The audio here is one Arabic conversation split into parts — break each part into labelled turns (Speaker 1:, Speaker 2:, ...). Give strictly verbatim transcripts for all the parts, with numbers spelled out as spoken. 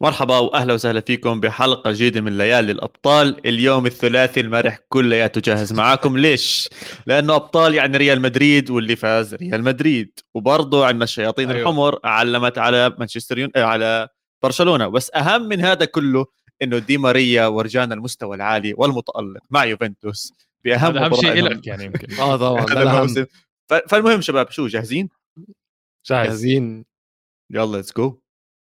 Speaker 1: مرحبا واهلا وسهلا فيكم بحلقه جديده من ليالي الابطال. اليوم الثلاثي المرح كلياته جاهز معاكم. ليش؟ لانه ابطال يعني ريال مدريد، واللي فاز ريال مدريد، وبرضه عندنا الشياطين
Speaker 2: ايوه
Speaker 1: الحمر علمت على مانشستر يون... آه، على برشلونه. بس اهم من هذا كله انه دي ماريا ورجانا المستوى العالي والمتالق مع يوفنتوس باهم
Speaker 2: هذا اهم
Speaker 1: مباراه
Speaker 2: شيء
Speaker 1: لهم
Speaker 2: لك يعني يمكن
Speaker 3: اه طبعا ده
Speaker 1: هذا
Speaker 3: الاهم.
Speaker 1: الموسم. ف... فالمهم شباب، شو جاهزين؟
Speaker 2: جاهز.
Speaker 3: جاهزين.
Speaker 1: يلا ليتس جو.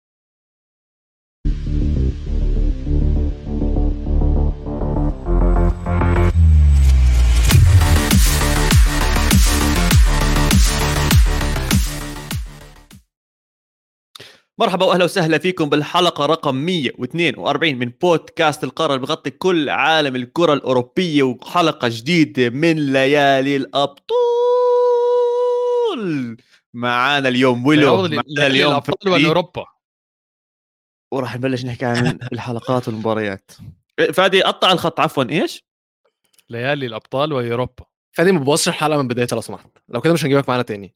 Speaker 1: مرحبا واهلا وسهلا فيكم بالحلقه رقم مية واثنين وأربعين من بودكاست القاره، اللي بغطي كل عالم الكره الاوروبيه، وحلقه جديده من ليالي الابطال. معانا اليوم ويلو،
Speaker 2: ليالي
Speaker 1: معانا
Speaker 2: ليالي
Speaker 1: اليوم
Speaker 2: الابطال
Speaker 1: فادي،
Speaker 2: والاوروبا.
Speaker 1: وراح نبلش نحكي عن الحلقات والمباريات. فادي قطع الخط، عفوا ايش؟
Speaker 2: ليالي الابطال واوروبا.
Speaker 3: فادي ما بوظش الحلقه من بدايتها لو سمحت، لو كده مش هنجيبك معانا تاني.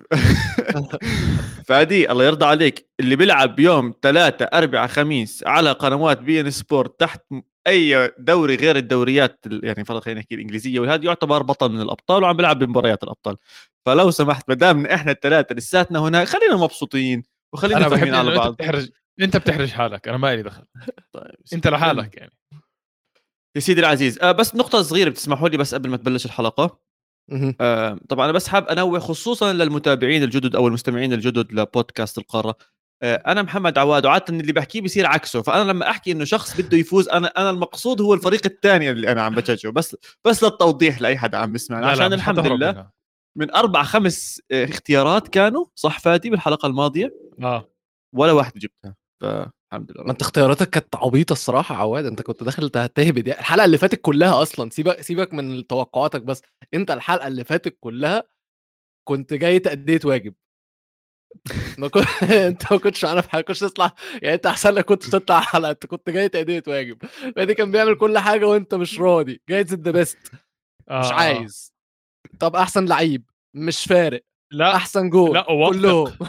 Speaker 1: فادي الله يرضى عليك، اللي بيلعب يوم ثلاثة أربعة خميس على قنوات بي ان سبورت تحت اي دوري غير الدوريات ال- يعني فرض خلينا نحكي الانجليزيه، وهذا يعتبر بطل من الابطال وعم بيلعب بمباريات الابطال. فلو سمحت، ما دام احنا الثلاثه لساتنا هنا، خلينا مبسوطين وخلينا
Speaker 2: انا
Speaker 1: فاهمين
Speaker 2: بحب
Speaker 1: على
Speaker 2: انه انت
Speaker 1: بعض.
Speaker 2: بتحرج انت بتحرج حالك، انا ما لي دخل.
Speaker 1: طيب
Speaker 2: انت
Speaker 1: المهم
Speaker 2: لحالك يعني.
Speaker 1: يا سيدي العزيز، آه بس نقطه صغيره بتسمحوا لي بس قبل ما تبلش الحلقه.
Speaker 3: مهم.
Speaker 1: آه طبعا انا بس حاب انوه خصوصا للمتابعين الجدد او المستمعين الجدد لبودكاست القاره. آه انا محمد عواد، وعاده اللي بحكيه بيصير عكسه، فانا لما احكي انه شخص بده يفوز، انا انا المقصود هو الفريق الثاني اللي انا عم بشجعه. بس بس للتوضيح لاي حدا عم بسمعنا،
Speaker 2: لا لا
Speaker 1: عشان
Speaker 2: مش
Speaker 1: الحمد
Speaker 2: حتهرب
Speaker 1: لله
Speaker 2: منها.
Speaker 1: من اربع خمس آه اختيارات كانوا صح فادي بالحلقه الماضيه،
Speaker 2: اه
Speaker 1: ولا واحده جبتها، فالحمد لله
Speaker 3: ما
Speaker 1: رب
Speaker 3: انت
Speaker 1: العالمين.
Speaker 3: اختياراتك كانت عبيطه الصراحه عواد، انت كنت داخل تهتهب دي الحلقه اللي فاتت كلها اصلا. سيبك سيبك من توقعاتك، بس انت الحلقه اللي فاتت كلها كنت جاي تأديت واجب. ما كنت انت ما كنتش عارف حاجه، كنتش تطلع يعني. انت احسن لك كنت تطلع حلقه، انت كنت جاي تأديت واجب. فادي كان بيعمل كل حاجه وانت مش راضي، جايز ذا بيست مش
Speaker 2: اه اه
Speaker 3: عايز. طب احسن لعيب مش فارق،
Speaker 2: لا
Speaker 3: احسن جول
Speaker 2: لا اوافقك.
Speaker 3: كلهم.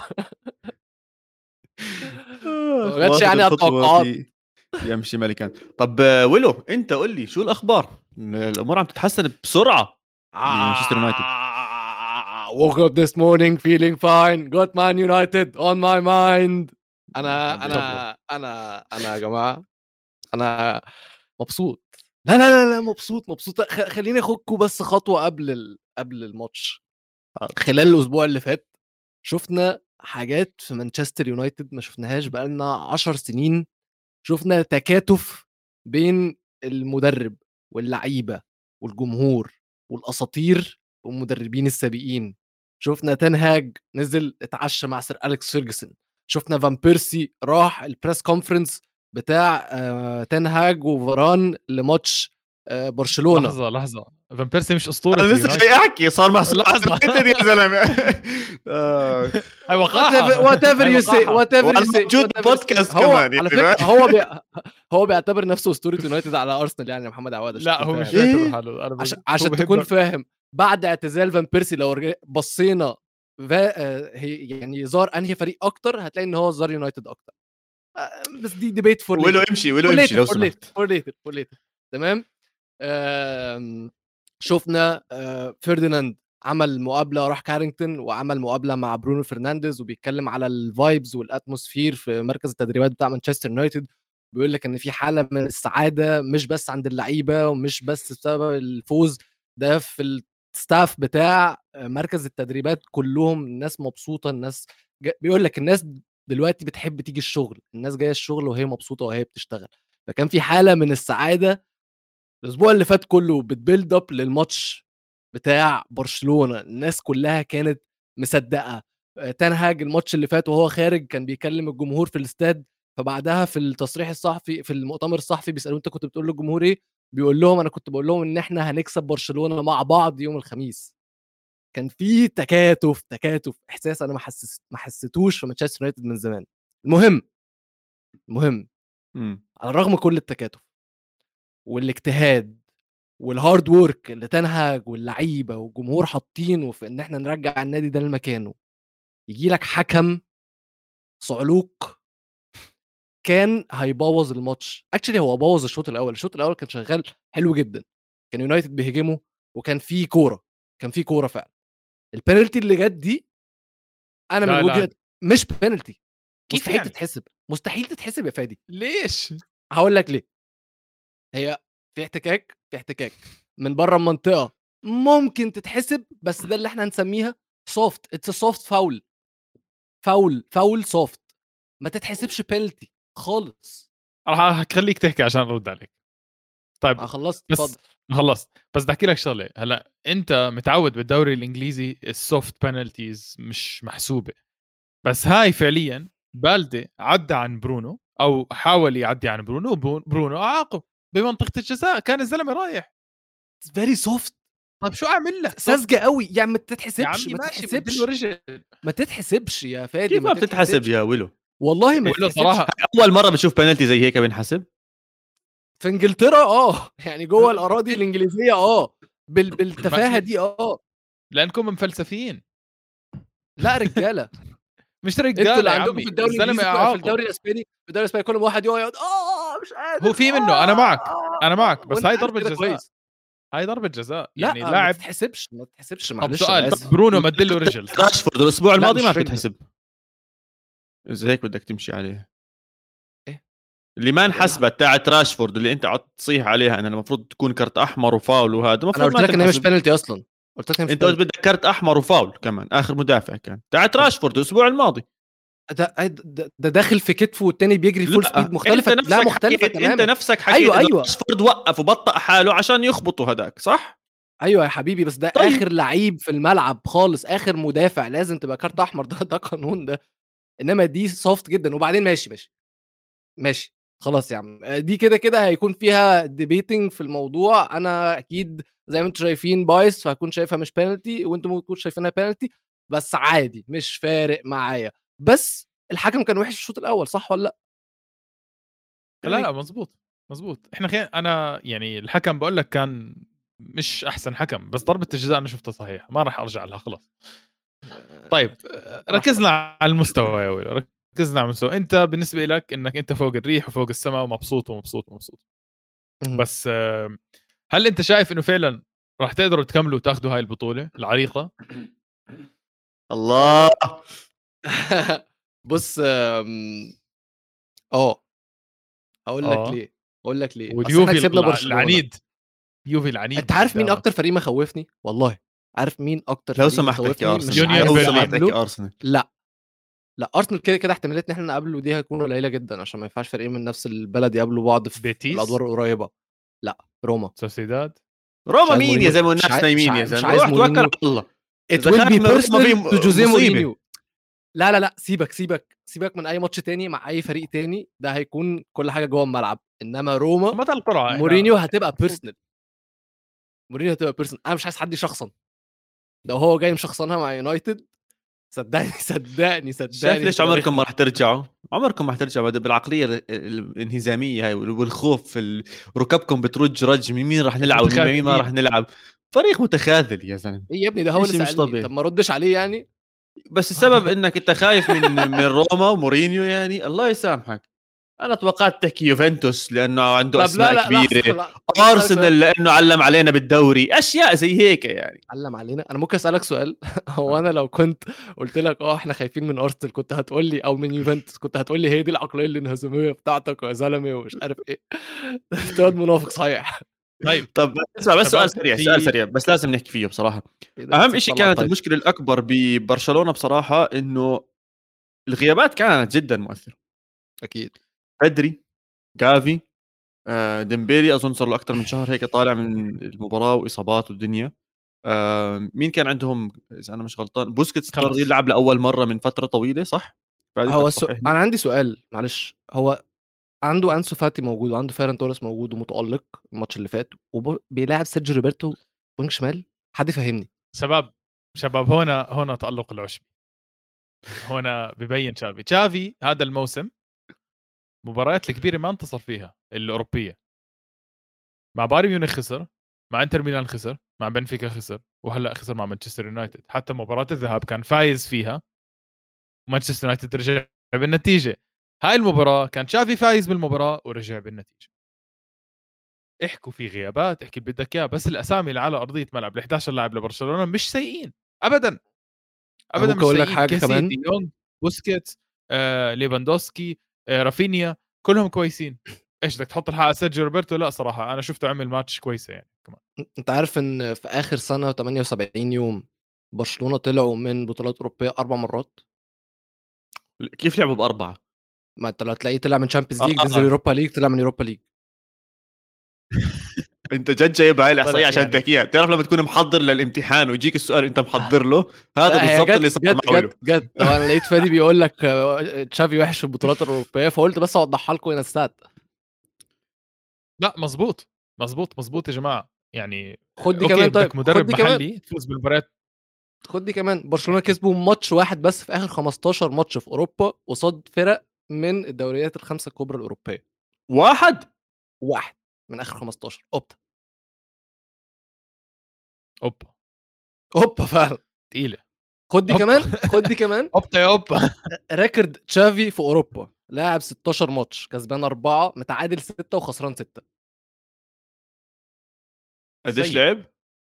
Speaker 1: آه،
Speaker 3: ما جاتش
Speaker 1: واخذ
Speaker 3: يعني على
Speaker 1: الخطوه
Speaker 3: التوقعات.
Speaker 1: في يمشي ملكا. طب آه، ويلو، انت قول لي شو الاخبار؟ الامور عم تتحسن بسرعه بمانشستر يونايتد.
Speaker 3: Ah, woke up this morning feeling fine. Got Man United on my mind. انا
Speaker 1: الحمد لله.
Speaker 3: انا انا انا يا جماعه، انا مبسوط. لا لا لا لا مبسوط مبسوط. خ- خليني اخدكم بس خطوه قبل ال... قبل الماتش. خلال الاسبوع اللي فات شفنا حاجات في مانشستر يونايتد ما شفناهاش بقالنا عشر سنين. شفنا تكاتف بين المدرب واللعيبه والجمهور والاساطير والمدربين السابقين. شفنا تنهاج نزل اتعشى مع سير أليكس فيرجسون. شفنا فان بيرسي راح البريس كونفرنس بتاع آه تنهاج وفران لماتش آه برشلونه.
Speaker 2: لحظه لحظه، فان بيرسي مش اسطوره
Speaker 1: انا لسه جاي
Speaker 2: اليونايتد.
Speaker 1: احكي، صار محسوب
Speaker 2: لحظه
Speaker 1: يا زلمه. آه.
Speaker 2: هاي وقاحه،
Speaker 3: وات ايفر
Speaker 2: هاي
Speaker 3: يو سي
Speaker 2: وقاحه.
Speaker 3: وات ايفر
Speaker 1: وانا
Speaker 3: يو سي
Speaker 1: موجود بودكاست
Speaker 3: هو
Speaker 1: كمان
Speaker 3: على
Speaker 1: يعني.
Speaker 3: فكره هو بي... هو بيعتبر نفسه اسطوره يونايتد على ارسنال يعني يا محمد عواد، عشان
Speaker 2: لا
Speaker 3: تكون
Speaker 2: هو مش
Speaker 3: فاهم.
Speaker 2: بيعتبر
Speaker 1: ايه
Speaker 2: حاله، انا
Speaker 3: عشان
Speaker 2: ب... هو
Speaker 3: عشان تكون
Speaker 2: بحب.
Speaker 3: فاهم. بعد اعتزال فان بيرسي لو رجع- بصينا فا... آه، هي يعني زار انهي فريق اكتر، هتلاقي ان هو زار يونايتد اكتر. آه، بس دي ديبيت فور
Speaker 1: ولو
Speaker 3: ليتر.
Speaker 1: امشي ولو
Speaker 3: فور
Speaker 1: امشي
Speaker 3: ليتر
Speaker 1: لو
Speaker 3: فور ليتر
Speaker 1: سمحت.
Speaker 3: فور ليتر فور ليتر تمام. آم، شفنا آه، فرديناند عمل مقابله، راح كارينجتون وعمل مقابله مع برونو فرنانديز وبيتكلم على الفايبز والاتموسفير في مركز التدريبات بتاع مانشستر يونايتد. بيقول لك ان في حاله من السعاده مش بس عند اللعيبه ومش بس بسبب الفوز، ده في الستاف بتاع مركز التدريبات كلهم. الناس مبسوطه، الناس جا... بيقول لك الناس دلوقتي بتحب تيجي الشغل، الناس جايه الشغل وهي مبسوطه وهي بتشتغل. فكان في حاله من السعاده الاسبوع اللي فات كله بتبيلد اب للماتش بتاع برشلونه. الناس كلها كانت مصدقه. آه، تنهاج الماتش اللي فات وهو خارج كان بيكلم الجمهور في الاستاد، فبعدها في التصريح الصحفي في المؤتمر الصحفي بيسالوه انت كنت بتقول للجمهور ايه، بيقول لهم انا كنت بقول لهم ان احنا هنكسب برشلونه مع بعض يوم الخميس. كان في تكاتف تكاتف احساس انا ما حسس ما حسيتوش في مانشستر يونايتد من زمان. المهم المهم
Speaker 1: مم.
Speaker 3: على الرغم كل التكاتف والاجتهاد والهارد وورك اللي تنهج واللعيبه والجمهور حاطينه في ان احنا نرجع النادي ده لمكانه، يجي لك حكم صعلوك كان هيبوظ الماتش. اكشلي هو بوظ الشوط الاول. الشوط الاول كان شغال حلو جدا، كان يونايتد بيهاجموا وكان في كوره، كان في كوره فعلا. البينالتي اللي جت دي انا من
Speaker 2: لا لا
Speaker 3: وجهه مش بينالتي،
Speaker 2: كيف
Speaker 3: مستحيل
Speaker 2: يعني؟
Speaker 3: تتحسب، مستحيل تتحسب يا فادي.
Speaker 2: ليش؟
Speaker 3: هقول لك ليه. هي في احتكاك، في احتكاك من بره المنطقه ممكن تتحسب، بس ده اللي احنا هنسميها سوفت. اتس سوفت فاول، فاول فاول سوفت، ما تتحسبش بينالتي خالص.
Speaker 2: راح اخليك تحكي عشان ارد عليك. طيب
Speaker 3: آه، خلصت
Speaker 2: بس
Speaker 3: اتفضل.
Speaker 2: خلصت. بس بدي احكي لك شغله. هلا انت متعود بالدوري الانجليزي السوفت بنالتيز مش محسوبه، بس هاي فعليا بالدي عدى عن برونو او حاول يعدي عن برونو، برونو اعاقب بمنطقه الجزاء، كان الزلمه رايح.
Speaker 3: اتس فيري سوفت،
Speaker 2: طيب شو اعمل لك؟
Speaker 3: ساذجه قوي يعني، ما
Speaker 2: يا
Speaker 3: تتحسبش،
Speaker 2: عمي
Speaker 3: ما
Speaker 2: ماشي
Speaker 3: تتحسبش،
Speaker 2: بدله رجل.
Speaker 3: ما تتحسبش يا فادي،
Speaker 1: كيف
Speaker 3: ما
Speaker 1: ما بتتحسب
Speaker 3: تتحسبش
Speaker 1: يا ولو؟
Speaker 3: والله، ما
Speaker 2: ولا
Speaker 3: تتحسبش.
Speaker 2: صراحه
Speaker 1: اول مره بشوف بنالتي زي هيك بنحسب.
Speaker 3: في انجلترا اه يعني جوه الاراضي الانجليزيه اه بال... بالتفاهه دي اه
Speaker 2: لانكم مفلسفيين.
Speaker 3: لا رجاله،
Speaker 2: مش
Speaker 3: انتوا
Speaker 2: رجاله
Speaker 3: اللي
Speaker 2: يا
Speaker 3: عندكم في
Speaker 2: عمي،
Speaker 3: الدوري
Speaker 2: الزلمه
Speaker 3: الانجليزي كو- في
Speaker 2: اعاقب.
Speaker 3: الدوري الاسباني، في الدوري الاسباني كل ما واحد يقعد اه مش قادر
Speaker 2: هو في منه،
Speaker 3: آه
Speaker 2: انا معك
Speaker 3: آه
Speaker 2: انا معك، بس
Speaker 3: وانت
Speaker 2: هاي
Speaker 3: عارف
Speaker 2: ضربه
Speaker 3: كده
Speaker 2: جزاء.
Speaker 3: كويس.
Speaker 2: هاي ضربه جزاء يعني
Speaker 3: لا ما
Speaker 2: لاعب.
Speaker 3: تتحسبش، ما تتحسبش،
Speaker 2: طب
Speaker 3: معلش انا
Speaker 2: سؤال،
Speaker 3: اسف.
Speaker 2: برونو مدله رجل صح؟
Speaker 1: راشفورد الاسبوع
Speaker 3: لا
Speaker 1: الماضي ما
Speaker 3: مش رجل.
Speaker 1: بتتحسب. اذا هيك بدك تمشي عليه.
Speaker 3: ايه
Speaker 1: اللي ما
Speaker 3: طب ايه اللي حصل؟
Speaker 1: انحسبت تاعت راشفورد اللي انت قعدت تصيح عليها انا المفروض تكون كرت احمر وفاول، وهذا
Speaker 3: انا
Speaker 1: المفروض
Speaker 3: قلت
Speaker 1: ما
Speaker 3: لك ان هي مش
Speaker 1: تنحسب.
Speaker 3: بينالتي اصلا، قلت لك ان هي مش
Speaker 1: انت قلت
Speaker 3: بينالتي.
Speaker 1: بدك كرت احمر وفاول كمان، اخر مدافع كان تاعت
Speaker 3: طب
Speaker 1: راشفورد الاسبوع الماضي.
Speaker 3: ده ده, ده داخل في كتفه والتاني بيجري فول سبيد،
Speaker 1: لا انت
Speaker 3: مختلفه، لا
Speaker 1: نفسك
Speaker 3: مختلفه
Speaker 1: حكيت انت
Speaker 3: تماما.
Speaker 1: نفسك حكيت
Speaker 3: ايوه
Speaker 1: انه
Speaker 3: ايوه
Speaker 1: راشفورد وقف وبطأ حاله عشان يخبطوا هذاك، صح؟
Speaker 3: ايوه يا حبيبي، بس ده
Speaker 1: طيب
Speaker 3: اخر لعيب في الملعب خالص، اخر مدافع لازم تبقى كارت احمر، ده ده قانون ده. انما دي سوفت جدا. وبعدين ماشي ماشي ماشي خلاص يا عم، دي كده كده هيكون فيها ديبيتنج في الموضوع. انا اكيد زي ما انتم شايفين بايس، فهكون شايفها مش بينالتي، وانتم ممكن تكونوا شايفينها بينالتي، بس عادي مش فارق معايا. بس الحكم كان وحش الشوط الاول، صح ولا لا؟
Speaker 2: لا لا مزبوط مزبوط. احنا خي... انا يعني الحكم بقول لك كان مش احسن حكم، بس ضربه الجزاء انا شفتها صحيح، ما راح ارجع لها خلاص. طيب ركزنا على المستوى يا ويلو، ركزنا على المستوى. انت بالنسبه لك انك انت فوق الريح وفوق السماء ومبسوط ومبسوط ومبسوط، بس هل انت شايف انه فعلا راح تقدروا تكملوا وتاخذوا هاي البطوله العريقه؟
Speaker 1: الله.
Speaker 3: بص آم، اه هقول لك
Speaker 2: اه
Speaker 3: ليه، هقول لك ليه. اصل احنا
Speaker 2: واليوفي
Speaker 3: كسبنا
Speaker 2: الع-
Speaker 3: برشلونه.
Speaker 2: العنيد، يوفي العنيد
Speaker 3: انت عارف مين
Speaker 2: قدامك.
Speaker 3: اكتر فريق مخوفني والله؟ عارف مين اكتر
Speaker 1: لو
Speaker 3: فريق
Speaker 1: سمحت احكي
Speaker 3: مخوفني مش
Speaker 1: ارسنال،
Speaker 2: يونيون
Speaker 3: عايز
Speaker 1: لو
Speaker 2: برلين.
Speaker 1: سمحت احكي
Speaker 3: اقابله؟
Speaker 1: ارسنال.
Speaker 3: لا لا ارسنال كده كده احتماليه ان احنا نقابله دي هتكون قليله جدا، عشان ما ينفعش فريقين من نفس البلد يقابلوا بعض في
Speaker 2: بيتيس،
Speaker 3: الادوار القريبه. لا روما.
Speaker 2: سوسيداد.
Speaker 3: مش
Speaker 1: روما
Speaker 3: عايز
Speaker 1: مين يا
Speaker 3: مورينيو،
Speaker 1: زلمه؟
Speaker 3: مش
Speaker 1: الناس
Speaker 3: عايز مش
Speaker 1: نايمين يا
Speaker 3: عايز, مش
Speaker 1: زلمه،
Speaker 3: عايز
Speaker 1: روح توكل على
Speaker 3: مورينيو.
Speaker 1: الله.
Speaker 3: It
Speaker 1: اذا
Speaker 3: will
Speaker 1: خايف
Speaker 3: be
Speaker 1: من روما في
Speaker 3: personal to Jose
Speaker 1: مصيبه.
Speaker 3: مورينيو. لا لا لا سيبك سيبك سيبك من اي ماتش تاني مع اي فريق تاني، ده هيكون كل حاجه جوه الملعب. انما روما
Speaker 2: ما القرعه
Speaker 3: مورينيو
Speaker 2: احنا
Speaker 3: هتبقى بيرسونال، مورينيو هتبقى بيرسونال. انا مش عايز حد يشخصن، لو هو جاي مشخصنها مع يونايتد صدقني صدقني
Speaker 1: شايف
Speaker 3: صدقني
Speaker 1: ليش
Speaker 3: هتبقى
Speaker 1: عمركم ما
Speaker 3: رخمه.
Speaker 1: راح ترجعوا؟ عمركم ما راح ترجعوا بالعقليه ال- الانهزاميه هاي والخوف في ال- ركبكم بترج رج من مين راح نلعب ومين مين ما راح
Speaker 2: متخاذلين.
Speaker 1: نلعب. فريق متخاذل يا زلمه،
Speaker 3: ايه يا ابني، ده هو اللي
Speaker 1: شيء مش
Speaker 3: سالني، طب
Speaker 1: طبيعي.
Speaker 3: ما ردش عليه يعني.
Speaker 1: بس السبب انك انت خايف من من روما ومورينيو، يعني الله يسامحك. انا توقعت تحكي يوفنتوس لانه عنده
Speaker 3: طب لا
Speaker 1: اسماء
Speaker 3: لا لحظه،
Speaker 1: كبيره،
Speaker 3: لا ممكن اسالك سؤال؟
Speaker 1: ارسنال لانه علم علينا بالدوري، اشياء زي هيك يعني.
Speaker 3: علم علينا. انا ممكن اسالك سؤال؟ هو انا لو كنت قلت لك اه احنا خايفين من ارسنال، كنت هتقول لي، او من يوفنتوس كنت هتقول لي هي دي العقليه الانهزاميه بتاعتك يا زلمه ومش عارف ايه؟ انت واد منافق صحيح.
Speaker 2: طيب
Speaker 1: طب اسمع بس سؤال
Speaker 2: شباب
Speaker 1: سريع،
Speaker 2: في
Speaker 1: سؤال سريع بس لازم نحكي فيه بصراحه.
Speaker 3: إيه ده،
Speaker 1: اهم
Speaker 3: نسيت
Speaker 1: شيء
Speaker 3: أطلع
Speaker 1: كانت
Speaker 3: التايتل.
Speaker 1: المشكله الاكبر ببرشلونه بصراحه انه الغيابات كانت جدا مؤثره.
Speaker 3: اكيد
Speaker 1: بدري، جافي، آه، ديمبيلي اظن صار له اكثر من شهر هيك طالع من المباراه واصابات والدنيا. آه، مين كان عندهم اذا انا مش غلطان؟ بوسكيتس اضطر
Speaker 2: خلص
Speaker 1: يلعب لاول مره من فتره طويله، صح؟ فادي
Speaker 3: هو
Speaker 1: بدك
Speaker 3: السو...
Speaker 1: تصححني.
Speaker 3: انا عندي سؤال معلش. هو عنده انسو فاتي موجود، وعنده فيران توريس موجود ومتالق الماتش اللي فات، وبيلاعب سيرجيو روبرتو وينج شمال. حد يفهمني.
Speaker 2: شباب شباب هنا هنا تألق العشب، هنا ببين شافي شافي هذا الموسم مباريات الكبيره ما انتصر فيها الاوروبيه. مع بايرن ميونخ خسر، مع انتر ميلان خسر، مع بنفيكا خسر، وهلا خسر مع مانشستر يونايتد. حتى مباراه الذهاب كان فايز فيها، مانشستر يونايتد رجع بالنتيجه. هاي المباراه كان تشافي فايز بالمباراه ورجع بالنتيجه. احكوا في غيابات، احكي اللي بدك اياه، بس الاسامي اللي على ارضيه ملعب ال إحدى عشر لاعب لبرشلونه مش سيئين ابدا ابدا،
Speaker 3: ممكن
Speaker 2: مش
Speaker 3: اقول لك
Speaker 2: سيئين.
Speaker 3: حاجه
Speaker 2: كيسي،
Speaker 3: كمان.
Speaker 2: دي يونغ، بوسكيتس، آه، ليفاندوسكي، آه، رافينيا، كلهم كويسين. ايش بدك تحط الحق على سيرجيو روبرتو؟ لا صراحه انا شفته عمل ماتش كويسه يعني كمان.
Speaker 3: انت عارف ان في اخر سنه ثمانية وسبعين يوم برشلونه طلعوا من بطولات اوروبيه اربع مرات.
Speaker 1: كيف لعبوا باربعه؟
Speaker 3: ما انت لو تلاقيه طلع من تشامبيونز ليج، نزل
Speaker 1: اه
Speaker 3: يوروبا ليج، طلع من يوروبا ليج.
Speaker 1: انت جد جايب هاي الاحصائيه
Speaker 2: طلع
Speaker 1: عشان
Speaker 2: يعني
Speaker 1: تحكيها؟ بتعرف لما تكون محضر للامتحان ويجيك السؤال انت محضر له، هذا
Speaker 3: لا هي
Speaker 1: بالضبط اللي
Speaker 3: جت
Speaker 1: صار
Speaker 3: جت
Speaker 1: معه
Speaker 3: جت جت طبعا انا لقيت فادي بيقول لك آه، تشافي وحش في البطولات الاوروبيه، فقلت بس اوضحها لكم هنا السات.
Speaker 2: لا مزبوط مزبوط مزبوط يا جماعه يعني.
Speaker 3: خد دي
Speaker 2: اوكي
Speaker 3: كمان، طيب
Speaker 2: بدك
Speaker 3: خد
Speaker 2: مدرب
Speaker 3: دي كمان،
Speaker 2: محلي تفوز بالمباريات.
Speaker 3: خد دي كمان. برشلونه
Speaker 2: احكي.
Speaker 3: كسبوا ماتش واحد بس في اخر خمستاشر ماتش في اوروبا قصاد فرق من الدوريات الخمسه الكبرى الاوروبيه.
Speaker 1: واحد.
Speaker 3: واحد من اخر خمستاشر. اوبا
Speaker 2: اوبا
Speaker 3: اوبا فعلا.
Speaker 2: تقيله.
Speaker 3: خد دي
Speaker 2: اوبا
Speaker 3: كمان، خد دي كمان.
Speaker 2: اوبا يا اوبا.
Speaker 3: ريكورد تشافي في اوروبا لاعب ستاشر ماتش، كسبان أربعة، متعادل ستة، وخسران ستة.
Speaker 1: قديش
Speaker 2: سيء.
Speaker 1: لعب؟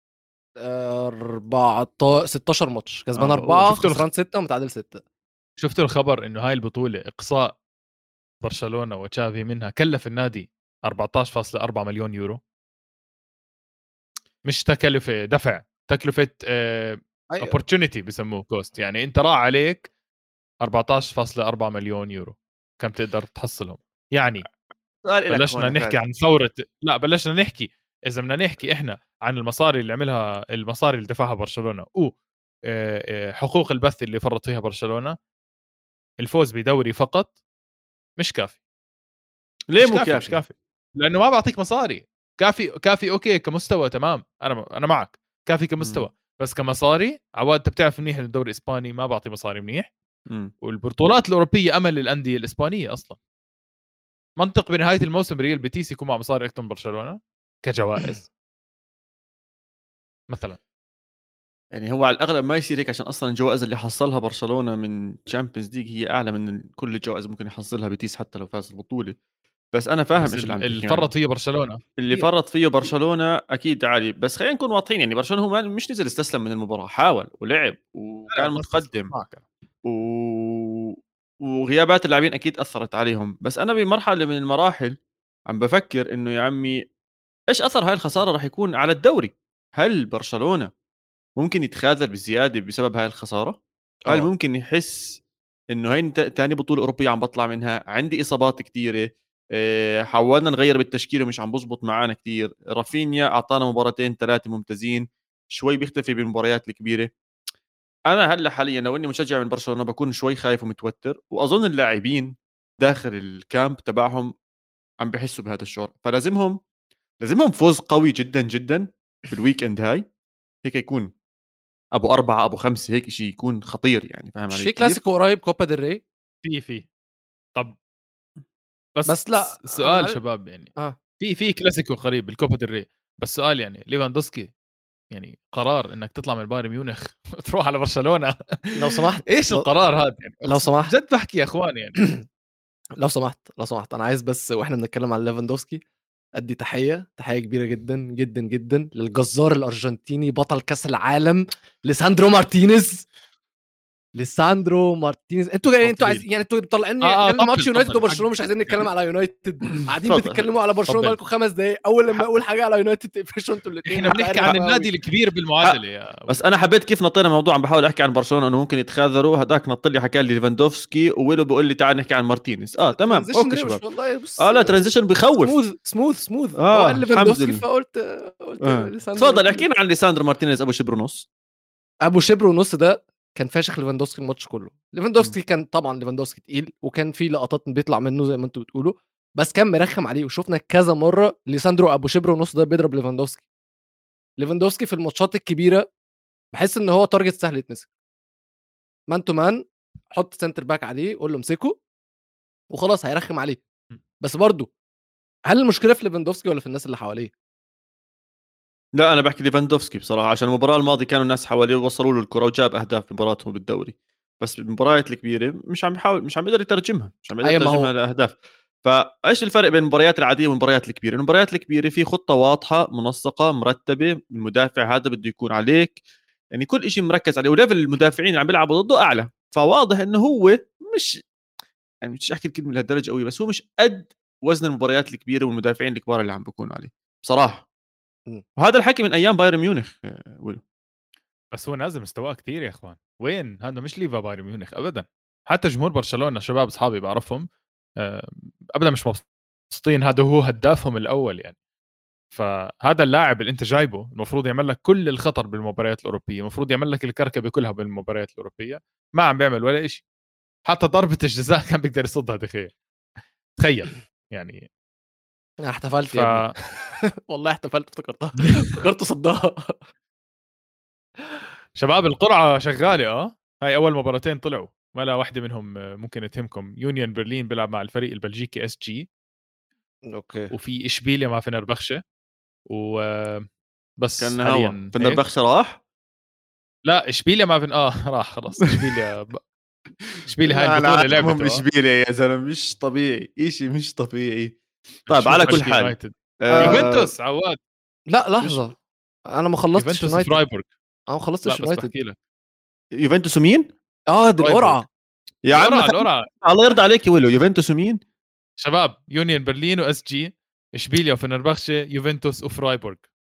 Speaker 3: أربعة ستاشر ماتش، كسبان
Speaker 1: اه هو
Speaker 3: أربعة،
Speaker 2: شفتوا الخ...
Speaker 3: خسران ستة، ومتعادل ستة.
Speaker 2: شفتوا الخبر انه هاي البطوله اقصاء برشلونه وتشافي منها كلف النادي أربعة عشر فاصلة أربعة مليون يورو. مش تكلفه دفع، تكلفه
Speaker 3: ايوه.
Speaker 2: opportunity بسموه كوست، يعني انت راح عليك أربعة عشر فاصلة أربعة مليون يورو كم تقدر تحصلهم يعني.
Speaker 1: سؤال لك
Speaker 2: بلشنا
Speaker 1: هون
Speaker 2: نحكي
Speaker 1: فادي.
Speaker 2: عن ثورة، لا بلشنا نحكي إذا بدنا نحكي إحنا عن المصاري اللي عملها، المصاري اللي دفعها برشلونة و حقوق البث اللي فرط فيها برشلونة، الفوز بدوري فقط مش كافي.
Speaker 1: ليه
Speaker 2: مش
Speaker 1: مو
Speaker 2: كافي مش
Speaker 1: كافي؟
Speaker 2: كافي لأنه ما بعطيك مصاري. كافي كافي أوكي كمستوى تمام، أنا أنا معك كافي
Speaker 1: مم.
Speaker 2: كمستوى، بس كمصاري عواد أنت بتعرف منيح إن الدوري الإسباني ما بعطي مصاري منيح،
Speaker 1: مم.
Speaker 2: والبطولات الأوروبية أمل للأندية الإسبانية أصلا. منطق بنهاية الموسم ريال بيتيس يكون مع مصاري أكثر من برشلونة كجوائز مثلا.
Speaker 1: يعني هو على الاغلب ما يصير هيك، عشان اصلا الجوائز اللي حصلها برشلونه من تشامبيونز ليج هي اعلى من كل الجوائز ممكن يحصلها بيتيس حتى لو فاز البطوله. بس انا فاهم
Speaker 2: بس
Speaker 1: ايش اللي عم تحكي عنه.
Speaker 2: الفرط هي برشلونه
Speaker 1: اللي
Speaker 2: كثير.
Speaker 1: فرط فيه برشلونه اكيد عالي، بس خلينا نكون واضحين، يعني برشلونه هو ما- مش نزل استسلم من المباراه، حاول ولعب
Speaker 2: لا
Speaker 1: وكان
Speaker 2: لا بس بس
Speaker 1: متقدم
Speaker 2: معك.
Speaker 1: و... وغيابات اللاعبين اكيد اثرت عليهم. بس انا بمرحله من المراحل عم بفكر انه يا عمي ايش اثر هاي الخساره راح يكون على الدوري؟ هل برشلونه ممكن يتخاذل بزياده بسبب هاي الخساره؟ هل
Speaker 3: اه
Speaker 1: ممكن يحس انه هاي ثاني بطوله اوروبيه عم بطلع منها، عندي اصابات كثيره، إيه، حاولنا نغير بالتشكيله ومش عم بزبط معانا كثير، رافينيا اعطانا مباراتين ثلاثه ممتازين، شوي بيختفي بالمباريات الكبيره. انا هلا حاليا لو اني مشجع من برشلونه بكون شوي خايف ومتوتر، واظن اللاعبين داخل الكامب تبعهم عم بحسوا بهذا الشعور، فلازمهم لازمهم فوز قوي جدا جدا بالويك اند هاي، هيك يكون ابو اربعه ابو خمسه، هيك شيء يكون خطير يعني، فاهم
Speaker 3: مش
Speaker 1: علي
Speaker 3: في
Speaker 1: كيف؟
Speaker 3: كلاسيكو قريب، كوبا ديل ري؟
Speaker 2: في في طب بس
Speaker 3: بس لا انا
Speaker 2: سؤال
Speaker 3: معل...
Speaker 2: شباب يعني،
Speaker 3: اه
Speaker 2: في في كلاسيكو قريب بالكوبا ديل ري، بس سؤال يعني ليفاندوسكي يعني قرار انك تطلع من بايرن ميونخ وتروح على برشلونه
Speaker 3: لو سمحت
Speaker 2: ايش
Speaker 3: لو,
Speaker 2: القرار هذا يعني؟
Speaker 3: لو
Speaker 2: أقسم-
Speaker 3: سمحت
Speaker 2: جد بحكي يا اخوان يعني.
Speaker 3: لو سمحت لو سمحت انا عايز بس واحنا بنتكلم عن ليفاندوفسكي ادي تحيه تحيه كبيره جدا جدا جدا للجزار الارجنتيني بطل كاس العالم ليساندرو مارتينيز. ليساندرو مارتينيز. انتوا جايين، انتوا
Speaker 1: تفضيل.
Speaker 3: عايزين يعني انتوا مطلعيني
Speaker 2: اه اه
Speaker 3: نتكلم
Speaker 2: طبل
Speaker 3: ماتش يونايتد
Speaker 2: طبل
Speaker 3: وبرشلونه،
Speaker 2: حق
Speaker 3: مش عايزين نتكلم على يونايتد. قاعدين
Speaker 1: تفضل.
Speaker 3: بتتكلموا على برشلونه
Speaker 2: طبل.
Speaker 3: بقالكم خمس دقايق، اول لما
Speaker 2: حق.
Speaker 3: اقول حاجه على يونايتد تقفشوا انتوا الاثنين.
Speaker 2: احنا بنحكي عن النادي الكبير بالمعادله يا
Speaker 1: بس انا حبيت كيف نطينا الموضوع، عم بحاول احكي عن برشلونه انه ممكن يتخاذلوا، هذاك نط لي حكى لي ليفاندوفسكي، وويلو بيقول لي تعال نحكي عن مارتينيز. اه تمام
Speaker 3: ترانزيشن
Speaker 1: اوكي
Speaker 3: روش
Speaker 1: شباب.
Speaker 3: والله. بص
Speaker 1: اه لا ترانزيشن بخوف.
Speaker 3: سموث سموث سموث. هو قال
Speaker 1: اه الحمد
Speaker 3: ليفاندوفسكي
Speaker 1: لله.
Speaker 3: فقلت قلت
Speaker 1: اه
Speaker 3: ليساندرو
Speaker 1: تفضل
Speaker 3: مارتينيز.
Speaker 1: احكينا عن ليساندرو مارتينيز ابو شبر ونص.
Speaker 3: ابو شبر ونص ده كان فاشخ ليفاندوفسكي الماتش كله. ليفاندوفسكي كان طبعا ليفاندوفسكي تقيل، وكان في لقطات بيطلع منه زي ما انتوا بتقولوا، بس كان مرخم عليه. وشفنا كذا مره ليساندرو ابو شبر ونص ده بيضرب ليفاندوفسكي. ليفاندوفسكي في الماتشات الكبيره بحس ان هو تارجت سهل يتمسك. مان تو مان، حط سنتر باك عليه قول له امسكه وخلاص هيرخم عليه. بس برضه هل المشكله في ليفاندوفسكي ولا في الناس اللي حواليه؟
Speaker 1: لا انا بحكي ليفاندوفسكي بصراحه، عشان المباراه الماضيه كانوا الناس حواليه ووصلوا له الكره وجاب اهداف في مباراتهم بالدوري. بس بالمباريات الكبيره مش عم بيحاول مش عم بيقدر يترجمها مش عم بيقدر
Speaker 3: أيوة، ما هو-
Speaker 1: يترجمها لاهداف. فايش الفرق بين المباريات العاديه والمباريات الكبيره؟ المباريات الكبيره في خطه واضحه منسقه مرتبه، المدافع هذا بده يكون عليك، يعني كل شيء مركز عليه، وليفل المدافعين اللي عم بيلعبوا ضده اعلى. فواضح انه هو مش يعني مش احكي الكلمه لهالدرجه قوي، بس هو مش قد وزن المباريات الكبيره والمدافعين الكبار اللي عم بيكونوا عليه بصراحه.
Speaker 3: م.
Speaker 1: وهذا الحكي من ايام بايرن ميونخ. آه، ولو
Speaker 2: بس هو نازل مستواه كتير يا اخوان. وين هذا؟ مش ليفا بايرن ميونخ ابدا. حتى جمهور برشلونه شباب اصحابي بعرفهم آه، ابدا مش مبسوطين. هذا هو هدافهم الاول يعني. فهذا اللاعب اللي انت جايبه المفروض يعمل لك كل الخطر بالمباريات الاوروبيه، المفروض يعمل لك الكركبه كلها بالمباريات الاوروبيه. ما عم بيعمل ولا شيء. حتى ضربه الجزاء كان بيقدر يصدها دخيل. تخيل يعني.
Speaker 3: انا احتفلت
Speaker 2: ف...
Speaker 3: يا ابني. والله احتفلت، افتكرتها افتكرت صدها.
Speaker 2: شباب القرعه شغاله. اه هاي اول مباراتين طلعوا، ما لا واحده منهم ممكن تهمكم. يونيون برلين بيلعب مع الفريق البلجيكي اس جي،
Speaker 3: اوكي.
Speaker 2: وفي اشبيليا مع فنربخشة. و بس
Speaker 1: كان هوا
Speaker 2: حاليا هيك.
Speaker 1: فنربخشة راح.
Speaker 2: لا اشبيليا ما فين اه راح خلاص. اشبيليا ب... اشبيليا هاي
Speaker 1: انا
Speaker 2: البطوله
Speaker 1: عارفهم
Speaker 2: لعبته. آه.
Speaker 1: اشبيليا يا زلمه، مش طبيعي، اشي مش طبيعي. طيب
Speaker 2: شو
Speaker 1: على كل
Speaker 2: بلجيكا
Speaker 1: حال
Speaker 2: يونايتد.
Speaker 1: آه
Speaker 2: يوفنتوس عواد.
Speaker 3: لا
Speaker 1: مش
Speaker 3: لحظه، انا ما خلصتش
Speaker 2: يوفنتوس
Speaker 3: يونايتد.
Speaker 2: فرايبورغ.
Speaker 3: انا ما
Speaker 2: لا
Speaker 3: خلصتش
Speaker 2: بس
Speaker 3: يونايتد.
Speaker 2: بحكي لك
Speaker 1: يوفنتوس ومين؟
Speaker 3: اه دي
Speaker 2: فرايبورغ.
Speaker 3: القرعه.
Speaker 1: يا عم
Speaker 2: القرعه
Speaker 1: خ...
Speaker 2: القرعه
Speaker 1: الله يرضى عليك يا ولو، يوفنتوس ومين؟
Speaker 2: شباب يونيون برلين واس جي، اشبيليا وفنربخشة، يوفنتوس وفرايبورغ.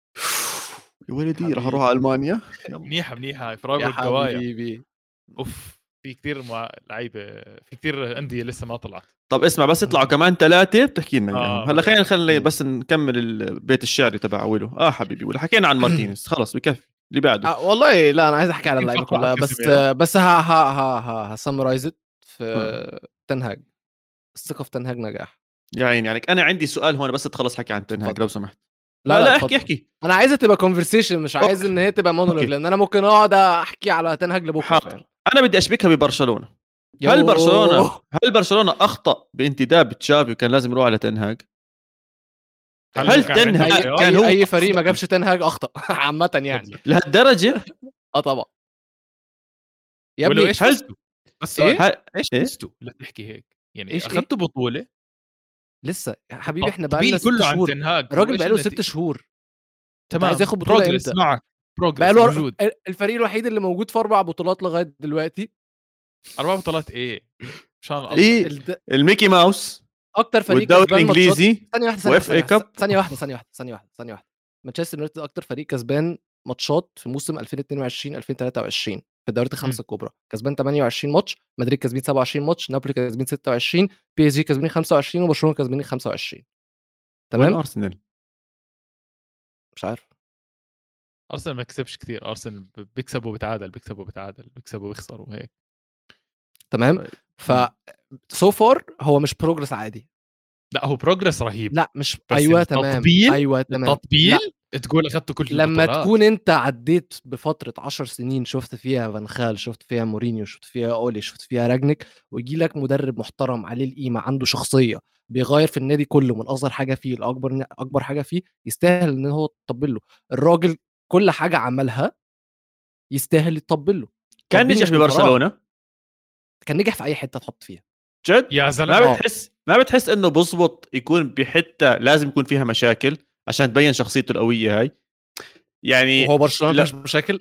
Speaker 1: يا ولدي راح
Speaker 3: حبيبي.
Speaker 1: اروح على المانيا. يلا.
Speaker 2: منيحه منيحه.
Speaker 3: يا
Speaker 2: فرايبورغ قوايا.
Speaker 3: حبيبي.
Speaker 2: اوف في كثير مع... لعيبه، في كثير انديه لسه ما طلعت.
Speaker 1: طب اسمع، بس يطلعوا كمان ثلاثة بتحكي لنا
Speaker 2: آه،
Speaker 1: اياهم. هلا خلينا خلي
Speaker 3: مم.
Speaker 1: بس نكمل البيت الشعري تبع ولو. اه حبيبي، ولا حكينا عن مارتينيز خلص بكفي، اللي بعده.
Speaker 3: آه والله لا، انا عايز احكي على اللعيبه
Speaker 2: فقط عن
Speaker 3: كلها، بس
Speaker 2: كازيميرو.
Speaker 3: بس ها ها ها ها هسمرايز في
Speaker 1: آه.
Speaker 3: تنهاج. الثقه في تنهاج نجاح.
Speaker 1: يا عيني عليك. انا عندي سؤال هون بس تخلص حكي عن تنهاج
Speaker 3: اتفضل.
Speaker 1: لو سمحت.
Speaker 3: لا
Speaker 1: لا
Speaker 3: لا
Speaker 1: لا
Speaker 3: اتفضل.
Speaker 1: احكي احكي.
Speaker 3: انا عايزه تبقى كونفرسيشن، مش عايز
Speaker 1: أوكي.
Speaker 3: ان هي تبقى مونولوج،
Speaker 1: أوكي.
Speaker 3: لان انا ممكن اقعد احكي على تنهاج لبكره.
Speaker 1: حاضر. انا بدي اشبكها ببرشلونه. هل
Speaker 3: يوه.
Speaker 1: برشلونه هل برشلونه اخطا بانتداب تشافي وكان لازم يروح على تنهاج؟ هل
Speaker 2: كان عنده
Speaker 1: تنهاج
Speaker 3: اي,
Speaker 2: اختيار؟
Speaker 1: كان
Speaker 3: أي,
Speaker 1: هو
Speaker 3: أي فريق ما
Speaker 1: أصلاً
Speaker 3: جابش تنهاج اخطا عامه يعني.
Speaker 1: لهالدرجه؟
Speaker 3: اه طبعا يا
Speaker 2: ولو
Speaker 3: ابني.
Speaker 2: ايش
Speaker 1: هل
Speaker 2: فزتوا؟ بس سؤال.
Speaker 3: ايه
Speaker 1: هل
Speaker 2: ايش
Speaker 1: إيه؟
Speaker 2: فزتوا لا تحكي هيك يعني؟
Speaker 3: إيش إيه؟
Speaker 2: اخذتوا بطوله.
Speaker 3: لسه يا حبيبي، احنا بقى
Speaker 2: التطبيل
Speaker 3: لنا ست
Speaker 2: كله عن
Speaker 3: شهور.
Speaker 2: تنهاج.
Speaker 3: الراجل
Speaker 2: وإيش
Speaker 3: بقى له
Speaker 2: النتيجة؟
Speaker 3: ست شهور. أنت
Speaker 2: تمام.
Speaker 3: عايز ياخد بطوله
Speaker 2: بروجرس
Speaker 3: امتى؟
Speaker 2: معك.
Speaker 3: بقى
Speaker 2: بروجرس
Speaker 3: له
Speaker 2: موجود.
Speaker 3: الفريق الوحيد اللي موجود في اربع بطولات لغايه دلوقتي.
Speaker 2: اربع بطولات ايه؟ مشان الله.
Speaker 1: ايه
Speaker 3: الد...
Speaker 1: الميكي ماوس
Speaker 3: اكتر فريق
Speaker 1: والدوري
Speaker 3: كسبان ماتشات.
Speaker 1: الانجليزي
Speaker 3: ثانيه واحده ثانيه
Speaker 1: واف اي
Speaker 3: واحده
Speaker 1: كاب.
Speaker 3: ثانيه واحده ثانيه واحده ثانيه واحده ثانيه واحده. مانشستر يونايتد اكتر فريق كسبان ماتشات في موسم ألفين واتنين وعشرين ألفين وتلاتة وعشرين في الدوريات الخمسه الكبرى. كسبان تمانية وعشرين ماتش، مدريد كسبين سبعة وعشرين ماتش، نابولي كسبين ستة وعشرين، بي اس جي كسبين خمسة وعشرين، وبرشلونه كسبين خمسة وعشرين.
Speaker 1: وين
Speaker 3: تمام.
Speaker 1: ارسنال؟
Speaker 3: مش عارف.
Speaker 2: ارسنال ما كسبش كثير. ارسنال بيكسبوا بتعادل، بيكسبوا بتعادل، بيكسبوا ويخسروا هيك.
Speaker 3: تمام.
Speaker 1: طيب.
Speaker 3: ف سو فار هو مش بروجرس عادي.
Speaker 2: لا هو بروجرس رهيب.
Speaker 3: لا مش
Speaker 2: بس
Speaker 3: ايوه تمام.
Speaker 2: التطبيل
Speaker 3: ايوه تمام.
Speaker 2: التطبيل
Speaker 3: لا.
Speaker 2: تقول اخذتوا كل
Speaker 3: لما
Speaker 2: البطولات.
Speaker 3: تكون انت عديت بفتره عشر سنين، شفت فيها فان خال، شفت فيها مورينيو، شفت فيها اولي، شفت فيها راجنيك، ويجي لك مدرب محترم عليه القيمه، عنده شخصيه، بيغير في النادي كله من اصغر حاجه فيه لاكبر اكبر حاجه فيه، يستاهل ان هو يطبل له. الراجل كل حاجه عملها يستاهل يطبل له.
Speaker 1: كان
Speaker 3: تطبيل
Speaker 1: نجح
Speaker 3: مش من فراغ.
Speaker 1: ببرشلونه
Speaker 3: كان نجح في اي حته تحط فيها.
Speaker 1: جد.
Speaker 2: يا
Speaker 1: ما
Speaker 2: زلمه
Speaker 1: بتحس ما بتحس انه بزبط يكون بحته لازم يكون فيها مشاكل عشان تبين شخصيته القويه هاي يعني؟
Speaker 3: وهو برشلونه
Speaker 1: لا.
Speaker 3: مش مشاكل.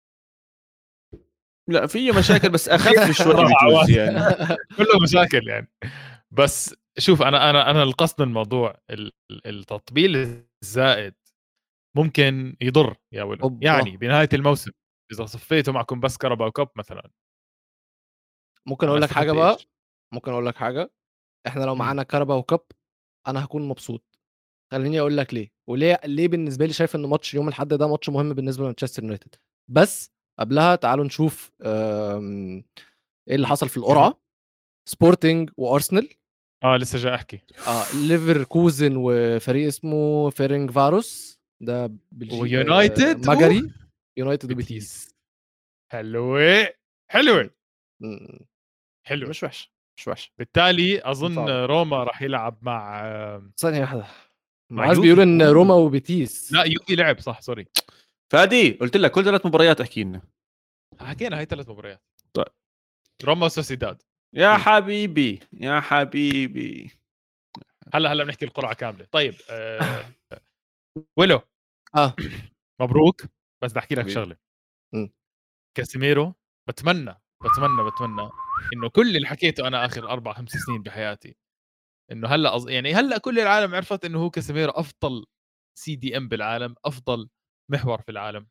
Speaker 1: لا فيه مشاكل بس اخف شوي بجوز يعني.
Speaker 2: كله مشاكل يعني. بس شوف انا انا انا القصد من الموضوع ال- التطبيل الزائد ممكن يضر يا ولد.
Speaker 3: أوبا.
Speaker 2: يعني بنهايه الموسم اذا صفيتوا معكم بس كرباو كاب مثلا.
Speaker 3: ممكن
Speaker 2: أنا
Speaker 3: اقول لك حاجه
Speaker 2: استفدت
Speaker 3: بقى.
Speaker 2: إيش؟
Speaker 3: ممكن اقول لك حاجه. احنا لو
Speaker 2: مم.
Speaker 3: معانا كارباو كاب انا هكون مبسوط. خليني اقول لك ليه وليه ليه بالنسبه لي شايف ان ماتش يوم الاحد ده ماتش مهم بالنسبه لمانشستر يونايتد. بس قبلها تعالوا نشوف آم، ايه اللي حصل في القرعه. سبورتنج وارسنال.
Speaker 2: اه لسه جاي احكي.
Speaker 3: اه ليفركوزن وفريق اسمه فيرنج فاروس ده بلجيكا.
Speaker 2: ويونايتد
Speaker 3: مجري. يونايتد وبيتيس.
Speaker 2: حلوه حلوه
Speaker 3: مم،
Speaker 2: حلوه.
Speaker 3: مش وحش مش وحش.
Speaker 2: بالتالي اظن
Speaker 3: صعبة.
Speaker 2: روما راح يلعب مع آه،
Speaker 3: ثانيه واحده.
Speaker 2: مع
Speaker 3: معاذ
Speaker 2: يوفي.
Speaker 3: بيقول ان
Speaker 2: أوه.
Speaker 3: روما وبيتيس.
Speaker 2: لا يوفي لعب صح سوري.
Speaker 1: فادي قلت لك كل ثلاث مباريات احكي لنا.
Speaker 2: حكينا هاي ثلاث مباريات. روما وسوسيداد.
Speaker 1: يا حبيبي يا حبيبي.
Speaker 2: هلا هلا بنحكي القرعه كامله. طيب آه... ولو
Speaker 3: اه
Speaker 2: مبروك. بس بدي احكي لك
Speaker 1: حبيبي.
Speaker 2: شغله.
Speaker 3: م.
Speaker 2: كاسيميرو بتمنى بتمنى بتمنى انه كل اللي حكيته انا اخر اربع خمس سنين بحياتي انه هلا أز... يعني هلا كل العالم عرفت انه هو كاسيميرو افضل سي دي ام بالعالم، افضل محور في العالم.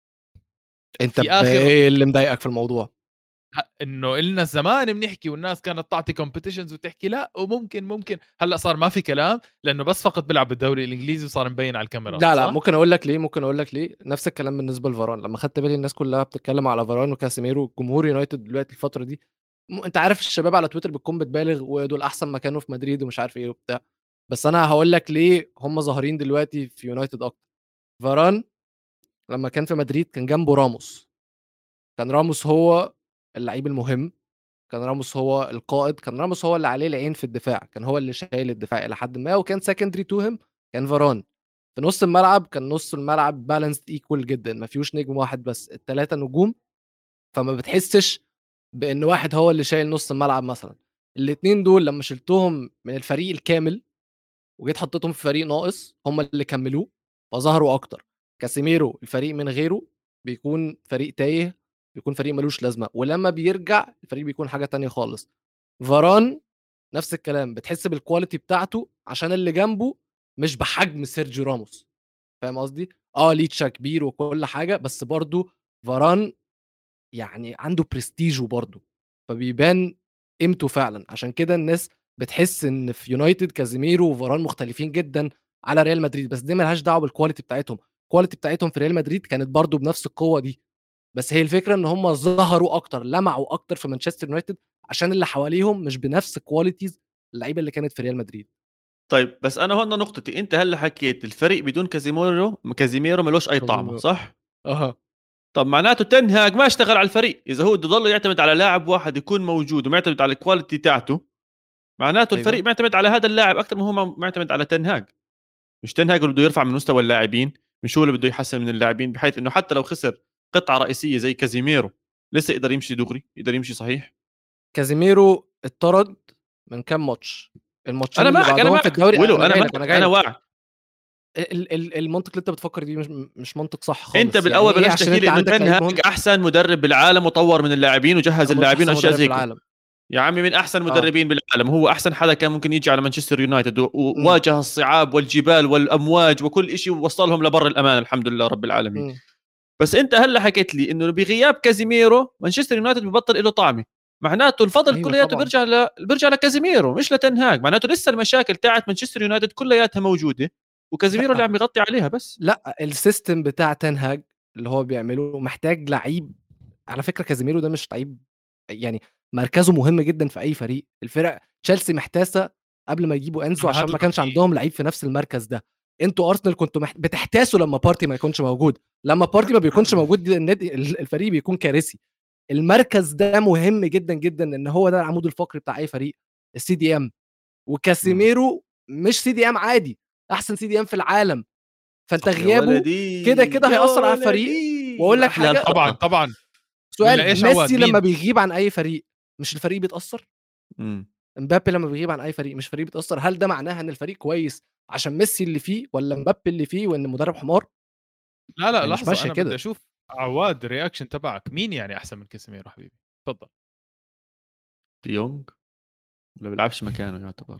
Speaker 3: انت
Speaker 2: في اخر
Speaker 3: بايه اللي مضايقك في الموضوع؟
Speaker 2: ه- انه إلنا زمان بنحكي والناس كانت تعطي كومبيتيشنز وتحكي لا وممكن ممكن هلا صار ما في كلام لانه بس فقط بيلعب بالدوري الانجليزي وصار مبين على الكاميرات.
Speaker 3: لا لا،
Speaker 2: صح؟
Speaker 3: ممكن اقول لك ليه ممكن اقول لك ليه نفس الكلام بالنسبه لفاران. لما خدت بالي الناس كلها بتتكلم على فاران وكاسيميرو، جمهور يونايتد دلوقتي الفتره دي م... انت عارف الشباب على تويتر بتكون بتبالغ ودول احسن مكانه في مدريد ومش عارف ايه وبتاع. بس انا هقول لك ليه هم ظاهرين دلوقتي في يونايتد اكتر. فاران لما كان في مدريد كان جنبه راموس. كان راموس هو اللعيب المهم، كان راموس هو القائد، كان راموس هو اللي عليه العين في الدفاع، كان هو اللي شايل الدفاع الى حد ما، وكان سكندري تو هيم كان فاران. في نص الملعب كان نص الملعب بالانسد ايكوال جدا، ما فيهوش نجم واحد بس، الثلاثه نجوم. فما بتحسش بان واحد هو اللي شايل نص الملعب مثلا. الاثنين دول لما شلتهم من الفريق الكامل وجيت حطيتهم في فريق ناقص هم اللي كملوه فظهروا اكتر. كاسيميرو الفريق من غيره بيكون فريق تايه، بيكون فريق ملوش لازمه، ولما بيرجع الفريق بيكون حاجه تانية خالص. فاران نفس الكلام، بتحس بالكواليتي بتاعته عشان اللي جنبه مش بحجم سيرجيو راموس. فاهم قصدي؟ اه ليتشا كبير وكل حاجه، بس برضه فاران يعني عنده برستيجه برضه، فبيبان قيمته فعلا. عشان كده الناس بتحس ان في يونايتد كازيميرو وفاران مختلفين جدا على ريال مدريد، بس دي ملهاش دعوه بالكواليتي بتاعتهم. الكواليتي بتاعتهم في ريال مدريد كانت برضه بنفس القوه دي، بس هي الفكره ان هم ظهروا اكتر، لمعوا اكتر في مانشستر يونايتد عشان اللي حواليهم مش بنفس كواليتيز اللعيبه اللي كانت في ريال مدريد.
Speaker 1: طيب بس انا هون نقطتي، انت هلا حكيت الفريق بدون كازيميرو كازيميرو ملوش اي طعمه، صح؟
Speaker 3: اها
Speaker 1: طب معناته تنهاج ما اشتغل على الفريق. اذا هو بده يضل يعتمد على لاعب واحد يكون موجود ومعتمد على الكواليتي تاعته، معناته
Speaker 3: ايوه
Speaker 1: الفريق معتمد على هذا اللاعب اكثر ما هو معتمد على تنهاج. مش تنهاج اللي بده يرفع من مستوى اللاعبين، مش هو اللي بده يحسن من اللاعبين، بحيث انه حتى لو خسر قطعه رئيسيه زي كازيميرو لسه يقدر يمشي دغري، يقدر يمشي صحيح.
Speaker 3: كازيميرو اتطرد من كام ماتش، الماتشين
Speaker 1: انا
Speaker 3: اللي
Speaker 1: معك انا
Speaker 3: بعدهم في
Speaker 1: معك
Speaker 3: الدوري.
Speaker 1: ولو
Speaker 3: انا
Speaker 1: انا
Speaker 3: جاي
Speaker 1: معك
Speaker 3: لك انا جاي
Speaker 1: انا
Speaker 3: لك
Speaker 1: واعي.
Speaker 3: ال- ال- المنطق اللي انت بتفكر دي مش مش منطق صح
Speaker 1: انت
Speaker 3: خالص. يعني
Speaker 1: بالاول
Speaker 3: ايه
Speaker 1: بلشت
Speaker 3: عشان
Speaker 1: تحكي
Speaker 3: انت
Speaker 1: لي انه
Speaker 3: عندك لعيب
Speaker 1: تنهاج
Speaker 3: مهم؟
Speaker 1: احسن مدرب بالعالم وطور من اللاعبين وجهز
Speaker 3: مش
Speaker 1: اللاعبين
Speaker 3: احسن
Speaker 1: واشياء
Speaker 3: مدرب
Speaker 1: زي
Speaker 3: في
Speaker 1: كذا.
Speaker 3: العالم.
Speaker 1: يا عمي من احسن
Speaker 3: اه
Speaker 1: المدربين بالعالم، هو احسن حدا كان ممكن يجي على مانشستر يونايتد و-
Speaker 3: امم
Speaker 1: وواجه الصعاب والجبال والامواج وكل شيء ووصلهم لبر الامان الحمد لله رب العالمين.
Speaker 3: امم
Speaker 1: بس انت هلا حكيت لي انه بغياب كازيميرو مانشستر يونايتد ببطل له طعمه، معناته الفضل
Speaker 3: ايوه
Speaker 1: كلياته
Speaker 3: طبعا.
Speaker 1: بيرجع ل... بيرجع لكازيميرو مش لتنهاج. معناته لسه المشاكل تاعت مانشستر يونايتد كلياتها موجوده وكازيميرو اللي
Speaker 3: لا
Speaker 1: عم يغطي عليها بس.
Speaker 3: لا، السيستم بتاع تنهاج اللي هو بيعمله محتاج لعيب. على فكره كازيميرو ده مش لعيب، يعني مركزه مهم جدا في اي فريق. الفرق تشيلسي محتاسه قبل ما يجيبوا انزو
Speaker 2: انا هذا
Speaker 3: عشان
Speaker 2: اللي
Speaker 3: ما كانش
Speaker 2: بحكيه.
Speaker 3: عندهم لعيب في نفس المركز ده. انتوا ارسنال كنتوا محت... بتحتاسوا لما بارتي ما يكونش موجود. لما بارتي ما بيكونش موجود دي- النادي الفريق بيكون كارثي. المركز ده مهم جدا جدا، ان هو ده العمود الفقري بتاع اي فريق، السي دي ام.
Speaker 1: مم.
Speaker 3: وكاسيميرو مش سي دي ام عادي، احسن سي دي ام في العالم. فانت
Speaker 1: صح يا
Speaker 3: غيابه كده
Speaker 1: ولدي
Speaker 3: كده
Speaker 1: يا
Speaker 3: هيأثر على الفريق.
Speaker 1: ولدي
Speaker 3: واقول لك
Speaker 1: احلى
Speaker 3: حاجه،
Speaker 2: طبعا
Speaker 1: الخطه.
Speaker 2: طبعا. ولا
Speaker 3: سؤال:
Speaker 2: ايش عواد
Speaker 3: ميسي لما
Speaker 2: مين؟
Speaker 3: بيغيب عن اي فريق مش الفريق بيتأثر؟
Speaker 1: مم.
Speaker 3: امبابي لما بيغيب عن اي فريق مش الفريق بيتأثر؟ هل ده معناها ان الفريق كويس عشان ميسي اللي فيه ولا امبابي اللي فيه وان المدرب حمار؟
Speaker 2: لا لا
Speaker 3: هي مش
Speaker 2: لحظه
Speaker 3: ماشيه
Speaker 2: انا بدي
Speaker 3: كده.
Speaker 2: اشوف عواد الرياكشن تبعك. مين يعني احسن من كاسيميرو حبيبي؟ تفضل.
Speaker 1: ديونج ولا بيلعبش مكانه يعتبر.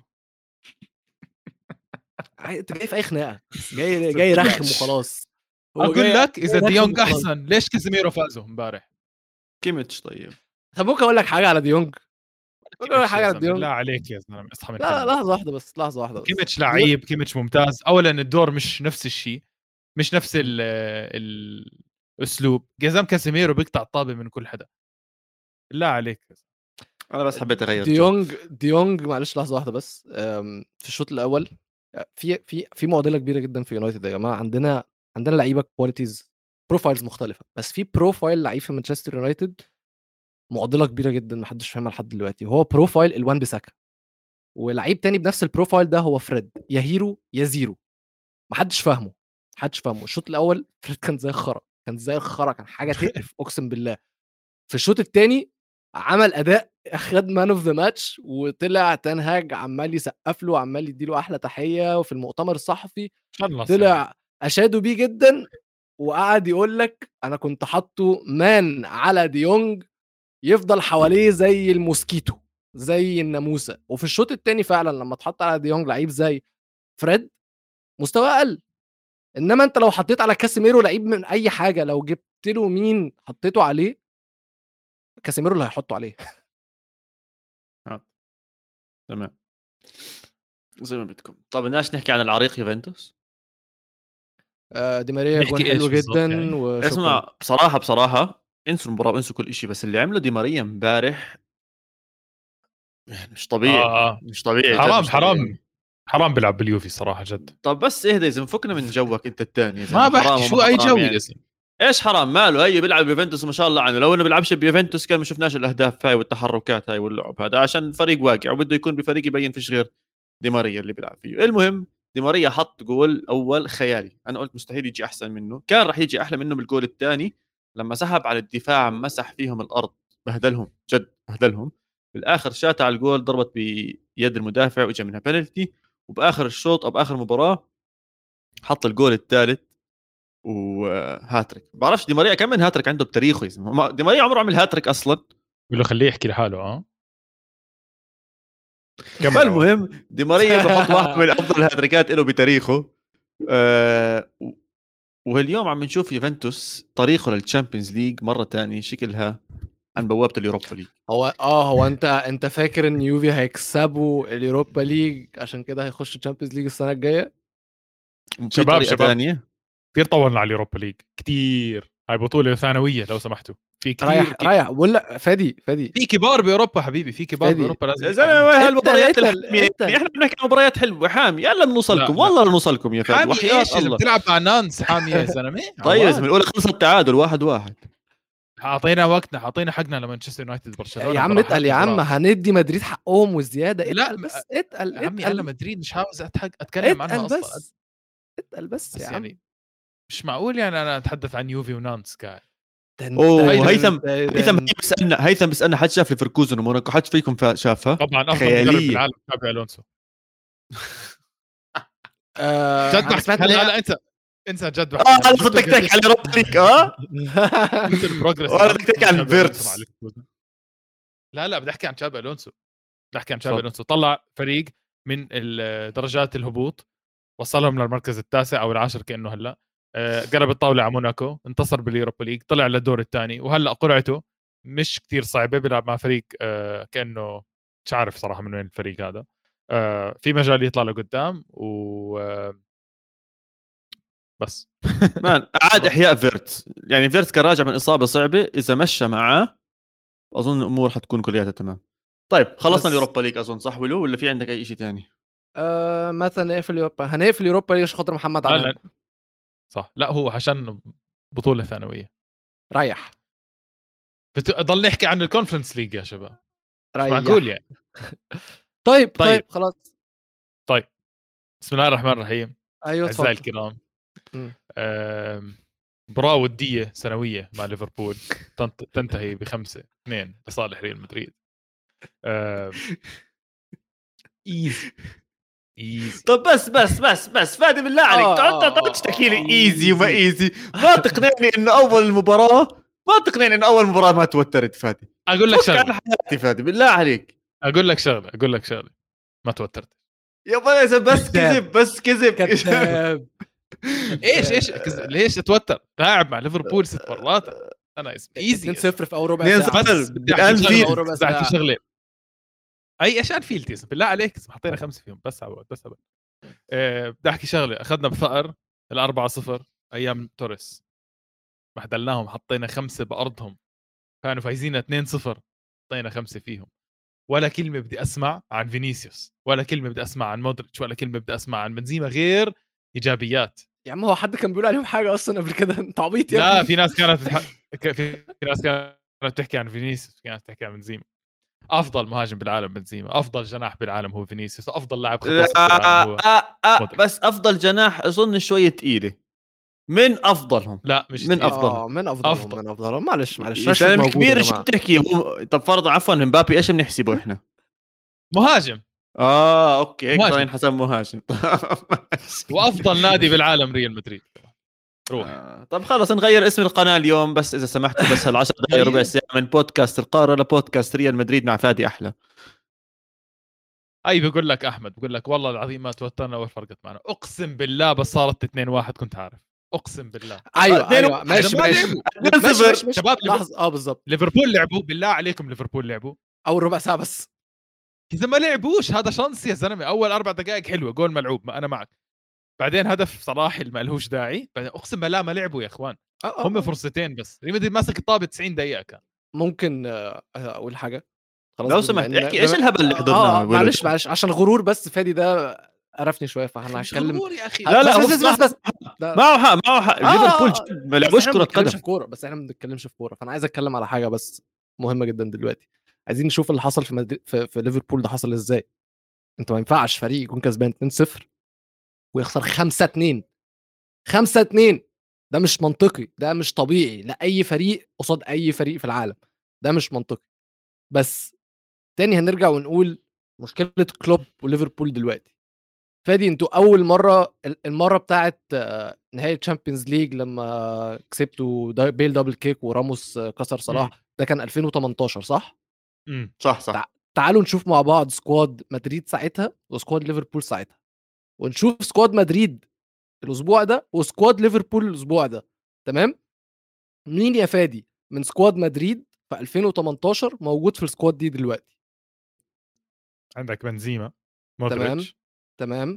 Speaker 3: عاي- انت جاي في اي خناقه، جاي جاي يرخم وخلاص. هو
Speaker 2: اقول
Speaker 3: جاي
Speaker 2: لك اذا
Speaker 3: جاي يرخم
Speaker 2: ديونج
Speaker 3: وخلاص.
Speaker 2: احسن ليش كازيميرو فازوا امبارح؟
Speaker 1: كيميتش طيب.
Speaker 3: طب ممكن اقول لك حاجه على ديونج؟ ممكن اقول لك
Speaker 2: كيميتش
Speaker 3: حاجه
Speaker 2: يا
Speaker 3: على
Speaker 2: زلمه
Speaker 3: ديونج؟
Speaker 2: بالله عليك يا زلمه اصحى من
Speaker 3: لا لا،
Speaker 2: الحلم.
Speaker 3: لحظه واحده بس، لحظه واحده بس.
Speaker 2: كيميتش
Speaker 3: ديونج
Speaker 2: لعيب، كيميتش ممتاز. اولا الدور مش نفس الشيء، مش نفس ال ال الاسلوب. جزام كاسيميرو بيقطع الطابه من كل حدا. بالله عليك.
Speaker 1: انا بس حبيت اغير جو.
Speaker 3: ديونج ديونج معلش لحظه واحده بس. أم، في الشوط الاول في في في معضله كبيره جدا في يونايتد يا جماعه. عندنا عندنا لعيبه كواليتيز، بروفايلز مختلفه، بس في بروفايل لعيب في مانشستر يونايتد معضله كبيره جدا ما حدش فاهمها لحد دلوقتي. هو بروفايل الوان بيساكا، ولعيب تاني بنفس البروفايل ده هو فريد، يا هيرو يا زيرو. ما حدش فاهمه، ما حدش فاهمه. الشوط الاول فريد كان زي الخرا، كان زي الخرا، كان حاجه تقرف اقسم بالله. في الشوط الثاني عمل اداء اخد مان اوف ذا ماتش، وطلع تنهاج عمال يسقف له وعمال يديله احلى تحيه، وفي المؤتمر الصحفي
Speaker 2: خلص
Speaker 3: طلع اشادوا بيه جدا، وقعد يقول لك انا كنت حاطه مان على ديونج يفضل حواليه زي الموسكيتو زي الناموسه. وفي الشوط الثاني فعلا لما اتحط على ديونج لعيب زي فريد مستواه قل، انما انت لو حطيت على كاسيميرو لعيب من اي حاجه، لو جبت له مين حطيته عليه كاسيميرو اللي هيحطه عليه.
Speaker 1: تمام زي ما بدكم. طب بدناش نحكي عن العريق يوفنتوس؟
Speaker 3: آه، دي ماريا
Speaker 2: نحكي
Speaker 3: جون
Speaker 2: إيش
Speaker 3: حلو
Speaker 2: بالضبط
Speaker 3: جدا
Speaker 2: يعني؟
Speaker 3: وشكرا.
Speaker 1: اسمع بصراحه بصراحه انسوا المباراه انسوا كل شيء، بس اللي عمله دي ماريا امبارح مش طبيعي
Speaker 2: آه آه.
Speaker 1: مش طبيعي جد
Speaker 2: حرام
Speaker 1: مش طبيعي.
Speaker 2: حرام حرام بيلعب باليوفي صراحه جد.
Speaker 1: طب بس اهدى يا زلمه، فكنا من جوك انت الثاني يا
Speaker 2: ما
Speaker 1: زلمه. حرام
Speaker 2: بحكي شو
Speaker 1: وما
Speaker 2: اي
Speaker 1: حرام
Speaker 2: جو
Speaker 1: يعني.
Speaker 2: يا زلمه.
Speaker 1: ايش حرام ماله؟ هي بيلعب بيوفنتوس ما شاء الله عنه، لو انه بيلعبش بيوفنتوس كان ما شفناش الاهداف هاي والتحركات هاي واللعب هذا، عشان فريق واقع وبده يكون بفريق يبين فيش غير دي ماريا اللي بيلعب فيه. المهم دي ماريا حط جول اول خيالي، انا قلت مستحيل يجي احسن منه، كان راح يجي احلى منه بالجول الثاني لما سحب على الدفاع مسح فيهم الارض بهدلهم جد بهدلهم. بالاخر شات على الجول ضربت بيد المدافع واجى منها بنالتي، وباخر الشوط او باخر مباراه حط الجول الثالث وهاتريك. بعرفش دي ماريا كم من هاتريك عنده بتاريخه يا زلمه، دي ماريا عمره عمل هاتريك اصلا.
Speaker 2: بقول له خليه يحكي لحاله. اه كمل.
Speaker 1: فالمهم دي ماريا بحط واحد من افضل الهاتريكات له بتاريخه. أه واليوم عم نشوف يوفنتوس طريقه للتشامبيونز ليج مره تانية شكلها عن بوابه اليوروبا ليج.
Speaker 3: هو اه هو انت انت فاكر ان يوفي هيكسبوا اليوروبا ليج عشان كده هيخشوا الشامبيونز ليج السنه الجايه؟
Speaker 1: في
Speaker 2: شباب
Speaker 1: طريقه
Speaker 2: شباب
Speaker 1: ثانيه
Speaker 2: كثير طولنا على اليوروبا ليج كثير. هاي بطوله ثانويه لو سمحتوا. في كثير
Speaker 3: رايح رايح ولا فادي فادي
Speaker 2: في كبار باوروبا حبيبي، في كبار
Speaker 3: فادي.
Speaker 2: باوروبا لازم
Speaker 1: يا
Speaker 2: نحكي عنهم.
Speaker 1: زلمه
Speaker 3: اتقل-
Speaker 1: هالمباريات
Speaker 3: اتقل-
Speaker 1: الحاميه
Speaker 3: اتقل.
Speaker 1: يعني احنا بنحكي عن مباريات حلوه حامي، يلا بنوصلكم
Speaker 2: لا، لا.
Speaker 1: والله لنوصلكم يا فادي
Speaker 2: حامي
Speaker 1: وحياة
Speaker 2: ايش اللي
Speaker 1: الله.
Speaker 2: بتلعب مع نانس حامي يا زلمه؟
Speaker 1: طيب يا
Speaker 2: عواد.
Speaker 1: زلمه الاولى خلصت تعادل واحد واحد.
Speaker 2: اعطينا وقتنا، اعطينا حقنا لمانشستر يونايتد برشلونه.
Speaker 3: يا عم
Speaker 2: براحات
Speaker 3: اتقل يا عم،
Speaker 2: براحات.
Speaker 3: هندي مدريد حقهم والزياده.
Speaker 2: لا،
Speaker 3: اتقل بس اتقل
Speaker 2: يا عمي انا
Speaker 3: اتقل
Speaker 2: مدريد مش عاوز أتحق اتكلم عنها
Speaker 3: اتقل
Speaker 2: اصلا.
Speaker 3: بس اتقل بس
Speaker 2: بس
Speaker 3: يا عم.
Speaker 2: يعني مش معقول يعني انا اتحدث عن يوفي ونانس قاعد.
Speaker 1: اوه
Speaker 2: هيدا-
Speaker 1: هيثم
Speaker 3: ده-
Speaker 1: هيثم
Speaker 3: ده-
Speaker 1: بيسالنا هيثم بيسالنا حد شاف ليفركوزن وموناكو؟ حد فيكم فا- شافها؟
Speaker 2: طبعا افضل
Speaker 1: خيالية.
Speaker 2: مدرب بالعالم تابع الونسو.
Speaker 3: آه،
Speaker 2: جد
Speaker 3: أنا
Speaker 2: بحكي
Speaker 3: سمعت
Speaker 2: هلا
Speaker 3: إن هي-
Speaker 2: هلا انسى انسى جد
Speaker 1: اه
Speaker 2: بحكي.
Speaker 1: انا بدك تحكي على اوروبا ليج اه
Speaker 2: شفت البروجرس.
Speaker 1: ولا بدك تحكي عن فيرتس؟
Speaker 2: لا لا بدي احكي عن تشابي الونسو. بدي احكي عن تشابي
Speaker 1: تفضل.
Speaker 2: الونسو. طلع فريق من ال- درجات الهبوط، وصلهم للمركز التاسع او العاشر كانه هلا. آه، قلب الطاوله على موناكو، انتصر باليوروبا ليج، طلع للدور الثاني، وهلا قرعته مش كتير صعبه. بيلعب مع فريق آه، كانه مش عارف صراحه من وين الفريق هذا. آه، في مجال يطلع لقدام و آه، بس
Speaker 1: مان عاد احياء فيرتس، يعني فيرتس كان راجع من اصابه صعبه، اذا مشى معاه اظن الامور حتكون كلياتها تمام. طيب خلصنا
Speaker 3: بس-
Speaker 1: اليوروبا ليج اظن صح ولو ولا في عندك اي شيء ثاني؟
Speaker 3: آه، مثلا نقفل يوروبا، هنقفل يوروبا ليش خاطر محمد
Speaker 2: لا
Speaker 3: علي
Speaker 2: لا صح. لا هو عشان بطوله ثانويه.
Speaker 3: ريح
Speaker 2: بتضل نحكي عن الكونفرنس ليج يا شباب. مش
Speaker 3: ريح
Speaker 2: معقول يعني.
Speaker 3: طيب
Speaker 2: طيب.
Speaker 3: طيب خلاص.
Speaker 2: طيب بسم الله الرحمن الرحيم.
Speaker 3: ايوه
Speaker 2: اعزائي
Speaker 3: اتفضل.
Speaker 2: الكرام،
Speaker 3: مم.
Speaker 2: آم، مباراة ودية سنوية مع ليفربول تنت- تنتهي بخمسة اثنين لصالح ريال مدريد. آم، ايزي ايزي.
Speaker 1: طب بس بس بس بس فادي بالله عليك
Speaker 3: آه،
Speaker 1: تقعد
Speaker 3: آه،
Speaker 1: تقعد
Speaker 3: آه،
Speaker 1: تحكي لي
Speaker 3: آه،
Speaker 1: ايزي وما
Speaker 3: إيزي.
Speaker 1: ايزي، ما تقنعني انه اول مباراه ما تقنعني انه اول مباراه ما توترت فادي.
Speaker 2: اقول لك
Speaker 1: فك عن
Speaker 2: شغله
Speaker 1: حياتي فادي بالله عليك.
Speaker 2: اقول لك شغله اقول لك شغله ما توترت.
Speaker 1: يا بس بس
Speaker 3: كذاب.
Speaker 1: كذب بس كذب
Speaker 3: كذاب.
Speaker 2: ايش ايش كز... ليش اتوتر؟ لاعب مع ليفربول ست مرات. انا اسمي ايزي.
Speaker 3: اتنين صفر في اول ربع
Speaker 1: اثنين
Speaker 3: ساعه.
Speaker 1: صفر.
Speaker 2: بس بدي احكي
Speaker 1: بأنفيلد.
Speaker 2: شغله
Speaker 3: ربع
Speaker 2: بدي احكي
Speaker 3: ساعة.
Speaker 2: شغله. اي ايش انفيلد يا زلمة؟ بالله عليك حطينا خمسه فيهم بس عبود بس عبود. أه بدي احكي شغله. اخذنا بثأر الأربعة صفر ايام توريس، بهدلناهم حطينا خمسه بارضهم، كانوا فايزين اثنين صفر حطينا خمسه فيهم. ولا كلمه بدي اسمع عن فينيسيوس، ولا كلمه بدي اسمع عن مودريتش، ولا كلمه بدي اسمع عن بنزيما غير ايجابيات.
Speaker 3: يا عم هو حد كان بيقول عليهم حاجه اصلا قبل كده؟ انت عبيط يا
Speaker 2: لا
Speaker 3: ابني.
Speaker 2: في ناس كانت بتح... ك- في ناس كانت تحكي عن فينيسيوس، في ناس تحكي عن بنزيما. افضل مهاجم بالعالم بنزيما، افضل جناح بالعالم هو فينيسيوس، افضل لاعب خط وسط بالعالم هو
Speaker 1: آه آه آه
Speaker 2: مودريتش.
Speaker 1: بس افضل جناح اظن شويه ثقيله. من افضلهم
Speaker 2: لا مش
Speaker 1: من
Speaker 2: كتير.
Speaker 1: أفضلهم.
Speaker 3: اه من افضلهم
Speaker 2: أفضل.
Speaker 3: من افضلهم معلش معلش
Speaker 1: يا
Speaker 3: راشفورد
Speaker 1: زلمه
Speaker 3: موجود يا
Speaker 1: كبير شو
Speaker 3: جماعه.
Speaker 1: بتحكي هو طب فرضا عفوا مبابي ايش بنحسبه احنا
Speaker 2: مهاجم
Speaker 1: اه اوكي هيك
Speaker 2: مهاجم.
Speaker 1: صار ينحسب مهاجم
Speaker 2: وافضل نادي بالعالم ريال مدريد. روح.
Speaker 1: آه. طب خلص نغير اسم القناه اليوم بس اذا سمحتوا بس هالعشر دقائق ربع
Speaker 2: غير.
Speaker 1: ساعه من بودكاست القاره لبودكاست ريال مدريد مع فادي احلى.
Speaker 2: اي بقول لك احمد بقول لك والله العظيم ما توترنا ولا فرقت معنا اقسم بالله بس صارت اثنين واحد كنت عارف اقسم بالله.
Speaker 3: ايوه
Speaker 1: اثنين
Speaker 3: ايوه ماشي
Speaker 2: ما
Speaker 3: ماشي
Speaker 2: لعبوا.
Speaker 1: اثنين
Speaker 3: ماشي
Speaker 1: صفر.
Speaker 3: ماشي ماشي
Speaker 2: شباب
Speaker 3: لحظه اه بالظبط
Speaker 2: ليفربول لعبوا بالله عليكم ليفربول لعبوا
Speaker 3: اول ربع ساعه بس.
Speaker 2: اذا ما لعبوش هذا شانس يا زلمه. اول اربع دقائق حلوه جول ملعوب ما انا معك. بعدين هدف صلاح اللي ما لهوش داعي. بعدين اقسم بالله ما لعبوا يا اخوان.
Speaker 3: آه آه
Speaker 2: هم
Speaker 3: آه.
Speaker 2: فرصتين بس ريال مدريد ماسك الطابه تسعين دقيقه كان.
Speaker 3: ممكن آه، اقول حاجه خلاص
Speaker 1: لو
Speaker 3: بما
Speaker 1: سمحت
Speaker 3: إن-
Speaker 1: احكي ايش
Speaker 3: بما-
Speaker 1: الهبل اللي
Speaker 3: اه
Speaker 1: حضرناه
Speaker 3: آه، معلش
Speaker 1: ولد؟
Speaker 3: معلش عشان غرور بس فادي ده قرفني شويه فاحنا
Speaker 2: مش
Speaker 3: هنتكلم.
Speaker 2: غرور يا اخي.
Speaker 1: لا لا
Speaker 3: بس
Speaker 1: هو
Speaker 3: بس بس, بس, بس. ده-
Speaker 1: معه حق معه حق
Speaker 3: آه،
Speaker 1: ليفربول
Speaker 3: آه،
Speaker 1: جد ما
Speaker 3: بس
Speaker 1: لعبوش
Speaker 3: احنا
Speaker 1: كره
Speaker 3: ما بنتكلمش
Speaker 1: قدم.
Speaker 3: في كوره بس احنا ما بنتكلمش في كوره فانا عايز اتكلم على حاجه بس مهمه جدا دلوقتي. عايزين نشوف اللي حصل في مدريد في, في ليفربول ده حصل ازاي. انت ما ينفعش فريق يكون كسبان اتنين صفر ويخسر خمسة اتنين. خمسة اتنين ده مش منطقي ده مش طبيعي لاي فريق قصاد اي فريق في العالم. ده مش منطقي. بس تاني هنرجع ونقول مشكله كلوب وليفربول دلوقتي. فادي انتوا اول مره المره بتاعت آه، نهائي تشامبيونز ليج لما كسبتوا دا- بيل دبل كيك وراموس آه، كسر صلاح ده كان ألفين وتمنتاشر صح؟
Speaker 2: امم
Speaker 1: صح صح
Speaker 3: تع- تعالوا نشوف مع بعض سكواد مدريد ساعتها وسكواد ليفربول ساعتها ونشوف سكواد مدريد الاسبوع ده وسكواد ليفربول الاسبوع ده. تمام. مين يا فادي من سكواد مدريد في ألفين وتمنتاشر موجود في السكواد دي دلوقتي؟
Speaker 2: عندك بنزيما
Speaker 3: تمام
Speaker 2: مودريتش
Speaker 3: تمام.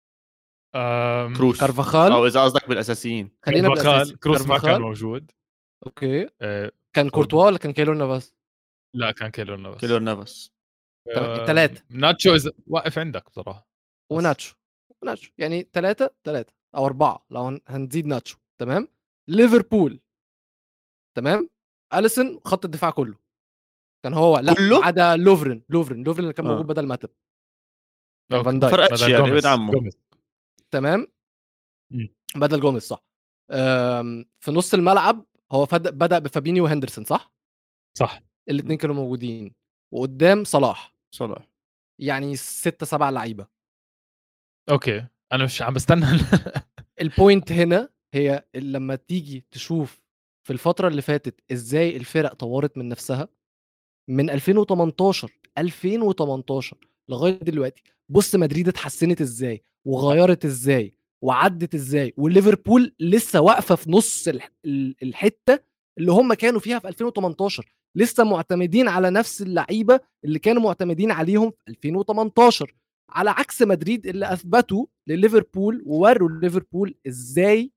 Speaker 2: أم...
Speaker 1: كروس
Speaker 3: كارفاخال.
Speaker 1: او اذا قصدك بالاساسيين
Speaker 3: خلينا بالاساسي.
Speaker 2: كارفاخال كروس ما كان
Speaker 3: كارفاخال.
Speaker 2: موجود.
Speaker 3: اوكي
Speaker 2: أه...
Speaker 3: كان كورتوا ولا كان كيلور نافاس؟
Speaker 2: لا كان كيلور نافاس.
Speaker 1: كيلور نافاس
Speaker 3: تمام،
Speaker 2: أه...
Speaker 3: التلاتة.
Speaker 2: ناتشو إذا واقف عندك بصراحه. بس.
Speaker 3: وناتشو. ناتشو يعني ثلاثة ثلاثة أو أربعة لو هن- هنزيد ناتشو. تمام. ليفربول. تمام. أليسون خط الدفاع كله كان هو لا
Speaker 1: كله؟
Speaker 3: ما عدا لوفرن لوفرن لوفرن اللي كان
Speaker 1: آه.
Speaker 3: موجود بدل ماتب. كان
Speaker 2: أوكي.
Speaker 3: فان دايك
Speaker 1: فرقتش
Speaker 2: بدل
Speaker 1: يعني
Speaker 2: جوميز.
Speaker 1: ابن عمه
Speaker 2: جوميز.
Speaker 3: تمام.
Speaker 2: مم.
Speaker 3: بدل جوميز صح. أم، في نص الملعب هو فد- بدأ بفابينيو وهندرسون صح.
Speaker 2: صح.
Speaker 3: الاثنين كانوا موجودين وقدام صلاح
Speaker 1: صلاح
Speaker 3: يعني ستة سبعة لعيبة.
Speaker 2: اوكي انا مش عم بستنى.
Speaker 3: البوينت هنا هي لما تيجي تشوف في الفترة اللي فاتت ازاي الفرق طورت من نفسها من ألفين وتمنتاشر ألفين وتمنتاشر لغاية دلوقتي. بص مدريد اتحسنت ازاي وغيرت ازاي وعدت ازاي وليفربول لسه واقفة في نص الح- ال- الحتة اللي هم كانوا فيها في ألفين وتمنتاشر. لسه معتمدين على نفس اللعيبة اللي كانوا معتمدين عليهم في ألفين وتمنتاشر على عكس مدريد اللي اثبتوا لليفربول ووروا ليفربول ازاي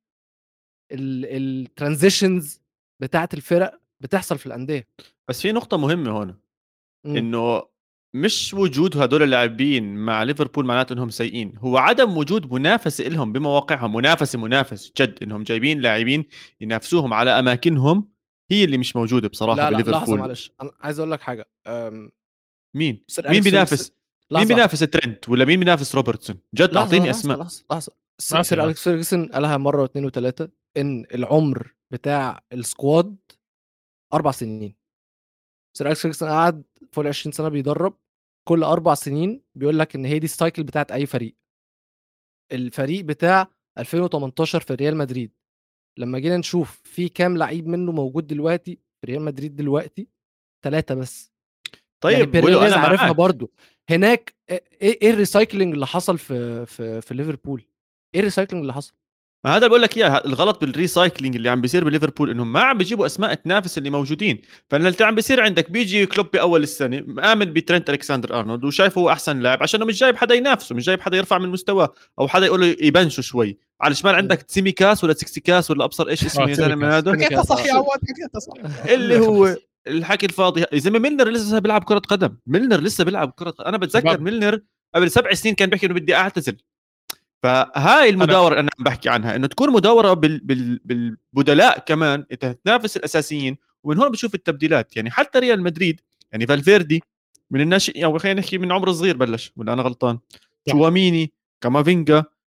Speaker 3: الترانزيشنز بتاعت الفرق بتحصل في الانديه.
Speaker 1: بس في نقطة مهمة هون
Speaker 3: مم.
Speaker 1: انه مش وجود هدول اللاعبين مع ليفربول معناته انهم سيئين، هو عدم وجود منافسة لهم بمواقعهم. منافسة منافس جد انهم جايبين لاعبين ينافسوهم على اماكنهم هي اللي مش موجودة بصراحة
Speaker 3: لا لا لحظه
Speaker 1: بليفربول.
Speaker 3: معلش انا عايز اقول لك حاجه. أم،
Speaker 1: مين
Speaker 3: سير
Speaker 1: مين
Speaker 3: أليكس
Speaker 1: بينافس
Speaker 3: فيرجسون-
Speaker 1: مين
Speaker 3: لحظة.
Speaker 1: بينافس ترينت ولا مين بينافس روبرتسون؟ جد
Speaker 3: لحظه
Speaker 1: اعطيني
Speaker 3: لحظه
Speaker 1: اسماء.
Speaker 3: لحظه لحظه
Speaker 2: ما
Speaker 3: سير
Speaker 2: في
Speaker 3: اليكس فيرجسون قالها مره واثنين وثلاثه ان العمر بتاع السكواد اربع سنين. سير اليكس فيرجسون قعد فوق ال عشرين سنه بيدرب كل اربع سنين بيقول لك ان هي دي السايكل بتاعت اي فريق. الفريق بتاع ألفين وتمنتاشر في ريال مدريد لما جينا نشوف في كام لعيب منه موجود دلوقتي في ريال مدريد دلوقتي ثلاثة بس. يعني
Speaker 1: طيب ولو
Speaker 3: بيريز
Speaker 1: انا
Speaker 3: عارفها
Speaker 1: معك
Speaker 3: برضو هناك. ايه ايه الريسايكلينج اللي حصل في في في ليفربول؟ ايه الريسايكلينج اللي حصل؟
Speaker 1: هذا اللي بقول لك اياه. الغلط بالريسايكلينج اللي عم بيصير بليفربول انهم ما عم بيجيبوا اسماء تنافس اللي موجودين. فانا اللي عم بيصير عندك بيجي كلوب باول السنه مآمن بترنت الكساندر ارنولد وشايفه هو احسن لاعب عشانه مش جايب حدا ينافسه، مش جايب حدا يرفع من مستواه او حدا يقول له يبنشه شوي. على الشمال عندك تسيميكاس ولا سكسيكاس ولا ابصر ايش اسمه يا زلمه هذا
Speaker 2: حكيتها صح يا عواد حكيتها صح.
Speaker 1: اللي هو الحكي الفاضي. يا زلمه ميلنر لسه بيلعب كره قدم. ميلنر لسه بيلعب كره قدم. انا بتذكر
Speaker 2: شباب.
Speaker 1: ميلنر قبل سبع سنين كان بيحكي انه بدي اعتزل. فهاي المداوره انا, أنا عم بحكي عنها انه تكون مداوره بال بال بالبدلاء كمان انت تنافس الاساسيين. ومن هون بشوف التبديلات. يعني حتى ريال مدريد يعني فالفيردي من الناشئين او خلينا نحكي من عمر صغير بلش ولا انا غلطان؟ تشواميني كامافينجا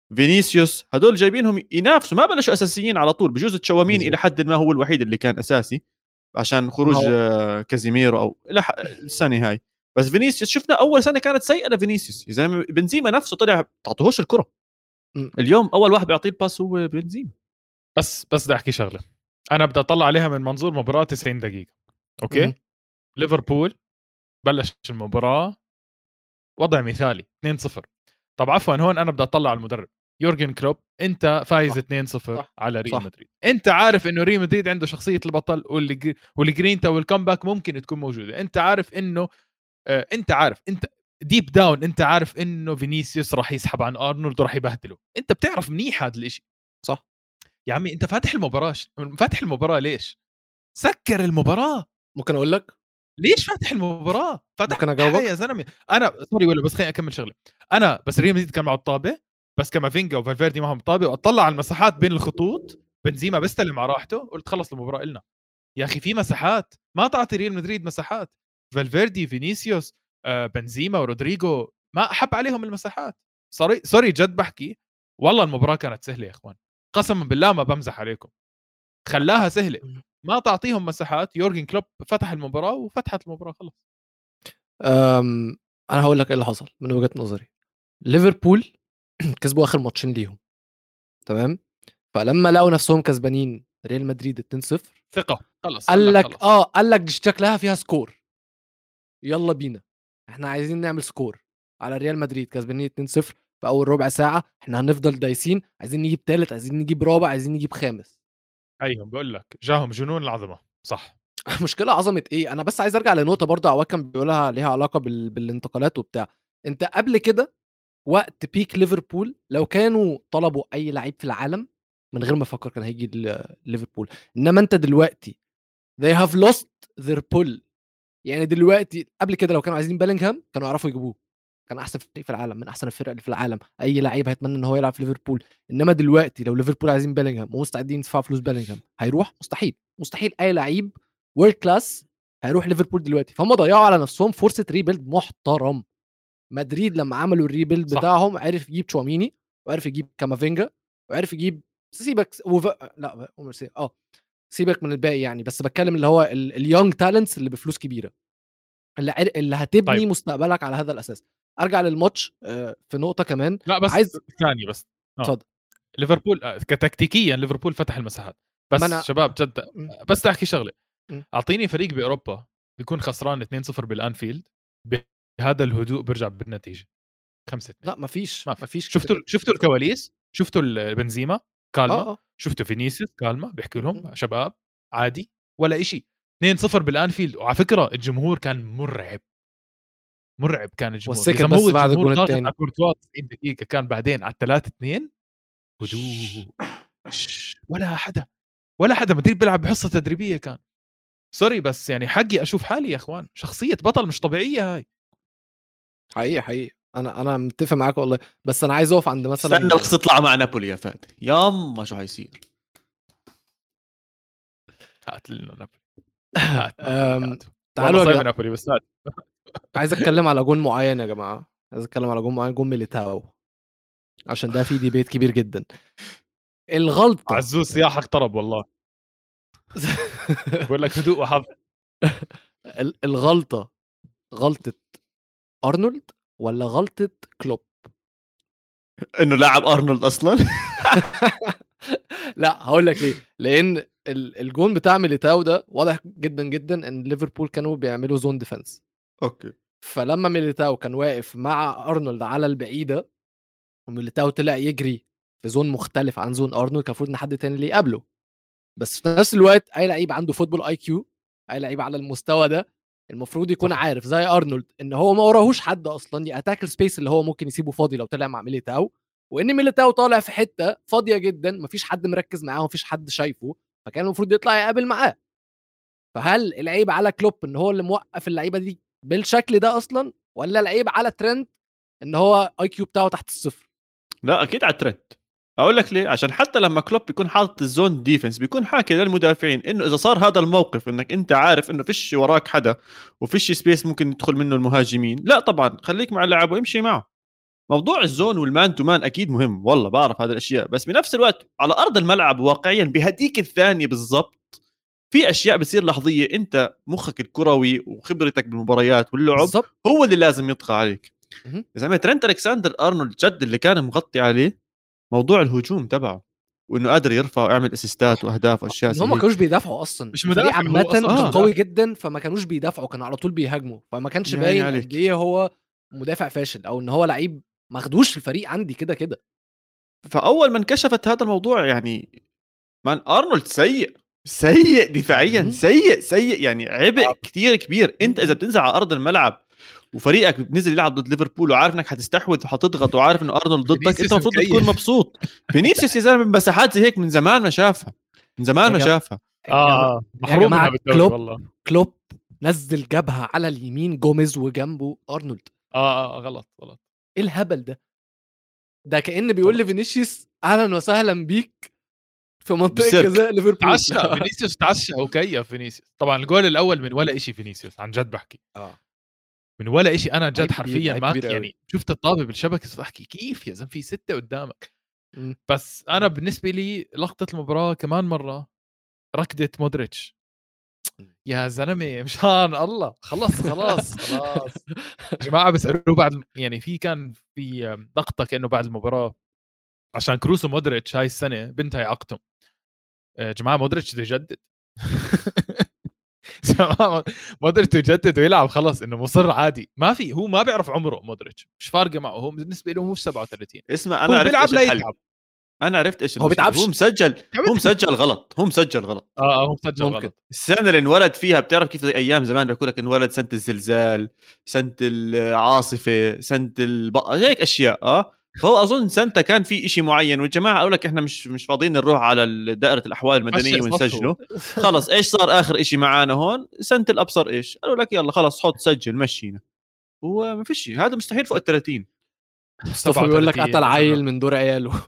Speaker 1: فينيسيوس، هدول جايبينهم ينافسوا، ما بلشوا اساسيين على طول. بجوز تشاومين الى
Speaker 3: بالظبط.
Speaker 1: حد ما هو الوحيد اللي كان اساسي عشان خروج
Speaker 3: ما هو-
Speaker 1: آه، كازيميرو او الى ح- السنه هاي. بس فينيسيوس شفنا اول سنه كانت سيئه لفينيسيوس يا زلمه، بنزيما نفسه طلع تعطوهوش الكره.
Speaker 3: م.
Speaker 1: اليوم اول واحد بيعطيه الباس هو بنزيما.
Speaker 2: بس بس بدي احكي شغله، انا بدي اطلع عليها من منظور مباراه تسعين دقيقه. اوكي.
Speaker 3: م.
Speaker 2: ليفربول بلش المباراه وضع مثالي اثنين صفر. طب عفوا هون انا بدي اطلع على المدرب يورجن كلوب. انت فايز
Speaker 3: صح.
Speaker 2: اثنين صفر
Speaker 3: صح.
Speaker 2: على ريال
Speaker 3: صح.
Speaker 2: مدريد، انت عارف انه ريال مدريد عنده شخصيه البطل واللي والجرينتا والكمباك ممكن تكون موجوده. انت عارف انه آه انت عارف انت ديب داون انت عارف انه فينيسيوس راح يسحب عن ارنولد وراح يبهدله. انت بتعرف منيح هذا الاشي.
Speaker 3: صح
Speaker 2: يا عمي انت فاتح المباراه فاتح المباراه ليش؟ سكر المباراه.
Speaker 3: ممكن اقول لك
Speaker 2: ليش فاتح المباراه؟ فاتح
Speaker 3: ممكن اجاوبك
Speaker 2: يا زلمه. انا سوري ولا بس خليني اكمل شغله. انا بس ريال مدريد كان معه الطابه، بس كامافينجا وفالفيردي معهم طابه، واطلع على المساحات بين الخطوط بنزيما بيستلم على راحته، قلت خلص المباراه إلنا. يا اخي في مساحات، ما تعطي ريال مدريد مساحات. فالفيردي فينيسيوس آه، بنزيما ورودريجو ما احب عليهم المساحات. سوري سوري جد بحكي، والله المباراه كانت سهله يا اخوان، قسما بالله ما بمزح عليكم، خلاها سهله. ما تعطيهم مساحات. يورجن كلوب فتح المباراه وفتحت المباراه خلص.
Speaker 3: أم... انا هقول لك ايه اللي حصل من وجهة نظري. ليفربول كسبوا اخر ماتشين ليهم، تمام؟ فلما لقوا نفسهم كسبانين ريال مدريد اتنين صفر،
Speaker 2: ثقه خلص
Speaker 3: قال لك
Speaker 2: خلص.
Speaker 3: اه قال لك دي شكلها فيها سكور، يلا بينا احنا عايزين نعمل سكور على ريال مدريد كسبانين اتنين صفر في اول ربع ساعه، احنا هنفضل دايسين، عايزين نجيب ثالث، عايزين نجيب رابع، عايزين نجيب خامس.
Speaker 2: ايهم بقول لك جاهم جنون العظمه. صح.
Speaker 3: مشكله عظمه ايه؟ انا بس عايز ارجع لنقطه برضه عواد كان بيقولها ليها علاقه بال... بالانتقالات وبتاع. انت قبل كده وقت بيك ليفربول لو كانوا طلبوا اي لعيب في العالم من غير ما افكر كان هيجي ل- ليفربول. انما انت دلوقتي they have lost their pull. يعني دلوقتي قبل كده لو كانوا عايزين بيلينغهام كانوا يعرفوا يجيبوه، كان احسن فريق في العالم، من احسن الفرق اللي في العالم، اي لعيب هيتمنى ان هو يلعب في ليفربول. انما دلوقتي لو ليفربول عايزين بيلينغهام ومستعدين يدفعوا فلوس بيلينغهام هيروح؟ مستحيل. مستحيل اي لعيب وورد كلاس هيروح ليفربول دلوقتي. فهم ضيعوا على نفسهم فرصه ريبيلد محترم. مدريد لما عملوا الريبيلد
Speaker 2: صح.
Speaker 3: بتاعهم عرف يجيب تشواميني، وعرف يجيب كامافينجا، وعرف يجيب سيبك وف... لا ومرسي اه سيبك من الباقي يعني، بس بتكلم اللي هو اليونج تالنتس اللي بفلوس كبيره، اللي عر... اللي هتبني
Speaker 2: طيب.
Speaker 3: مستقبلك على هذا الاساس. ارجع للماتش آه، في نقطه كمان
Speaker 2: لا بس
Speaker 3: عايز
Speaker 2: ثانيه بس.
Speaker 3: اتفضل.
Speaker 2: ليفربول آه، كتكتيكيا ليفربول فتح المساحات. بس
Speaker 3: ما انا
Speaker 2: شباب جد
Speaker 3: م-
Speaker 2: بس تحكي شغله.
Speaker 3: م.
Speaker 2: اعطيني فريق باوروبا بيكون خسران اثنين صفر بالانفيلد بهذا الهدوء بيرجع بالنتيجه خمسة اثنين.
Speaker 3: لا مفيش
Speaker 2: ما في.
Speaker 3: مفيش
Speaker 2: شفتوا
Speaker 3: كده.
Speaker 2: شفتوا الكواليس، شفتوا البنزيما كالما،
Speaker 3: اه اه
Speaker 2: شفتوا فينيسيوس كالما بيحكي لهم
Speaker 3: م.
Speaker 2: شباب عادي ولا إشي. اثنين صفر بالانفيلد. وعلى فكره الجمهور كان مرعب مرعب كان الجمهور.
Speaker 3: وسكت
Speaker 2: اذا ما
Speaker 3: بس
Speaker 2: هو
Speaker 3: بعد
Speaker 2: الجمهور
Speaker 3: الجون
Speaker 2: ضاغط
Speaker 3: الثاني.
Speaker 2: على كورتوا تسعين دقيقه كان بعدين على ثلاثة اثنين هدوء. شش، ولا حدا ولا حدا مدريد بيلعب بحصه تدريبيه كان. سوري بس يعني حقي اشوف حالي يا اخوان، شخصيه بطل مش طبيعيه هاي.
Speaker 3: حقيقي حقيقي انا انا متفق معاك والله، بس انا عايز اقف عند مثلا
Speaker 1: استنى بس تطلع مع نابولي يا فادي، ياما شو حيصير.
Speaker 2: هات لنا نابولي. هات نابولي
Speaker 3: أم...
Speaker 2: هات.
Speaker 3: تعالوا
Speaker 2: والله
Speaker 3: يا
Speaker 2: صايب
Speaker 3: جماعة.
Speaker 2: نابولي بس هات.
Speaker 3: عايز اتكلم على جون معين يا جماعه، عايز اتكلم على جون معين، جون ميليتاو، عشان ده في ديبيت كبير جدا. الغلطه
Speaker 2: عزوز سياح اقترب والله. بقول لك هدوء وحظ.
Speaker 3: ال- الغلطه غلطه ارنولد ولا غلطه كلوب؟
Speaker 1: انه لاعب ارنولد اصلا.
Speaker 3: لا هقول لك ليه. لان ال- الجون بتاع ميليتاو ده واضح جدا جدا ان ليفربول كانوا بيعملوا زون ديفense.
Speaker 1: اوكي.
Speaker 3: فلما ميليتاو كان واقف مع ارنولد على البعيده وميليتاو طلع يجري في زون مختلف عن زون ارنولد، كان المفروض ان حد تاني اللي يقابله. بس في نفس الوقت اي لعيب عنده فوتبول اي كيو، اي لعيب على المستوى ده المفروض يكون
Speaker 2: صح.
Speaker 3: عارف زي ارنولد ان هو ما وراهوش حد اصلا ياتاك السبيس اللي هو ممكن يسيبه فاضي لو طلع مع ميليتاو، وان ميليتاو طالع في حته فاضيه جدا مفيش حد مركز معاه ومفيش حد شايفه، فكان المفروض يطلع يقابل معاه. فهل العيب على كلوب ان هو اللي موقف اللعيبه دي بالشكل ده اصلا، ولا العيب على ترند ان هو اي كيو بتاعه تحت الصفر؟
Speaker 1: لا اكيد على الترند. اقول لك ليه، عشان حتى لما كلوب بيكون حاطط الزون ديفنس بيكون حاكي للمدافعين انه اذا صار هذا الموقف انك انت عارف انه فيش وراك حدا وفيش سبيس ممكن يدخل منه المهاجمين، لا طبعا خليك مع اللاعب وامشي معه. موضوع الزون والمان تو مان اكيد مهم والله بعرف هذه الاشياء، بس بنفس الوقت على ارض الملعب واقعيا بهديك الثانيه بالضبط في اشياء بتصير لحظيه، انت مخك الكروي وخبرتك بالمباريات واللعب
Speaker 3: بالظبط.
Speaker 1: هو اللي لازم يطغى عليك.
Speaker 3: مهم.
Speaker 1: يا زلمه ترينت الكساندر ارنولد جد اللي كان مغطي عليه موضوع الهجوم تبعه، وانه قادر يرفع ويعمل اسيستات واهداف واشياء
Speaker 3: ان
Speaker 1: زي
Speaker 3: هم ما
Speaker 1: هيك.
Speaker 3: كانوش بيدافعوا اصلا،
Speaker 2: مش
Speaker 3: الفريق
Speaker 2: مدافع، هو
Speaker 3: عامه
Speaker 2: أصلاً
Speaker 3: كان
Speaker 1: مش
Speaker 3: قوي
Speaker 2: مدافع.
Speaker 3: جدا، فما كانوش بيدافعوا، كانوا على طول بيهاجموا، فما كانش
Speaker 1: يا عيني
Speaker 3: باين
Speaker 1: عليك.
Speaker 3: قد ايه هو مدافع فاشل او ان هو لعيب ماخدوش في الفريق عندي كده كده.
Speaker 1: فاول ما انكشفت هذا الموضوع يعني مان ارنولد سيء سيء دفاعيا،
Speaker 3: مهم.
Speaker 1: سيء سيء يعني عبء
Speaker 2: آه.
Speaker 1: كثير كبير. انت اذا
Speaker 3: مهم.
Speaker 1: بتنزل على ارض الملعب وفريقك بنزل يلعب ضد ليفربول وعارف انك حتستحوذ وحتضغط وعارف انه ارنولد ضدك، انت
Speaker 2: فينيسيوس
Speaker 1: المفروض تكون
Speaker 2: مكيف.
Speaker 1: مبسوط. فينيسيوس يا زلمه مساحات زي هيك من زمان ما شافها، من زمان
Speaker 3: يا
Speaker 1: ما
Speaker 3: جماعة
Speaker 1: شافها.
Speaker 3: يا جماعة
Speaker 2: اه
Speaker 3: يا
Speaker 2: محروم منها
Speaker 3: جماعة
Speaker 2: بالدوري
Speaker 3: كلوب
Speaker 2: والله.
Speaker 3: كلوب نزل جبهة على اليمين جوميز وجنبه ارنولد.
Speaker 2: اه اه غلط غلط
Speaker 3: ايه الهبل ده؟ ده كأن بيقول
Speaker 2: غلط.
Speaker 3: لفينيسيوس اهلا وسهلا بيك في منطقة
Speaker 1: بالسيرك.
Speaker 3: جزاء ليفربول.
Speaker 2: تعشى فينيسيوس، تعشى وكيف فينيسيوس. طبعا الجول الاول من ولا إشي فينيسيوس، عن جد بحكي
Speaker 3: اه
Speaker 2: من ولا إشي. انا
Speaker 3: لعيب
Speaker 2: جد
Speaker 3: كبير،
Speaker 2: حرفيا
Speaker 3: لعيب
Speaker 2: ما
Speaker 3: كبير قوي.
Speaker 2: يعني شفت الطابه بالشبكه صرت احكي كيف يا زلمه في سته قدامك.
Speaker 3: مم.
Speaker 2: بس انا بالنسبه لي لقطه المباراه كمان مره ركضه مودريتش. يا زلمه مشان الله خلص خلاص خلاص يا جماعه. بيسالوه بعد يعني في كان في لقطه كانه بعد المباراه عشان كروس ومودريتش هاي السنه بنتهي عقدهم. يا جماعه مودريتش بده يجدد. مودريتش يجدد ويلعب خلص، انه مصر عادي ما في. هو ما بيعرف عمره مودريتش، مش فارقه معه. هو بالنسبه له مش سبعة وثلاثين،
Speaker 1: اسمع انا
Speaker 2: هو
Speaker 1: عرفت
Speaker 2: بيلعب
Speaker 1: ايش
Speaker 2: لا
Speaker 1: الحل.
Speaker 2: يتعب.
Speaker 1: انا عرفت ايش
Speaker 3: هو
Speaker 1: المشكله.
Speaker 3: بيتعبش.
Speaker 1: هو مسجل هو مسجل غلط هو مسجل غلط
Speaker 2: اه هو مسجل
Speaker 3: ممكن.
Speaker 2: غلط.
Speaker 1: السنه اللي انولد فيها بتعرف كيف زي ايام زمان بيقول لك انولد سنه الزلزال، سنه العاصفه، سنه البقر، هيك اشياء. اه فهو اظن سنته كان في إشي معين، والجماعه قالوا لك احنا مش مش فاضيين نروح على دائره الاحوال المدنيه
Speaker 2: مشي قصته.
Speaker 1: ونسجله. خلص ايش صار اخر إشي معانا هون؟ سنه الابصر ايش قالوا لك؟ يلا خلص حط سجل مشينا. هو ما فيش شيء، هذا مستحيل فوق الثلاثين.
Speaker 3: مصطفى بيقول لك قتل عيل من دور عياله.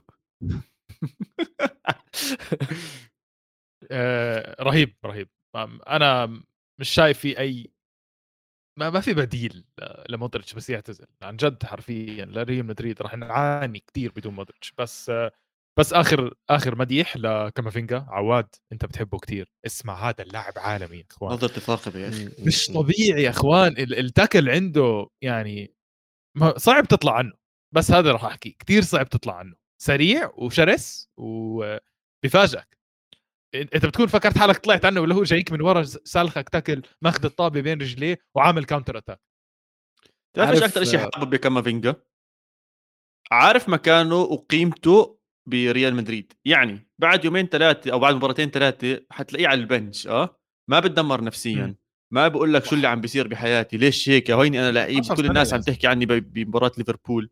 Speaker 2: آه رهيب رهيب. انا مش شايف في اي ما ما في بديل لمودريتش بس يعتزل. عن جد حرفيا لريال مدريد راح نعاني كتير بدون مودريتش. بس بس اخر اخر مديح لكامافينجا. عواد انت بتحبه كتير، اسمع هذا اللاعب عالمي يا اخوان،
Speaker 1: نظرتي ثاقبه يا اخي.
Speaker 2: مش طبيعي يا اخوان. التاكل عنده يعني صعب تطلع عنه. بس هذا راح احكي كتير صعب تطلع عنه. سريع وشرس وبفاجئك. انت بتكون فكرت حالك طلعت عنه ولا هو جايك من ورا سالخك تاكل ماخذ الطابه بين رجليه وعامل كاونتر اتاك.
Speaker 1: تعرف ايش
Speaker 3: عارف
Speaker 1: اكثر شيء حابب بكامافينجا؟ عارف مكانه وقيمته بريال مدريد. يعني بعد يومين ثلاثه او بعد مباراتين ثلاثه حتلاقيه على البنش. اه ما بتدمر نفسيا،
Speaker 2: م.
Speaker 1: ما بقول لك شو اللي عم بيصير بحياتي، ليش هيك يا هويني انا لعيب
Speaker 2: عشر
Speaker 1: وكل
Speaker 2: سنة
Speaker 1: الناس عم
Speaker 2: لازم.
Speaker 1: تحكي عني ب- بمباراه ليفربول.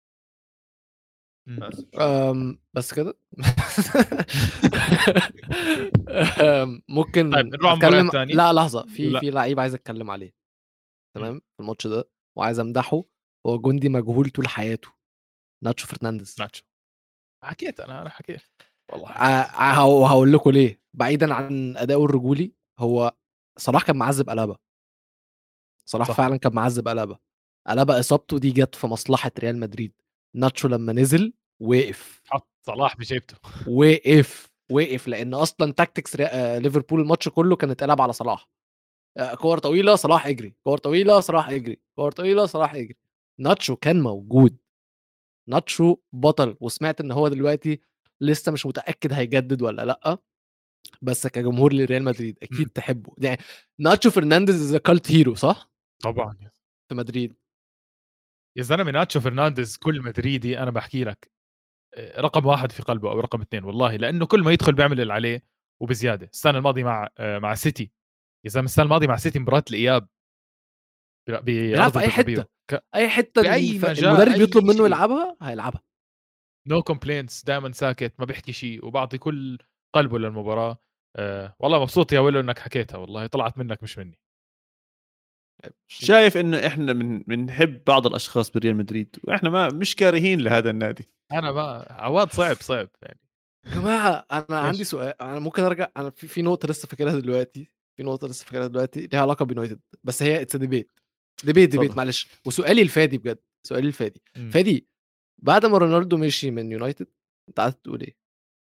Speaker 2: م.
Speaker 1: بس
Speaker 3: أم بس كده. أم، ممكن
Speaker 2: طيب نروح على المباراة
Speaker 3: اتكلم.
Speaker 2: الثانية.
Speaker 3: لا لحظه، في
Speaker 2: لا.
Speaker 3: في لعيب عايز اتكلم عليه تمام في الماتش ده وعايز امدحه. هو جندي مجهول طول حياته، ناتشو فرنانديز.
Speaker 2: ناتشو حكيت انا انا حكيت والله حكيت.
Speaker 3: ع- هو- هقول لكم ليه. بعيدا عن اداؤه الرجولي، هو صلاح كان معذب قلبه. صلاح
Speaker 2: صح.
Speaker 3: فعلا كان معذب قلبه. قلبه اصابته دي جت في مصلحه ريال مدريد. ناتشو لما نزل وقف
Speaker 2: حط صلاح بجيبته.
Speaker 3: وقف وقف لان اصلا تاكتكس ري- آه، ليفربول الماتش كله كانت قلب على صلاح. آه، كور طويله صلاح اجري، كور طويله صلاح اجري، كور طويله صلاح اجري. ناتشو كان موجود. ناتشو بطل. وسمعت ان هو دلوقتي لسه مش متاكد هيجدد ولا لا، بس كجمهور لريال مدريد اكيد
Speaker 2: م.
Speaker 3: تحبه. يعني ناتشو فرنانديز از كالت هيرو صح
Speaker 2: طبعا
Speaker 3: في مدريد.
Speaker 2: يا زلمه ناتشو فرنانديز كل مدريدي انا بحكي لك رقم واحد في قلبه او رقم اثنين والله. لانه كل ما يدخل بيعمل اللي عليه وبزياده. السنه الماضيه مع مع سيتي يا زلمه، السنه الماضيه مع سيتي مباراه الاياب
Speaker 3: بيلعب
Speaker 2: بارض
Speaker 3: في اي
Speaker 2: البرنابيو
Speaker 3: حته، اي حته
Speaker 2: باي
Speaker 3: الف...
Speaker 2: مجال
Speaker 3: المدرب
Speaker 2: اي
Speaker 3: بيطلب منه
Speaker 2: شيء.
Speaker 3: يلعبها هيلعبها.
Speaker 2: نو كومبلينتس، دائما ساكت ما بيحكي شيء وبعطي كل قلبه للمباراه. أه والله مبسوط يا ولو انك حكيتها، والله طلعت منك مش مني.
Speaker 1: شايف انه احنا من بنحب بعض الاشخاص بريال مدريد واحنا ما مش كارهين لهذا النادي.
Speaker 2: انا ما عواد صعب صعب يعني.
Speaker 3: يا جماعه انا عندي
Speaker 2: إيش؟
Speaker 3: سؤال. انا ممكن ارجع. انا في, في نقطه لسه فاكرها دلوقتي. في نقطه لسه فاكرها دلوقتي ليها علاقه بيونايتد، بس هي اتس ديبيت ديبيت ديبيت
Speaker 1: اتفضل.
Speaker 3: معلش. وسؤالي الفادي بجد، سؤالي الفادي
Speaker 2: مم.
Speaker 3: فادي بعد ما رونالدو مشي من يونايتد انت قعدت تقول ايه؟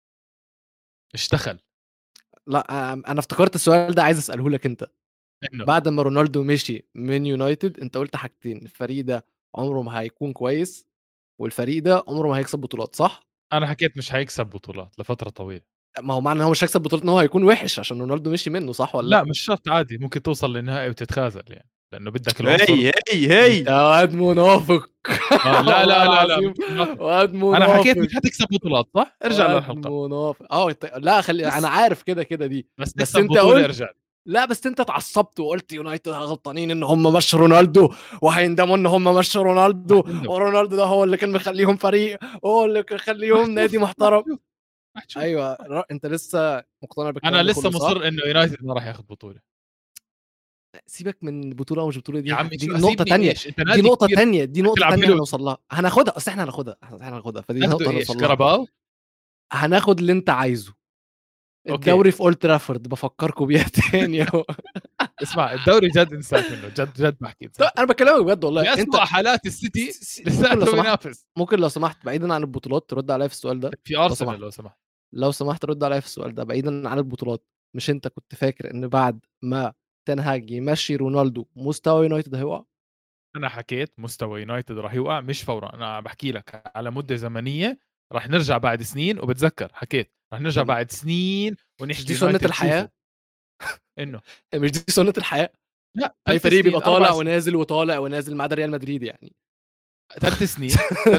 Speaker 2: اشتغل
Speaker 3: لا انا افتكرت السؤال ده عايز اساله لك انت.
Speaker 2: انه
Speaker 3: بعد ما رونالدو مشي من يونايتد انت قلت حاجتين: الفريق ده عمره ما هيكون كويس، والفريق ده عمره ما هيكسب بطولات، صح؟
Speaker 2: انا حكيت مش هيكسب بطولات لفتره طويله.
Speaker 3: ما هو معنى ان هو مش هيكسب بطولات ان هو هيكون وحش عشان رونالدو مشي منه، صح ولا
Speaker 2: لا
Speaker 3: لا؟
Speaker 2: مش شرط، عادي ممكن توصل للنهائي وتتخاذل يعني، لانه بدك العنصر.
Speaker 1: هي هي
Speaker 3: انت
Speaker 1: هي
Speaker 3: واد منافق.
Speaker 2: آه لا
Speaker 3: والله
Speaker 2: لا لا لا
Speaker 3: العظيم
Speaker 2: مش منافق.
Speaker 3: واد
Speaker 2: انا حكيت
Speaker 3: منافق.
Speaker 2: مش هتكسب بطولات صح، ارجع
Speaker 3: واد
Speaker 2: للحلقه.
Speaker 3: منافق. اه انت- لا خلي
Speaker 2: بس
Speaker 3: انا عارف كده كده دي.
Speaker 2: بس
Speaker 3: بس
Speaker 2: تكسب
Speaker 3: انت
Speaker 2: بطوله
Speaker 3: قلت
Speaker 2: ارجع.
Speaker 3: لا، بس انت اتعصبت وقلت يونايتد غلطانين ان هم مشوا رونالدو وهيندموا ان هم مشوا رونالدو،
Speaker 2: هتندم.
Speaker 3: ورونالدو ده هو اللي كان مخليهم فريق، هو اللي كان
Speaker 2: رح
Speaker 3: مخليهم نادي
Speaker 2: تشوف رح
Speaker 3: محترم.
Speaker 2: تشوف رح تشوف.
Speaker 3: ايوه ر- انت لسه مقتنع
Speaker 2: انا
Speaker 3: بالكلام ده
Speaker 2: لسه
Speaker 3: كله، صح؟
Speaker 2: مصر انه يونايتد ما راح ياخذ بطوله.
Speaker 3: سيبك من بطوله ومش بطوله،
Speaker 2: يا
Speaker 3: دي
Speaker 2: عمي
Speaker 3: دي
Speaker 2: شو
Speaker 3: نقطه
Speaker 2: اسيبني
Speaker 3: تانية.
Speaker 2: ايش، انت
Speaker 3: دي
Speaker 2: نادي
Speaker 3: نقطه
Speaker 2: كبير
Speaker 3: تانية دي نقطه
Speaker 2: تلعب
Speaker 3: تانية
Speaker 2: حلو.
Speaker 3: هنوصل لها، هناخدها. اصل احنا هناخدها احنا هناخدها، فدي
Speaker 2: تاخذوا
Speaker 3: نقطه
Speaker 2: ايش
Speaker 3: هنوصل لها.
Speaker 2: كرباو؟
Speaker 3: هناخد اللي انت عايزه.
Speaker 2: اوكي
Speaker 3: الدوري في اولد ترافورد بفكركم بيها تاني اهو.
Speaker 2: اسمع، الدوري جد انساك منه، جد جد بحكي
Speaker 3: طيب،
Speaker 2: انساك.
Speaker 3: انا بكلمك بجد والله. انت
Speaker 2: بأسوأ حالات السيتي
Speaker 3: س- س- ممكن لو
Speaker 2: لساته
Speaker 3: سمحت
Speaker 2: ينافس.
Speaker 3: ممكن لو سمحت بعيدا عن البطولات ترد عليا في السؤال ده.
Speaker 2: في
Speaker 3: لو
Speaker 2: ارسنال
Speaker 3: سمحت
Speaker 2: لو سمحت.
Speaker 3: لو سمحت رد عليا في السؤال ده بعيدا عن البطولات. مش انت كنت فاكر ان بعد ما تنهاج يمشي رونالدو مستوى يونايتد هيقع؟
Speaker 2: انا حكيت مستوى يونايتد راح يوقع مش فورا، انا بحكي لك على مده زمنيه، راح نرجع بعد سنين. وبتذكر حكيت راح نرجع
Speaker 3: طب
Speaker 2: بعد سنين
Speaker 3: مش
Speaker 2: ونحكي
Speaker 3: دي سنة
Speaker 2: يونايتد شوفوا
Speaker 3: الحياة؟
Speaker 2: انه
Speaker 3: مش دي سنة الحياة؟
Speaker 2: لا
Speaker 3: اي
Speaker 2: ثلاث
Speaker 3: فريق بيبقى
Speaker 2: سنين اربع
Speaker 3: طالع
Speaker 2: سنين
Speaker 3: ونازل وطالع ونازل ما عدا ريال مدريد يعني.
Speaker 2: ثلاث سنين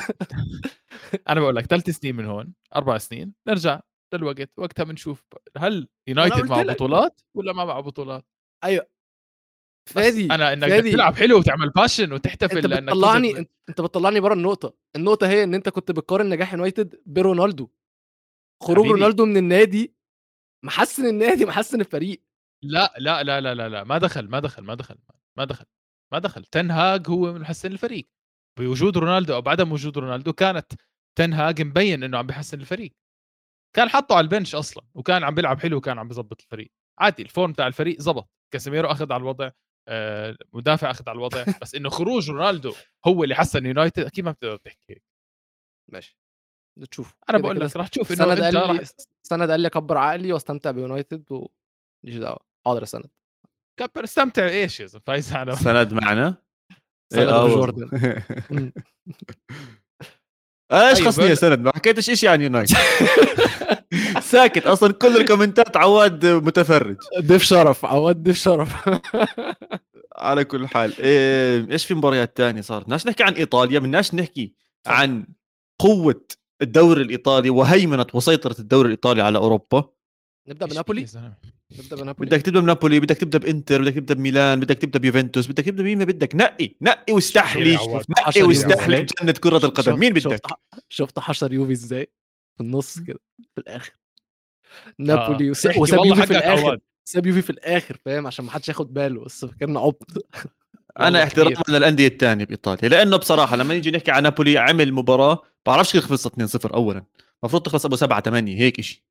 Speaker 2: انا بقول لك ثلاث سنين من هون اربع سنين نرجع للوقت، وقتها بنشوف هل
Speaker 3: ما انا
Speaker 2: يونايتد
Speaker 3: قلت
Speaker 2: مع
Speaker 3: لك.
Speaker 2: بطولات ولا ما مع بطولات.
Speaker 3: ايوه
Speaker 2: بس
Speaker 3: فادي
Speaker 2: انا انك بدك
Speaker 3: فادي
Speaker 2: تلعب حلو وتعمل باشن
Speaker 3: انت
Speaker 2: وتحتفل لانك فزت
Speaker 3: بتطلعني
Speaker 2: ب...
Speaker 3: انت, انت بتطلعني بره النقطة. النقطة هي ان انت كنت بتقارن نجاح يونايتد برونالدو. خروج
Speaker 2: حبيبي
Speaker 3: رونالدو من النادي محسن النادي، محسن الفريق.
Speaker 2: لا لا لا لا لا لا ما دخل ما دخل ما دخل ما دخل ما دخل تنهاج هو من محسن الفريق. بوجود رونالدو او بعدم وجود رونالدو كانت تنهاج مبين انه عم بيحسن الفريق، كان حطه على البنش اصلا وكان عم بيلعب حلو وكان عم بيظبط الفريق عادي. الفورم تاع الفريق زبط، كاسيميرو اخذ على الوضع، آه مدافع اخذ على الوضع. بس انه خروج رونالدو هو اللي حسن يونايتد اكيد ما بتقدر تحكي هيك.
Speaker 3: ماشي تشوف
Speaker 2: انا
Speaker 3: كده
Speaker 2: بقول
Speaker 3: كده.
Speaker 2: لك راح تشوف انه
Speaker 3: سند
Speaker 2: انت
Speaker 3: قال
Speaker 2: راح
Speaker 3: لي سند قال لي اكبر عقلي واستمتع بيونايتد وماليش دعوه. حاضر يا سند.
Speaker 2: كبر استمتع ايش يا زلمه فايز على
Speaker 1: سند معنا
Speaker 3: سند
Speaker 1: إيه، آه
Speaker 3: ابو
Speaker 1: والله.
Speaker 3: جوردن. مم.
Speaker 1: ايش
Speaker 2: طيب،
Speaker 1: خصني يا
Speaker 2: بقول-
Speaker 1: سند؟ ما حكيتش شيء عن يونايتد. ساكت اصلا، كل الكومنتات عواد متفرج.
Speaker 3: ضيف شرف عواد، ضيف شرف.
Speaker 1: على كل حال إيه، ايش في مباريات تانية صارت؟ بدناش نحكي عن ايطاليا، بدناش نحكي
Speaker 3: اتفضل.
Speaker 1: عن قوة الدوري الايطالي وهيمنة وسيطرة الدوري الايطالي على اوروبا.
Speaker 3: نبدا
Speaker 2: إيش
Speaker 3: بنابولي.
Speaker 2: يا زلمة؟
Speaker 3: نبدا بنابولي.
Speaker 1: بدك تبدا بنابولي، بدك تبدا بانتر، بدك تبدا بميلان، بدك تبدا بيوفنتوس، بدك تبدا مين ما بدك. نقي نقي واستحلي،
Speaker 2: شوف يا عواد.
Speaker 1: نقي
Speaker 3: حشر
Speaker 1: واستحلي
Speaker 2: يوفي.
Speaker 1: بجنة كرة القدم.
Speaker 3: شفت-
Speaker 1: مين
Speaker 3: شفت
Speaker 1: بدك؟
Speaker 3: شفت حشر يوفي ازاي في النص كده في الاخر.
Speaker 2: آه.
Speaker 3: نابولي وس-
Speaker 2: احكي
Speaker 3: وساب
Speaker 2: والله
Speaker 3: يوفي في
Speaker 2: حقك
Speaker 3: الاخر.
Speaker 2: عواد.
Speaker 3: ساب يوفي في الاخر فاهم، عشان ما حدش ياخد باله، بس فكرنا عبط.
Speaker 1: انا
Speaker 2: والله
Speaker 1: احتراما
Speaker 2: كبير.
Speaker 1: للانديه الثانيه بايطاليا، لانه بصراحه لما نيجي نحكي عن نابولي عمل مباراه بعرفش كيف خلصت اثنين صفر. اولا المفروض تخلص ابو سبعة ثمانية، هيك شيء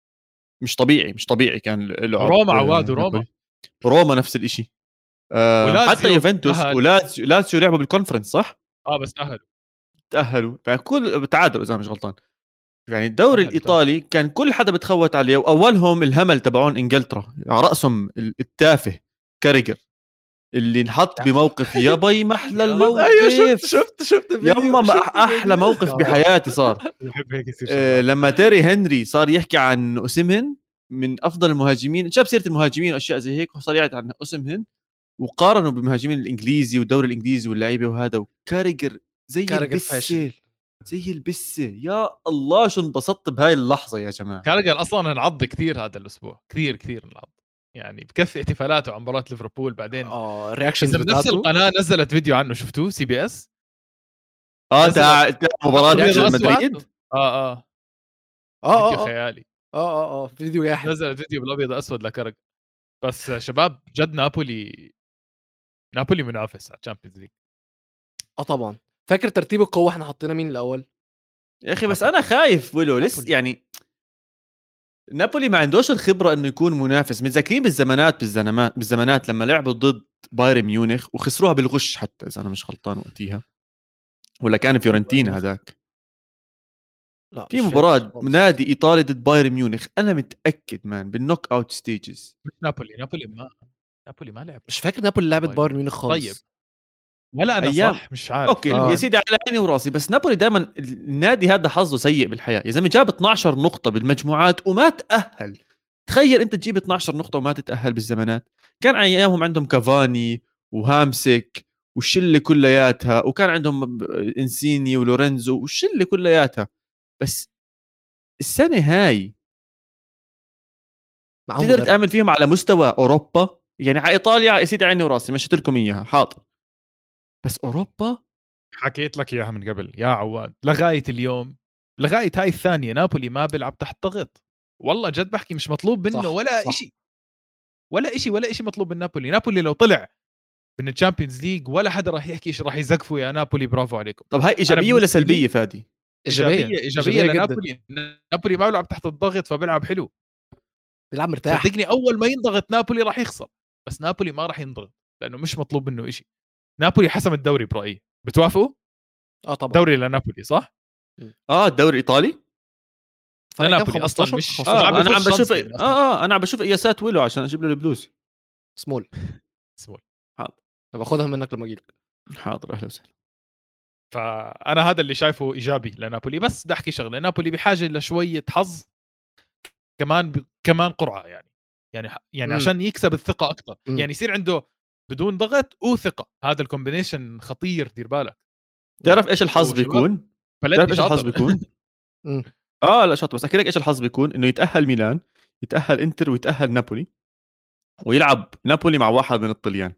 Speaker 1: مش طبيعي، مش طبيعي كان لعب.
Speaker 2: روما عواد وروما
Speaker 1: روما نفس الشيء. أه
Speaker 2: ولازيو
Speaker 1: حتى يوفنتوس
Speaker 2: تأهل.
Speaker 1: ولازيو لازيو لعبوا بالكونفرنس صح؟
Speaker 2: اه بس تأهلوا.
Speaker 1: تاهلوا، فكل تعادلوا اذا مش غلطان. يعني الدوري
Speaker 2: تأهلوا.
Speaker 1: الايطالي كان كل حدا بتخوت عليه، واولهم الهمل تبعون انجلترا على راسهم التافه كاريجر اللي انحط بموقف يا بي محلى الموقف.
Speaker 3: ايوه شفت شفت شفت فيديو.
Speaker 1: يما ما
Speaker 3: شفت
Speaker 1: احلى
Speaker 3: فيديو.
Speaker 1: موقف بحياتي صار.
Speaker 2: بحب هيك يصير
Speaker 1: آه
Speaker 2: شغلات.
Speaker 1: لما تيري هنري صار يحكي عن اوسيمهن من افضل المهاجمين، شاب سيره المهاجمين واشياء زي هيك، وصار يحكي عن اوسيمهن وقارنوا بالمهاجمين الانجليزي والدوري الانجليزي واللعيبه وهذا. وكاريجر زي
Speaker 3: كارجر
Speaker 1: البسه،
Speaker 3: فاشل.
Speaker 1: زي البسه. يا الله شو انبسطت بهاي اللحظه يا جماعه.
Speaker 2: كارجر اصلا انعض كثير هذا الاسبوع، كثير كثير انعض يعني. بكفي احتفالاته عن مباراه ليفربول. بعدين
Speaker 3: اه الرياكشنز
Speaker 2: اذا بنفس
Speaker 3: بتاعته.
Speaker 2: القناه نزلت فيديو عنه، شفتوه؟ سي بي اس
Speaker 1: اه
Speaker 2: نزلت-
Speaker 1: تاع تاع مباراه
Speaker 2: أبيض
Speaker 1: ريال
Speaker 2: وأسود.
Speaker 1: مدريد.
Speaker 2: اه اه
Speaker 3: اه
Speaker 2: فيديو
Speaker 3: اه اه
Speaker 2: خيالي.
Speaker 3: اه اه اه فيديو جاحد.
Speaker 2: نزلت فيديو بالابيض واسود لكارجر. بس شباب جد نابولي نابولي منافس على الشامبيونز ليج.
Speaker 3: اه طبعا. فاكر ترتيب القوه احنا حطينا مين الاول؟
Speaker 1: يا اخي بس انا خايف ولو لسه
Speaker 3: نابولي.
Speaker 1: يعني نابولي ما عندوش الخبره انه يكون منافس. متذكرين بالزمانات بالزمانات بالزمانات لما لعبوا ضد بايرن ميونخ وخسروها بالغش، حتى اذا انا مش غلطان وقتها، ولا كان فيورنتينا هذاك.
Speaker 3: لا
Speaker 1: في
Speaker 3: مش
Speaker 1: مباراة
Speaker 3: فاكر خالص.
Speaker 1: نادي ايطالي ضد بايرن ميونخ، انا متاكد مان بالنوك اوت ستيجز.
Speaker 2: مش نابولي نابولي ما نابولي ما لعب
Speaker 3: مش فاكر نابولي لعبت بايرن ميونخ خالص.
Speaker 2: طيب ولا انا
Speaker 1: ايام
Speaker 2: صح مش عارف.
Speaker 1: اوكي
Speaker 3: آه.
Speaker 1: يا سيدي على عيني وراسي، بس نابولي دائما النادي هذا حظه سيء بالحياه يا زلمه، جاب اثناشر نقطه بالمجموعات وما تاهل. تخيل انت تجيب اثناشر نقطه وما تتاهل بالزمانات. كان ايامهم عندهم كافاني وهامسك والشله كلياتها، وكان عندهم انسيني ولورينزو والشله كلياتها، بس السنه هاي
Speaker 3: معاهم
Speaker 1: تقدر
Speaker 3: مدرب.
Speaker 1: تامل فيهم على مستوى اوروبا. يعني على ايطاليا يا سيدي عيني وراسي مشيت لكم اياها حاضر، بس اوروبا
Speaker 2: حكيت لك اياها من قبل يا عواد، لغايه اليوم لغايه هاي الثانيه نابولي ما بيلعب تحت ضغط. والله جد بحكي مش مطلوب منه
Speaker 3: صح،
Speaker 2: ولا
Speaker 3: صح.
Speaker 2: شيء، ولا شيء ولا شيء مطلوب من نابولي. نابولي لو طلع من الشامبيونز ليج ولا حدا راح يحكي ايش راح يزقفوا يا نابولي برافو عليكم.
Speaker 1: طب هاي ايجابيه ولا سلبيه فادي؟
Speaker 3: ايجابيه
Speaker 2: ايجابيه ايجابيه
Speaker 3: جداً.
Speaker 2: لنابولي. نابولي ما بيلعب تحت الضغط فبيلعب حلو.
Speaker 3: بيلعب مرتاح.
Speaker 2: صدقني اول ما ينضغط نابولي راح يخسر، بس نابولي ما راح ينضغط لانه مش مطلوب منه شيء. نابولي حسم الدوري برايي، بتوافقوا؟
Speaker 3: اه طبعا.
Speaker 2: دوري لنابولي صح؟
Speaker 1: اه الدوري الايطالي.
Speaker 3: فرق كام؟
Speaker 2: نابولي اصلا
Speaker 3: خمستاشر؟
Speaker 2: مش
Speaker 3: خمستاشر.
Speaker 1: اه انا عم
Speaker 2: بيخش
Speaker 1: بشوف
Speaker 2: شانس يعني
Speaker 1: اه
Speaker 2: أصلاً.
Speaker 1: اه انا عم بشوف قياسات ويلو عشان اجيب له البلوز.
Speaker 3: سمول.
Speaker 2: سمول.
Speaker 1: حاضر
Speaker 3: باخدها منك لما اجيلك.
Speaker 1: حاضر اهلا وسهلا.
Speaker 2: فانا هذا اللي شايفه ايجابي لنابولي. بس بدي احكي شغله، نابولي بحاجه لشويه حظ كمان ب... كمان قرعه يعني يعني يعني
Speaker 3: مم.
Speaker 2: عشان يكسب الثقه اكثر.
Speaker 3: مم.
Speaker 2: يعني يصير عنده بدون ضغط وثقه، هذا الكومبينيشن خطير، دير بالك.
Speaker 1: تعرف ايش الحظ
Speaker 2: وشباب،
Speaker 1: بيكون؟
Speaker 2: بلدي
Speaker 1: تعرف ايش الحظ
Speaker 2: شاطر.
Speaker 1: بيكون؟
Speaker 3: مم.
Speaker 1: اه لا شاطر، بس احكي لك ايش الحظ بيكون، انه يتاهل ميلان، يتاهل انتر، ويتاهل نابولي، ويلعب نابولي مع واحد من الطليان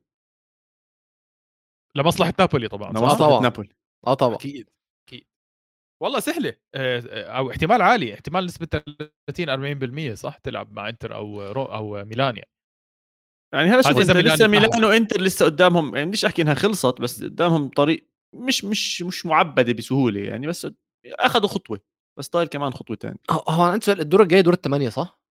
Speaker 2: لمصلحه نابولي طبعا صح؟
Speaker 1: لمصلحه
Speaker 3: طبعاً.
Speaker 1: نابولي.
Speaker 3: اه طبعا.
Speaker 2: اكيد اكيد. والله سهله او احتمال عالي، احتمال نسبه ثلاثين أربعين بالمية صح تلعب مع انتر او رو او ميلان يعني.
Speaker 1: يعني هلا شوف
Speaker 2: هذا
Speaker 1: انت
Speaker 2: إذا ميلان
Speaker 1: لسه
Speaker 2: يتأهل.
Speaker 1: ميلان وانتر لسه قدامهم، يعني بديش احكي انها خلصت، بس قدامهم طريق مش مش مش معبده بسهوله يعني، بس اخذوا خطوه، بس طايل كمان خطوه ثانيه.
Speaker 3: هو هو انا عندي سؤال، الدور الجاي دور الثمانيه صح؟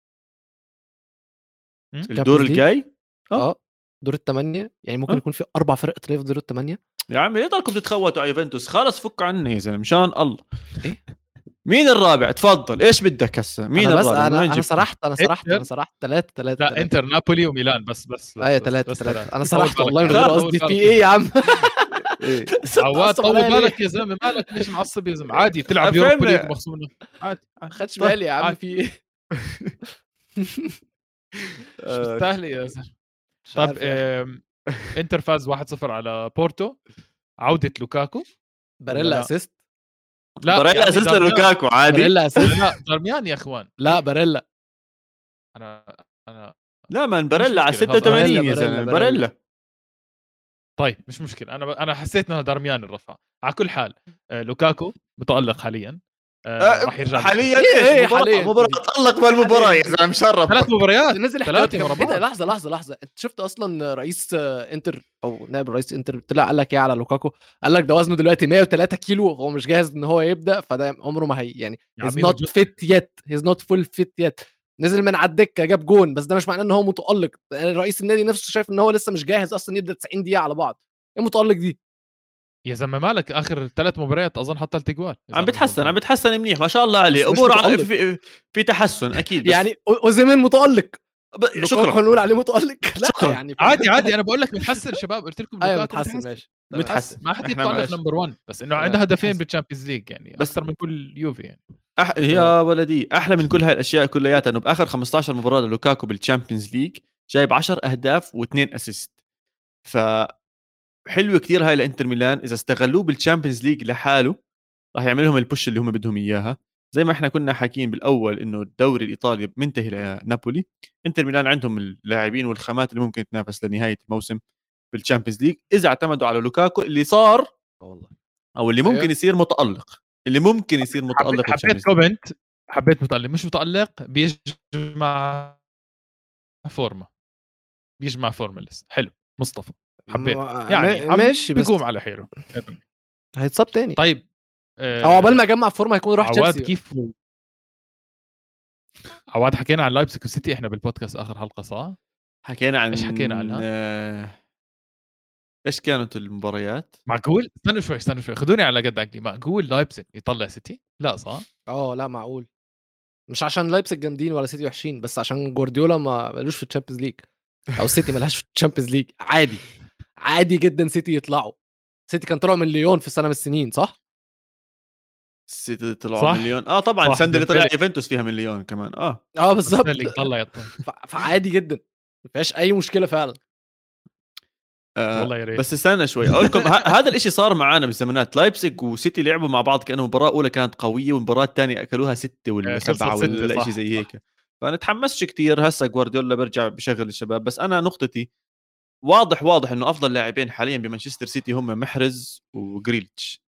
Speaker 1: الدور
Speaker 3: Champions League؟
Speaker 1: الجاي اه
Speaker 3: اه دور الثمانيه، يعني ممكن
Speaker 1: آه.
Speaker 3: يكون في اربع فرق تلاقي في دور الثمانيه.
Speaker 1: يا عمي ليه ضلكم تتخوتوا على يوفنتوس؟ خلص فكوا عني يا زلمه مشان الله.
Speaker 3: إيه؟
Speaker 1: مين الرابع؟ تفضل ايش بدك هسه؟ مين
Speaker 3: انا بس
Speaker 1: الرابع؟
Speaker 3: انا
Speaker 1: وين
Speaker 3: انا
Speaker 1: جبته؟
Speaker 3: سرحت انا سرحت انا
Speaker 2: إنتر؟
Speaker 3: سرحت ثلاثه ثلاثه
Speaker 2: لا انتر نابولي وميلان بس بس, بس
Speaker 3: ايوه
Speaker 2: بس-
Speaker 3: ثلاثه
Speaker 2: بس
Speaker 3: ثلاثه انا
Speaker 2: طول
Speaker 3: سرحت
Speaker 2: بالك.
Speaker 3: والله من غير
Speaker 2: لا،
Speaker 3: قصدي.
Speaker 2: طول
Speaker 3: في
Speaker 2: بالك.
Speaker 3: ايه يا عم؟
Speaker 1: إيه؟
Speaker 2: عواد
Speaker 3: تعصب
Speaker 2: طول
Speaker 3: عليا ليه؟
Speaker 2: بالك يا زلمه، مالك ليش معصب يا زلمه؟ عادي تلعب
Speaker 1: أفهمنا.
Speaker 2: يوروبا ليج مخصومه عادي
Speaker 3: ما خدش بالي يا عم
Speaker 2: عادي.
Speaker 3: في ايه؟
Speaker 2: مش مستاهله يا زلمه.
Speaker 3: مش
Speaker 2: طب
Speaker 3: عارف يعني.
Speaker 2: آم، انتر فاز واحد صفر على بورتو، عوده لوكاكو. ولا
Speaker 3: باريلا
Speaker 2: لا؟
Speaker 3: اسيست.
Speaker 2: لا
Speaker 1: باريلا
Speaker 2: يا عمي
Speaker 1: اساس
Speaker 2: دارميان.
Speaker 1: لوكاكو عادي.
Speaker 3: باريلا اسيست.
Speaker 2: لا دارميان يا اخوان.
Speaker 3: لا باريلا.
Speaker 2: انا انا
Speaker 1: لا من باريلا على
Speaker 2: مشكلة،
Speaker 1: ستة وثمانين
Speaker 3: باريلا،
Speaker 1: يا زلمه
Speaker 3: باريلا،
Speaker 1: باريلا.
Speaker 2: طيب مش مشكله، انا انا حسيت انه دارميان الرفع. على كل حال آه، لوكاكو متالق حاليا. آه، راح يرجع
Speaker 1: حاليا
Speaker 3: إيه
Speaker 1: ايش
Speaker 3: إيه
Speaker 1: مباراة
Speaker 3: حاليا؟
Speaker 1: مباراة تألق بالمباراة يا زلمه مشرف.
Speaker 2: ثلاث مباريات
Speaker 3: نزل
Speaker 2: ثلاثة
Speaker 3: احتياطي
Speaker 2: ورا
Speaker 3: كمان. ايه ده؟
Speaker 2: بعض.
Speaker 3: لحظه لحظه لحظه، انت شفت اصلا رئيس آه، انتر او نائب رئيس انتر طلع قال لك ايه على لوكاكو؟ قال لك ده وزنه دلوقتي مية وثلاثة كيلو، هو مش جاهز ان هو يبدا، فده عمره ما هي يعني
Speaker 2: يا
Speaker 3: هيز
Speaker 2: عمي هو
Speaker 3: نوت فيت يت هيز نوت فول فيت يت. نزل من على الدكه جاب جون، بس ده مش معناه ان هو متالق. رئيس النادي نفسه شايف ان هو لسه مش جاهز اصلا يبدا تسعين دقيقه على بعض. ايه متالق دي؟
Speaker 2: يا زلمه مالك اخر ثلاث مباريات اظن حط ثلاث اجوال.
Speaker 1: عم بتحسن عم بتحسن منيح ما شاء الله عليه.
Speaker 3: بس مش
Speaker 1: اموره
Speaker 3: متألق.
Speaker 1: في, في تحسن اكيد. بس
Speaker 3: يعني اوزيمين متالق،
Speaker 1: ب...
Speaker 3: شكرا
Speaker 1: شكرا
Speaker 3: نقول عليه متالق. لا
Speaker 1: شكراً.
Speaker 3: يعني
Speaker 2: عادي عادي، انا بقول لك متحسن شباب، قلت لكم
Speaker 3: ايوه
Speaker 2: لوكاكو
Speaker 3: متحسن ماشي
Speaker 1: متحسن.
Speaker 2: ما حد
Speaker 1: إحنا
Speaker 2: يتالق
Speaker 1: ماشي.
Speaker 2: نمبر واحد، بس انه
Speaker 3: تمام.
Speaker 2: عنده هدفين
Speaker 3: متحسن.
Speaker 2: بالتشامبيونز ليج يعني
Speaker 1: بس-
Speaker 2: اكثر من كل يوفي يعني.
Speaker 1: أح... يا ولدي احلى من كل هاي الاشياء كلياتها انه باخر خمسة عشر مباراه لوكاكو بالتشامبيونز ليج جايب عشر اهداف واثنين اسيست. ف حلو كثير هاي لانتر ميلان، اذا استغلوه بالتشامبيونز ليج لحاله راح يعمل لهم البوش اللي هم بدهم اياها. زي ما احنا كنا حاكيين بالاول انه الدوري الايطالي منتهي لنابولي، انتر ميلان عندهم اللاعبين والخامات اللي ممكن تنافس لنهايه الموسم بالتشامبيونز ليج اذا اعتمدوا على لوكاكو اللي صار
Speaker 3: والله
Speaker 1: او اللي ممكن
Speaker 3: أيوة.
Speaker 1: يصير متالق، اللي ممكن يصير
Speaker 2: حبيت,
Speaker 1: متالق
Speaker 2: حبيت
Speaker 1: بالتشامبيونز ليج.
Speaker 2: كومنت، حبيت متالق مش متالق بيجمع فورمه، بيجمع فورمه لسه حلو. مصطفى حبيت
Speaker 3: ما-
Speaker 2: يعني
Speaker 3: ما-
Speaker 2: عم
Speaker 3: ماشي بس
Speaker 2: بيقوم على حيله.
Speaker 3: هيتصاب تاني.
Speaker 2: طيب
Speaker 3: او عقبال ما يجمع فورمه هيكون راح
Speaker 2: عواد
Speaker 3: تشيلسي.
Speaker 2: كيف عواد حكينا عن لايبزيج وسيتي احنا بالبودكاست اخر حلقه صح؟
Speaker 1: حكينا عن
Speaker 2: إيش حكينا عنها؟
Speaker 1: آه، ايش كانت المباريات؟
Speaker 2: معقول؟ استنوا شوي استنوا شوي خذوني على قد عقلي. معقول لايبزيج يطلع سيتي؟ لا صح؟
Speaker 3: اه لا معقول، مش عشان لايبزيج جامدين ولا سيتي وحشين، بس عشان جوارديولا ما ملوش في الشامبيونز ليج، او سيتي ملهاش في الشامبيونز ليج. عادي عادي جدا سيتي يطلعوا. سيتي كان طلعوا من ليون في سنه من السنين صح.
Speaker 1: السيتي طلعوا
Speaker 2: صح
Speaker 1: مليون اه طبعا،
Speaker 2: صح
Speaker 1: السنه اللي طلع
Speaker 2: ديمبلي
Speaker 1: يوفنتوس فيها مليون كمان اه
Speaker 3: اه
Speaker 2: بس
Speaker 3: بالظبط.
Speaker 2: اللي ضل يطلع
Speaker 3: ف- فعادي جدا ما فيهاش اي مشكله فعلا.
Speaker 1: آه،
Speaker 2: والله يا ريت.
Speaker 1: بس استنى شوي اقول لكم ه- هذا الاشي صار معانا بالزمانات. لايبسك وسيتي لعبوا مع بعض كانه المباراه الاولى كانت قويه والمباراه الثانيه اكلوها ستة ولا
Speaker 2: آه، خلصت
Speaker 1: سبعة
Speaker 2: ستة،
Speaker 1: ولا
Speaker 2: صح
Speaker 1: شيء زي
Speaker 2: صح.
Speaker 1: هيك. فانا تحمست كثير. هسه جوارديولا برجع بشغل الشباب. بس انا نقطتي واضح واضح انه افضل لاعبين حاليا بمانشستر سيتي هم محرز وجريلتش.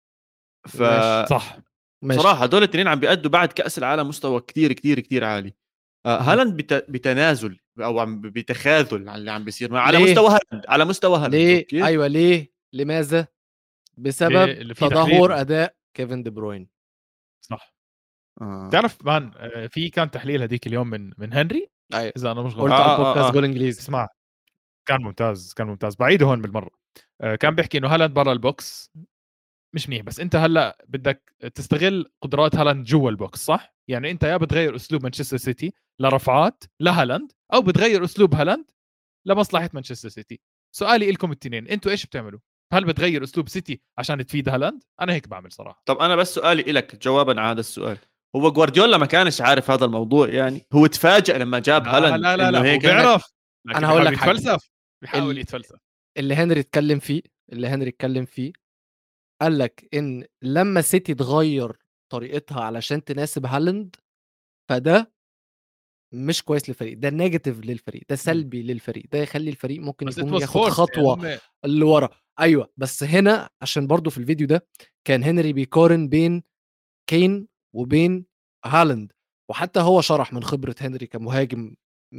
Speaker 1: ف
Speaker 3: ماشي
Speaker 2: صح
Speaker 3: ماشي.
Speaker 1: صراحه هدول الاثنين عم بيأدوا بعد كأس العالم مستوى كتير كتير كتير عالي. آه،
Speaker 3: مهم.
Speaker 1: هالاند بت... بتنازل او عم بتخاذل عن اللي عم بيصير مع- على
Speaker 3: ليه
Speaker 1: مستوى هالاند على مستوى هالاند
Speaker 3: ليه
Speaker 1: اوكي.
Speaker 3: ايوه ليه لماذا؟
Speaker 2: ليه
Speaker 3: بسبب
Speaker 2: اللي في
Speaker 3: تدهور
Speaker 2: تحليل
Speaker 3: اداء كيفن دي بروين.
Speaker 2: صح.
Speaker 1: آه.
Speaker 2: تعرف مان آه، في كان تحليل هذيك اليوم من من هنري
Speaker 3: ايوه
Speaker 2: اذا انا مش
Speaker 3: قلت
Speaker 2: غلطان.
Speaker 3: على
Speaker 1: آه آه
Speaker 3: البودكاست
Speaker 1: آه.
Speaker 3: جول انجليزي.
Speaker 2: اسمع كان ممتاز كان ممتاز بعيده هون بالمره. آه، كان بيحكي انه هالاند برا البوكس مش منيح، بس انت هلا بدك تستغل قدرات هالاند جوا البوكس صح. يعني انت يا بتغير اسلوب مانشستر سيتي لرفعات لهالاند، او بتغير اسلوب هالاند لمصلحه مانشستر سيتي. سؤالي لكم الاثنين، انتوا ايش بتعملوا؟ هل بتغير اسلوب سيتي عشان تفيد هالاند؟ انا هيك بعمل صراحه.
Speaker 1: طب انا بس سؤالي لك جوابا على هذا السؤال. هو جوارديولا ما كانش عارف هذا الموضوع يعني؟ هو تفاجأ لما جاب
Speaker 2: لا
Speaker 1: هالاند
Speaker 2: لا لا لا
Speaker 1: انه
Speaker 2: هو
Speaker 1: هيك
Speaker 2: بيعرف، لكن
Speaker 3: انا هقول
Speaker 2: بيحاول
Speaker 3: لك حاجه.
Speaker 2: يتفلسف بيحاول
Speaker 3: ال-
Speaker 2: يتفلسف.
Speaker 3: اللي هنري اتكلم فيه اللي هنري اتكلم فيه قال لك ان لما سيتي تغير طريقتها علشان تناسب هالاند، فده مش كويس للفريق، ده نيجاتيف للفريق، ده سلبي للفريق، ده يخلي الفريق ممكن
Speaker 2: بس
Speaker 3: يكون
Speaker 2: ات
Speaker 3: ياخد
Speaker 2: فورس
Speaker 3: خطوه
Speaker 2: هم.
Speaker 3: لورا. ايوه بس هنا عشان برضو في الفيديو ده كان هنري بيقارن بين كين وبين هالاند، وحتى هو شرح من خبره هنري كمهاجم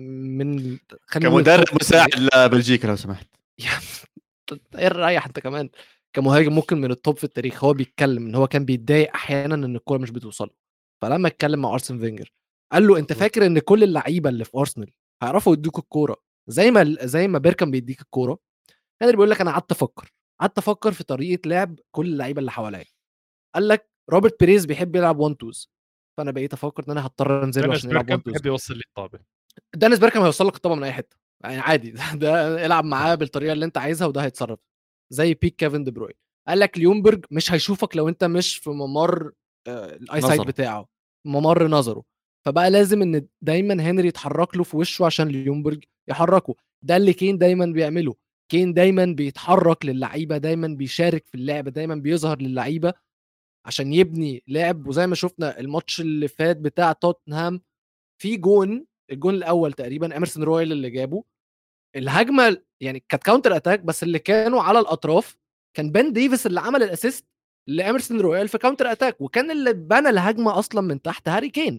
Speaker 3: من خلينا نقول
Speaker 1: كمدرب
Speaker 3: التوب في
Speaker 1: مساعد
Speaker 3: التاريخ.
Speaker 1: لبلجيكا لو سمحت.
Speaker 3: يعني ايه ريح انت كمان. كمهاجم ممكن من التوب في التاريخ، هو بيتكلم ان هو كان بيتضايق احيانا ان الكوره مش بتوصله. فلما اتكلم مع ارسن فينجر قال له انت فاكر ان كل اللعيبه اللي في ارسنال هيعرفوا يدوك الكوره زي ما زي ما بيركام بيديك الكوره؟ هنري بيقول لك انا قعدت افكر قعدت افكر في طريقه لعب كل اللعيبه اللي حواليا. قال لك روبرت بيريز بيحب يلعب وان توز، فانا بقيت افكر ان انا هضطر انزله
Speaker 2: دينيس
Speaker 3: عشان يلعب
Speaker 2: بيركامب
Speaker 3: وان توز.
Speaker 2: بيحب يوصل لي الطابه.
Speaker 3: دانيس بيركام هيوصل لك الطبعا من اي حته يعني عادي. ده العب معاه بالطريقه اللي انت عايزها وده هيتصرف زي بيك كيفن دي بروين. قال لك ليونبرج مش هيشوفك لو انت مش في ممر الاي سايت
Speaker 1: نظره.
Speaker 3: بتاعه، ممر نظره. فبقى لازم ان دايما هنري يتحرك له في وشه عشان ليونبرج يحركه. ده اللي كين دايما بيعمله. كين دايما بيتحرك للعيبه، دايما بيشارك في اللعب، دايما بيظهر للعيبه عشان يبني لعب. وزي ما شفنا الماتش اللي فات بتاع توتنهام في جون، الجون الاول تقريبا اميرسون رويال اللي جابه، الهجمه يعني كانت كاونتر اتاك بس اللي كانوا على الاطراف كان بن ديفيس اللي عمل الاسيست لاميرسون رويال في كاونتر اتاك، وكان اللي بنى الهجمه اصلا من تحت هاري كين.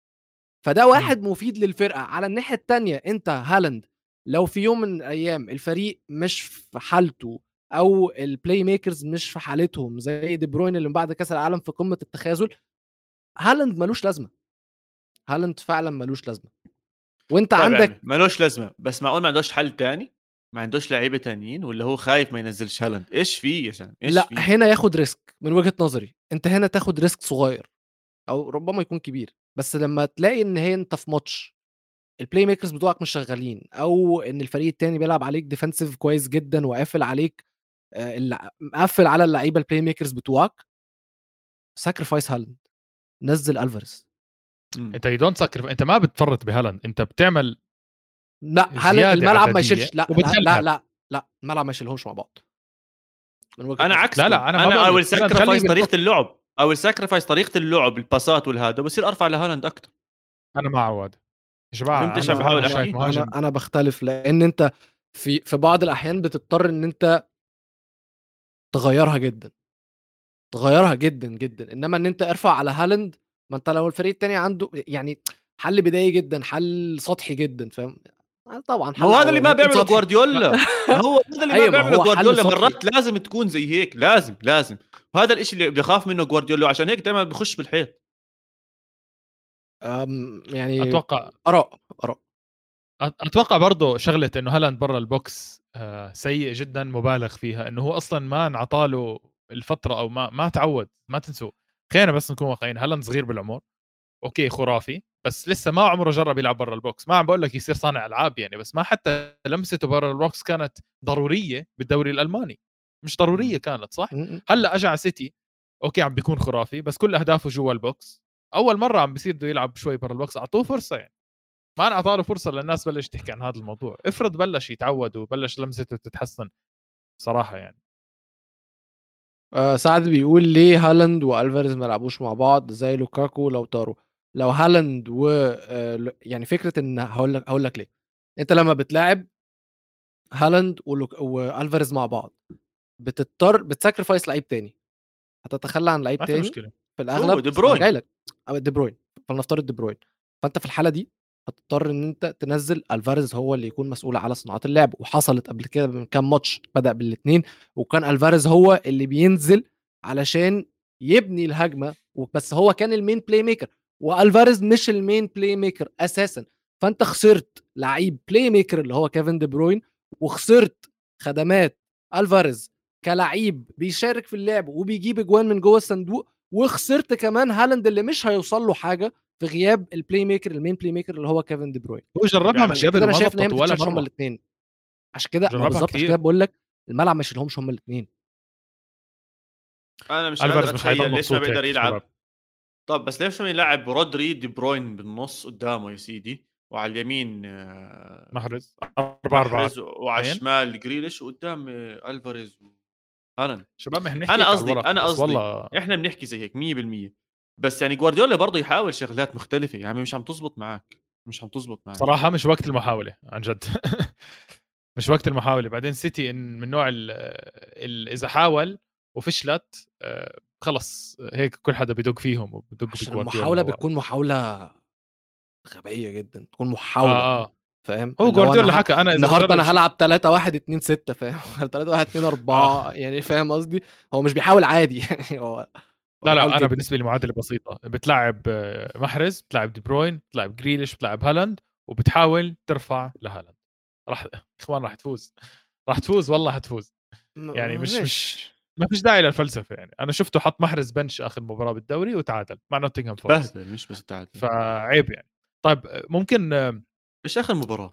Speaker 3: فده واحد مفيد للفرقه. على الناحيه الثانيه انت هالاند لو في يوم من الايام الفريق مش في حالته او البلاي ميكرز مش في حالتهم زي دي بروين اللي من بعد كاس العالم في قمه التخاذل، هالاند ملوش لازمه. هالاند فعلا ملوش لازمه. وانت
Speaker 1: طيب
Speaker 3: عندك
Speaker 1: يعني مالوش لازمه، بس معقول ما عندوش حل تاني؟ ما عندوش لعيبه تانيين ولا هو خايف ما ينزلش هالاند؟ ايش في يا زلمه ايش
Speaker 3: لا
Speaker 1: في؟
Speaker 3: هنا ياخد ريسك من وجهة نظري. انت هنا تاخد ريسك صغير او ربما يكون كبير، بس لما تلاقي ان هي انت في ماتش البلاي ميكرز بتوعك مش شغالين او ان الفريق التاني بيلعب عليك ديفensive كويس جدا وقافل عليك، آه، اللع- مقفل على اللعيبه البلاي ميكرز بتوعك، ساكرفايس هالاند، نزل الفاريز.
Speaker 1: مم.
Speaker 2: انت يو دونت ساكرف، انت ما بتفرط بهالاند، انت بتعمل
Speaker 3: لا هالاند
Speaker 2: زياده
Speaker 3: الملعب ما
Speaker 2: عدديه
Speaker 3: يشيلش. لا لا
Speaker 2: وبتخليها.
Speaker 3: لا لا, لا الملعب ما يشيلهمش مع بعض من وجهة
Speaker 1: انا
Speaker 3: نظري.
Speaker 1: عكسكم.
Speaker 2: لا لا انا ما
Speaker 1: انا
Speaker 2: بقول
Speaker 1: اول
Speaker 2: لك هالاند خليه
Speaker 1: ساكرفايس طريقه
Speaker 2: بالنص.
Speaker 1: اللعب او ساكرفايس طريقه اللعب الباسات والهذا بصير ارفع لهالاند اكثر.
Speaker 2: انا مع عواد يا جماعه،
Speaker 1: فهمت ايش عم
Speaker 2: انا
Speaker 3: انا
Speaker 1: بحاول
Speaker 2: انا
Speaker 3: انا
Speaker 2: شايف
Speaker 1: احكي؟
Speaker 3: انا
Speaker 2: مهاجم.
Speaker 3: انا بختلف لان انت في في بعض الاحيان بتضطر ان انت تغيرها جدا تغيرها جدا جدا انما ان انت ارفع على هالاند، ما انت لو الفريق التاني عنده يعني حل بدائي جدا، حل سطحي جدا، فاهم؟ طبعا
Speaker 1: ما
Speaker 3: حل
Speaker 1: هو هذا اللي
Speaker 3: عوام
Speaker 1: ما
Speaker 3: هيكون
Speaker 1: بيعمله
Speaker 3: سطحي.
Speaker 1: جوارديولا. ما هو هذا اللي ما
Speaker 3: ايوه ما
Speaker 1: بيعمله
Speaker 3: هو حل
Speaker 1: جوارديولا.
Speaker 3: سطحي.
Speaker 1: مرات لازم تكون زي هيك، لازم لازم. وهذا الاشي اللي بيخاف منه جوارديولا، عشان هيك دائما بخش بالحيط.
Speaker 3: أم، يعني
Speaker 2: اتوقع
Speaker 3: اراء اراء
Speaker 2: اتوقع برضه شغله انه هالاند برا البوكس آه، سيء جدا مبالغ فيها، انه هو اصلا ما انعطاله الفتره او ما ما تعود. ما تنسوا خلينا بس نكون واقعيين، هالاند صغير بالعمر، اوكي خرافي، بس لسه ما عمره جرب يلعب برا البوكس. ما عم بقول لك يصير صانع العاب يعني، بس ما حتى لمسته برا البوكس كانت ضروريه بالدوري الالماني، مش ضروريه كانت صح.
Speaker 3: م- م.
Speaker 2: هلا اجى على سيتي، اوكي عم بيكون خرافي، بس كل اهدافه جوا البوكس. اول مره عم بيصير بده يلعب شوي برا البوكس، اعطوه فرصه يعني. ما انعطى له فرصه للناس بلش تحكي عن هذا الموضوع. افرض بلش يتعود وبلش لمسته تتحسن صراحه يعني.
Speaker 3: آه سعد بيقول ليه هالاند والفاريز ما لعبوش مع بعض زي لوكاكو لو طاروا. لو هالاند و آه ل- يعني فكره ان هقول لك هقول لك ليه. انت لما بتلاعب هالاند ولوك... والفاريز مع بعض بتضطر بتساكرفايس لعيب تاني، هتتخلى عن لعيب
Speaker 2: ما في
Speaker 3: تاني
Speaker 2: مشكله.
Speaker 3: في
Speaker 1: هو
Speaker 3: الاغلب.
Speaker 1: دي
Speaker 3: ما انا جاي
Speaker 1: بروين.
Speaker 3: لك. أو دي بروين، فلنفترض دي بروين. فانت في الحاله دي هتضطر ان انت تنزل الفاريز هو اللي يكون مسؤول على صناعه اللعب، وحصلت قبل كده من كام ماتش بدا بالاثنين، وكان الفاريز هو اللي بينزل علشان يبني الهجمه، بس هو كان المين بلاي ميكر، والفاريز مش المين بلاي ميكر اساسا. فانت خسرت لعيب بلاي ميكر اللي هو كيفن دي بروين، وخسرت خدمات الفاريز كلعيب بيشارك في اللعب وبيجيب اجوان من جوه الصندوق، وخسرت كمان هالاند اللي مش هيوصل له حاجه في غياب البلاي ميكر المين بلاي ميكر اللي هو كيفن دي بروين.
Speaker 2: هو جربها من
Speaker 1: يعني
Speaker 3: عشان
Speaker 2: قبل
Speaker 3: كده انا
Speaker 2: وما
Speaker 3: شايف ان هي
Speaker 2: زبطت
Speaker 3: ما
Speaker 2: ولا
Speaker 3: تتشالش هما
Speaker 2: مره.
Speaker 3: الاثنين. عشان كده ما
Speaker 2: جربها
Speaker 3: بالظبط عشان كده
Speaker 2: كتير.
Speaker 3: بقول لك الملعب ما يشيلهمش هما الاثنين.
Speaker 1: انا مش قادر
Speaker 2: الفارز مش حيضل
Speaker 1: اتخيل ليش ما
Speaker 2: مبسوط
Speaker 1: بيقدر
Speaker 2: هيك شباب.
Speaker 1: يلعب. طب بس ليش ما يلعب رودري دي بروين بالنص قدامه يا سيدي، وعلى اليمين آه،
Speaker 2: محرز أربعة أربعة
Speaker 1: محرز، وعلى
Speaker 2: اثنين.
Speaker 1: الشمال جريليش، وقدام آه، الفاريز وهالاند.
Speaker 2: شباب ما نحكي
Speaker 1: انا
Speaker 2: هيك على
Speaker 1: قصدي
Speaker 2: الورق،
Speaker 1: انا
Speaker 2: بس
Speaker 1: قصدي
Speaker 2: والله
Speaker 1: احنا بنحكي زي هيك مية بالمية. بس يعني جوارديولا برضه يحاول شغلات مختلفة، يعني مش عم تزبط معك، مش عم تزبط معك.
Speaker 2: صراحه مش وقت المحاوله عن جد. مش وقت المحاوله. بعدين سيتي إن من نوع ال ال اذا حاول وفشلت آه، خلص هيك كل حدا بدق فيهم وبدق
Speaker 3: عشان
Speaker 2: بجوارديولا
Speaker 3: المحاوله
Speaker 2: هو.
Speaker 3: بتكون محاوله غبيه جدا، تكون
Speaker 2: اه
Speaker 3: محاوله.
Speaker 2: اه
Speaker 3: فاهم
Speaker 2: هو
Speaker 3: اللي هو
Speaker 2: جوارديولا
Speaker 3: انا ه...
Speaker 2: حكى انا اذا
Speaker 3: النهارده
Speaker 2: بجرب
Speaker 3: انا
Speaker 2: شيء.
Speaker 3: هلعب ثلاثة واحد اتنين ستة فاهم. ثلاثة واحد اتنين اربعة
Speaker 2: آه.
Speaker 3: يعني فاهم قصدي. هو مش بيحاول عادي يعني هو هو
Speaker 2: لا
Speaker 3: بيحاول
Speaker 2: لا انا
Speaker 3: جدا.
Speaker 2: بالنسبه لي معادله بسيطه. بتلعب آه، محرز، بتلعب دي بروين، بتلعب جريليش، بتلعب هالاند، وبتحاول ترفع لهالاند. راح اخوان راح تفوز. راح تفوز والله هتفوز. يعني
Speaker 3: م-
Speaker 2: مش
Speaker 3: ماشي.
Speaker 2: مش ما فيش داعي للفلسفه يعني. انا شفته حط محرز بنش اخر مباراه بالدوري وتعادل مع نوتنغهام فورست،
Speaker 1: بهدل مش بس تعادل.
Speaker 2: فعيب يعني. طيب ممكن آه،
Speaker 1: ايش اخر مباراة؟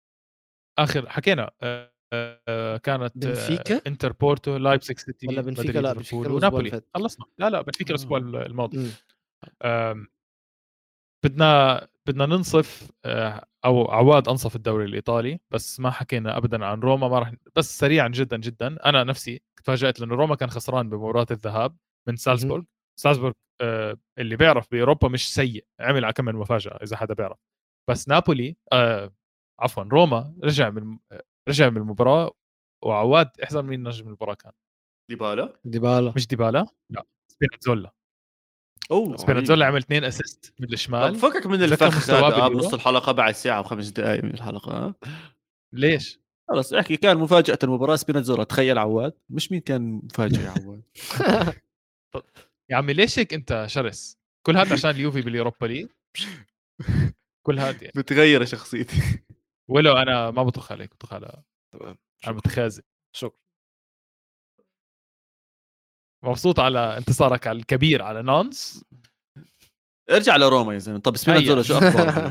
Speaker 2: اخر حكينا آه، آه، كانت آه،
Speaker 3: بنفيكا
Speaker 2: انتر بورتو، لايبزيج
Speaker 3: ولا
Speaker 2: سيتي،
Speaker 3: بنفيكا؟
Speaker 2: مدريد،
Speaker 3: لا بنفيكا
Speaker 2: ليفربول،
Speaker 3: كان الاسبوع اللي
Speaker 2: ونابولي.
Speaker 3: فات.
Speaker 2: خلصنا. لا لا بنفيكا الاسبوع
Speaker 1: آه.
Speaker 2: الماضي.
Speaker 3: امم
Speaker 2: آم، بدنا بدنا ننصف آه، او عواد انصف الدوري الايطالي، بس ما حكينا ابدا عن روما. ما راح بس سريعا جدا جدا. انا نفسي تفاجات لانه روما كان خسران بمباراه الذهاب من سالزبورغ. سالزبورغ آه، اللي بيعرف باوروبا مش سيء، عمل على كم مفاجاه اذا حدا بيعرف. بس نابولي آه عفوا روما رجع من رجع من المباراه. وعواد احذر مين نجم المباراه كان.
Speaker 1: ديبالا.
Speaker 3: ديبالا.
Speaker 2: مش ديبالا، لا سبيناتزولا.
Speaker 1: اوه
Speaker 2: سبيناتزولا
Speaker 1: عظيم.
Speaker 2: عمل اثنين اسيست من
Speaker 1: طب
Speaker 2: الشمال.
Speaker 1: فكك من
Speaker 2: تذكر
Speaker 1: الفخ
Speaker 2: مستواه
Speaker 1: هذا آه بنص
Speaker 2: باليورو.
Speaker 1: الحلقة بعد ساعة وخمس دقائق من الحلقة آه.
Speaker 2: ليش؟
Speaker 1: خلص احكي كان مفاجأة المباراة سبيناتزولا. تخيل عواد، مش مين كان مفاجئ يا عواد.
Speaker 2: طب يا عمي ليش هيك انت شرس؟ كل هاد عشان اليوفي باليوروبا ليج. كل هاد يعني.
Speaker 1: بتغير شخصيتي.
Speaker 2: ولو انا ما بطخ عليك، بطخ على
Speaker 3: تمام
Speaker 2: انا
Speaker 3: شكرا
Speaker 2: متخاذل.
Speaker 3: شكرا.
Speaker 2: مبسوط على انتصارك على الكبير على نانس.
Speaker 1: ارجع لروما يا زلمه. طب سبيناتزولا
Speaker 2: هيا.
Speaker 1: شو اخباره؟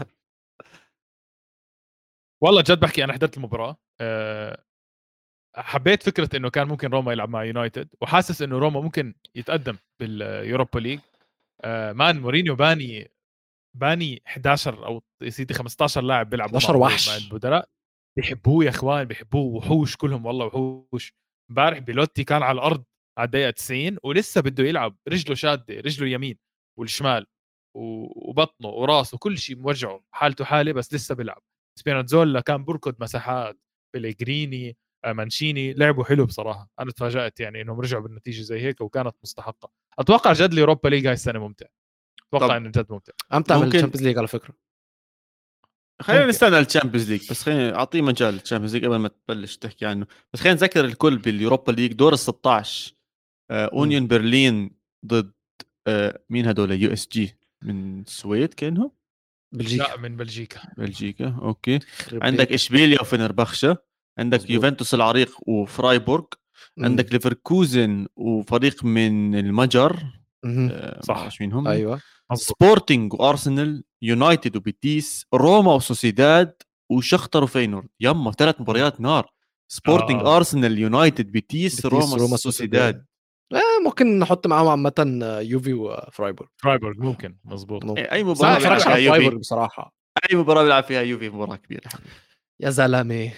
Speaker 2: والله جد بحكي انا حضرت المباراه أه حبيت فكره انه كان ممكن روما يلعب مع يونايتد، وحاسس انه روما ممكن يتقدم باليوروبا ليج. أه مان مورينيو باني باني إحدى عشر او يا سيدي خمسة عشر لاعب بيلعبوا
Speaker 3: حداشر
Speaker 2: معه
Speaker 3: وحش.
Speaker 2: مع البدلاء. بيحبوه يا اخوان، بيحبوه. وحوش كلهم والله وحوش. امبارح بيلوتي كان على الارض على الدقيقه تسعين ولسه بده يلعب. رجله شاده، رجله اليمين والشمال وبطنه وراسه كل شيء موجعه، حالته حاله، بس لسه بيلعب. سبيناتزولا كان بركض مساحات. بيليغريني مانشيني لعبوا حلو بصراحه. انا تفاجات يعني انهم رجعوا بالنتيجه زي هيك، وكانت مستحقه. اتوقع جد اليوروبا ليج هاي السنه ممتع. اتوقع
Speaker 1: طب
Speaker 2: انه جد ممتع.
Speaker 3: امتع من
Speaker 1: ممكن
Speaker 3: الشامبيونز ليج على فكره.
Speaker 1: خلينا
Speaker 2: ممكن.
Speaker 1: نستنى الشامبيونز ليج، بس خلينا اعطيه مجال الشامبيونز ليج قبل ما تبلش تحكي عنه. بس خلينا نذكر الكل باليوروبا ليج دور ال ستة عشر. آه اونيون برلين ضد آه مين هدول؟ يو اس جي من السويد كانهم.
Speaker 3: بلجيكا.
Speaker 2: لا من بلجيكا.
Speaker 1: بلجيكا اوكي.
Speaker 3: خرب
Speaker 1: عندك
Speaker 3: بيتك.
Speaker 1: اشبيليا وفنربخشة. عندك
Speaker 3: مظبوط.
Speaker 1: يوفنتوس العريق وفرايبورغ.
Speaker 3: مم.
Speaker 1: عندك ليفركوزن وفريق من المجر
Speaker 3: مهم.
Speaker 1: آه،
Speaker 2: صح.
Speaker 1: ما بعرف مين هم.
Speaker 3: ايوه
Speaker 2: مظبوط.
Speaker 1: سبورتينج وارسنال، يونايتد وبيتيس، روما وسوسيداد وشختر وفينورد. يما ثلاث مباريات نار. سبورتينج،
Speaker 2: آه.
Speaker 1: ارسنال، يونايتد، بيتيس، روما،
Speaker 3: روما
Speaker 1: سوسيداد.
Speaker 3: آه ممكن نحط معاهم عامه يوفي وفرايبورغ.
Speaker 2: فرايبورغ ممكن. مظبوط.
Speaker 3: ممكن.
Speaker 1: اي
Speaker 3: بس انا
Speaker 1: مباراه
Speaker 3: ما
Speaker 1: بيلعب
Speaker 3: اتفرجش
Speaker 1: فيها
Speaker 3: على فرايبورغ
Speaker 1: يوفي،
Speaker 3: بصراحه.
Speaker 1: اي مباراه بيلعب فيها يوفي مباراه كبيره يا حبيبي.
Speaker 3: يا زلمه.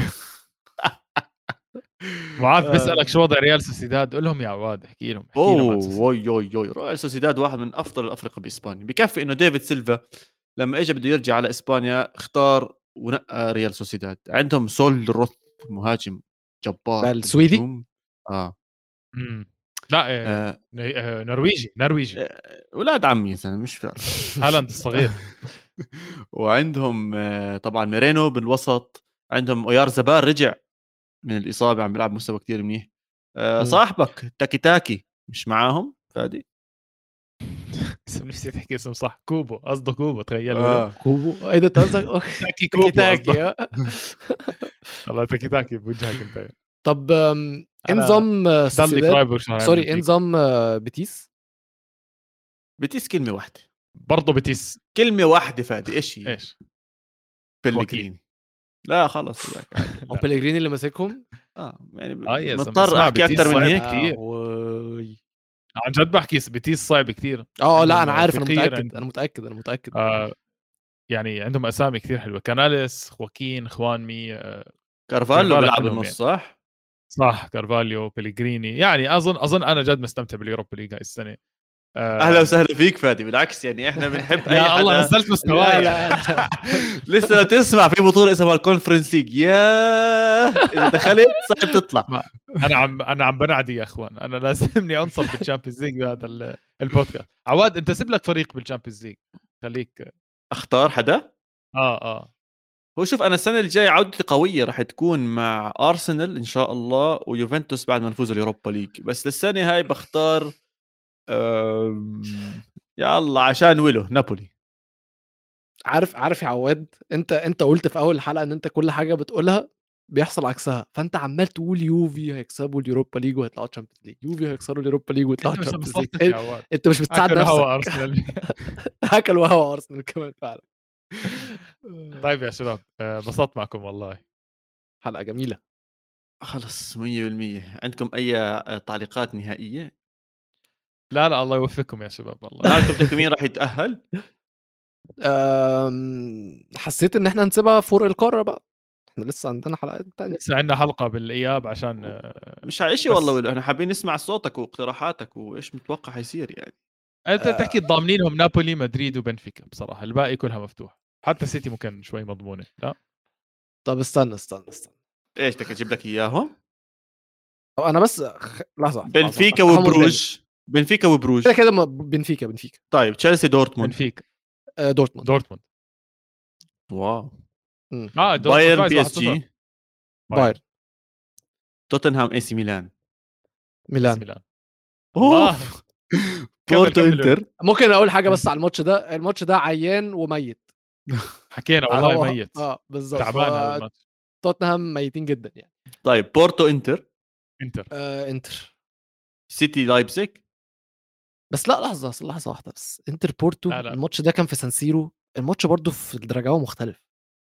Speaker 2: معاذ
Speaker 3: آه.
Speaker 2: بيسألك شو وضع ريال سوسيداد، قول لهم يا عواد، احكي لهم احكي لهم عن
Speaker 1: اوه
Speaker 2: سوسيداد.
Speaker 1: وي وي وي ريال سوسيداد واحد من افضل الافرقه باسبانيا. بكفي انه ديفيد سيلفا لما اجى بده يرجع على اسبانيا اختار ونقى ريال سوسيداد. عندهم سول روث مهاجم جبار
Speaker 3: ده السويدي؟
Speaker 1: بالهجوم. اه,
Speaker 2: امم لا آه.
Speaker 1: آه.
Speaker 2: آه. نرويجي نرويجي
Speaker 1: آه. اولاد عمي يا زلمه مش فارق.
Speaker 2: هالاند الصغير.
Speaker 1: وعندهم آه طبعا ميرينو بالوسط. عندهم اويار زبار رجع من الاصابه، عم بيلعب مستوى كتير منيح. آه
Speaker 3: مم.
Speaker 1: صاحبك تاكي تاكي مش معاهم فادي.
Speaker 2: اسم نسيت احكي اسم صح. كوبو قصده كوبو، تخيلوا
Speaker 1: آه.
Speaker 3: كوبو ايه ده قصدك؟
Speaker 2: تاكي كوبو
Speaker 3: تاكي
Speaker 2: قصده.
Speaker 3: آه.
Speaker 2: والله تاكي تاكي بوجهك انت.
Speaker 3: طب آم، ايه
Speaker 2: أنا
Speaker 3: نظام آه،
Speaker 2: ضلي
Speaker 3: سوسيداد؟
Speaker 2: فرايبورغ شو هيعمل
Speaker 3: سوري ايه
Speaker 2: فيك.
Speaker 3: نظام آه، بيتيس؟
Speaker 1: بتيس كلمه واحده،
Speaker 2: برضه بتيس
Speaker 1: كلمه واحده فادي. ايش هي؟
Speaker 2: ايش؟
Speaker 1: بلغريني. لا خلص ذاك عادي.
Speaker 3: او بلغريني اللي ماسكهم؟
Speaker 1: اه يعني
Speaker 2: اه يا زلمه
Speaker 1: مضطر
Speaker 2: اسمع،
Speaker 1: احكي
Speaker 2: بتيس
Speaker 1: اكثر من
Speaker 2: صعب
Speaker 1: هيك.
Speaker 2: كتير.
Speaker 3: آه.
Speaker 2: عن جد بحكي، بتيس صعب كتير.
Speaker 3: اه لا
Speaker 2: عندهم
Speaker 3: انا عارف، انا
Speaker 2: فقير،
Speaker 3: متاكد
Speaker 2: عندهم
Speaker 3: انا متاكد انا متاكد
Speaker 2: آه يعني عندهم اسامي كثير حلوه، كاناليس، خواكين، خوانمي، آه
Speaker 1: كارفالو
Speaker 2: كارفالو
Speaker 1: بيلعب
Speaker 2: احدهم
Speaker 1: بالنص
Speaker 2: يعني.
Speaker 1: صح؟
Speaker 2: صح، كارفاليو، بيليغريني. يعني اظن اظن انا جد مستمتع باليوروبا ليج هاي السنه.
Speaker 1: اهلا
Speaker 2: آه
Speaker 1: وسهلا فيك فادي، بالعكس يعني احنا بنحب اي
Speaker 2: يا الله
Speaker 1: حدا.
Speaker 2: نزلت
Speaker 3: لا
Speaker 2: مستواي.
Speaker 3: لا لا
Speaker 1: لسه لو تسمع في بطوله اسمها الكونفرنس ليج، يا اذا دخلت صعب تطلع.
Speaker 2: ما انا عم انا عم بنعدي يا اخوان، انا لازمني انصر بالشامبيونز ليج بهذا ال- البودكاست. عواد انت سيب لك فريق بالشامبيونز ليج، خليك.
Speaker 1: اختار حدا.
Speaker 2: اه اه
Speaker 1: هو شوف انا السنه الجايه عودتي قويه راح تكون مع ارسنال ان شاء الله ويوفنتوس بعد ما نفوز اليوروبا ليج. بس للسنه هاي بختار أم... يا الله عشان ويلو نابولي.
Speaker 3: عارف عارف يا عواد، انت انت قلت في اول الحلقه ان انت كل حاجه بتقولها بيحصل عكسها، فانت عمال تقول يوفي هيكسبوا اليوروبا ليج وهيطلعوا تشامبيونز ليج، يوفي هيكسروا اليوروبا ليج ويطلعوا
Speaker 2: انت مش
Speaker 3: تشامبيونز ليج.
Speaker 2: مصلحتك يا عواد.
Speaker 3: انت مش بتساعد
Speaker 2: اكل هوا
Speaker 3: نفسك.
Speaker 2: ارسنال.
Speaker 3: هاكل وهو ارسنال كمان فعلا.
Speaker 2: طيب يا شباب، آه، انبسطت معكم والله.
Speaker 3: حلقه جميله.
Speaker 1: خلص مية بالمية. عندكم اي تعليقات نهائيه؟
Speaker 2: لا لا الله يوفقكم يا شباب والله.
Speaker 1: هل بدكم مين راح يتاهل؟
Speaker 3: أم، حسيت ان احنا نسيبها فوق القاره بقى، احنا لسه عندنا حلقات تانية.
Speaker 2: لسه عندنا حلقه بالاياب عشان آه،
Speaker 1: مش هاي
Speaker 2: بس
Speaker 1: والله ولا احنا حابين نسمع صوتك واقتراحاتك وايش متوقع حيصير يعني.
Speaker 2: انت
Speaker 3: آه.
Speaker 2: تحكي ضامنينهم نابولي مدريد وبنفيكا بصراحه، الباقي كلها مفتوح. حتى سيتي ممكن شوي مضمونه. لا
Speaker 3: طب استنى استنى استنى
Speaker 1: ايش بدك اجيب لك اياهم؟
Speaker 3: طب انا بس خ... لحظه واحدة، لحظة
Speaker 1: بنفيكا
Speaker 3: واحدة. أفهموا
Speaker 1: وبروج. بنفيكا وبروج.
Speaker 3: كده كده م- بنفيكا بنفيكا
Speaker 1: طيب تشيلسي دورتموند.
Speaker 2: بنفيكا
Speaker 3: آه، دورتموند.
Speaker 2: دورتموند.
Speaker 1: واو.
Speaker 3: مم.
Speaker 2: اه دورتموند
Speaker 1: بايرن
Speaker 2: فايز
Speaker 1: بي اس
Speaker 2: واحد صفر.
Speaker 1: جي.
Speaker 3: بايرن.
Speaker 1: توتنهام اي سي ميلان.
Speaker 3: ميلان.
Speaker 2: ميلان. الله.
Speaker 1: اوف.
Speaker 2: كمل
Speaker 1: بورتو
Speaker 2: كمل.
Speaker 1: انتر.
Speaker 3: ممكن اقول حاجه بس على الماتش ده؟ الماتش ده عيان وميت.
Speaker 2: حكينا والله
Speaker 3: هو-
Speaker 2: ميت.
Speaker 3: اه بالظبط.
Speaker 2: تعبان هذا
Speaker 3: هو
Speaker 2: الماتش.
Speaker 3: توتنهام ميتين جدا يعني.
Speaker 1: طيب بورتو انتر.
Speaker 2: انتر.
Speaker 3: آه انتر.
Speaker 1: سيتي لايبزيج.
Speaker 3: بس لا لحظه لحظه واحده بس، انتر بورتو
Speaker 2: لا لا
Speaker 3: الماتش ده كان في سانسيرو، الماتش برضو في الدرجه مختلف.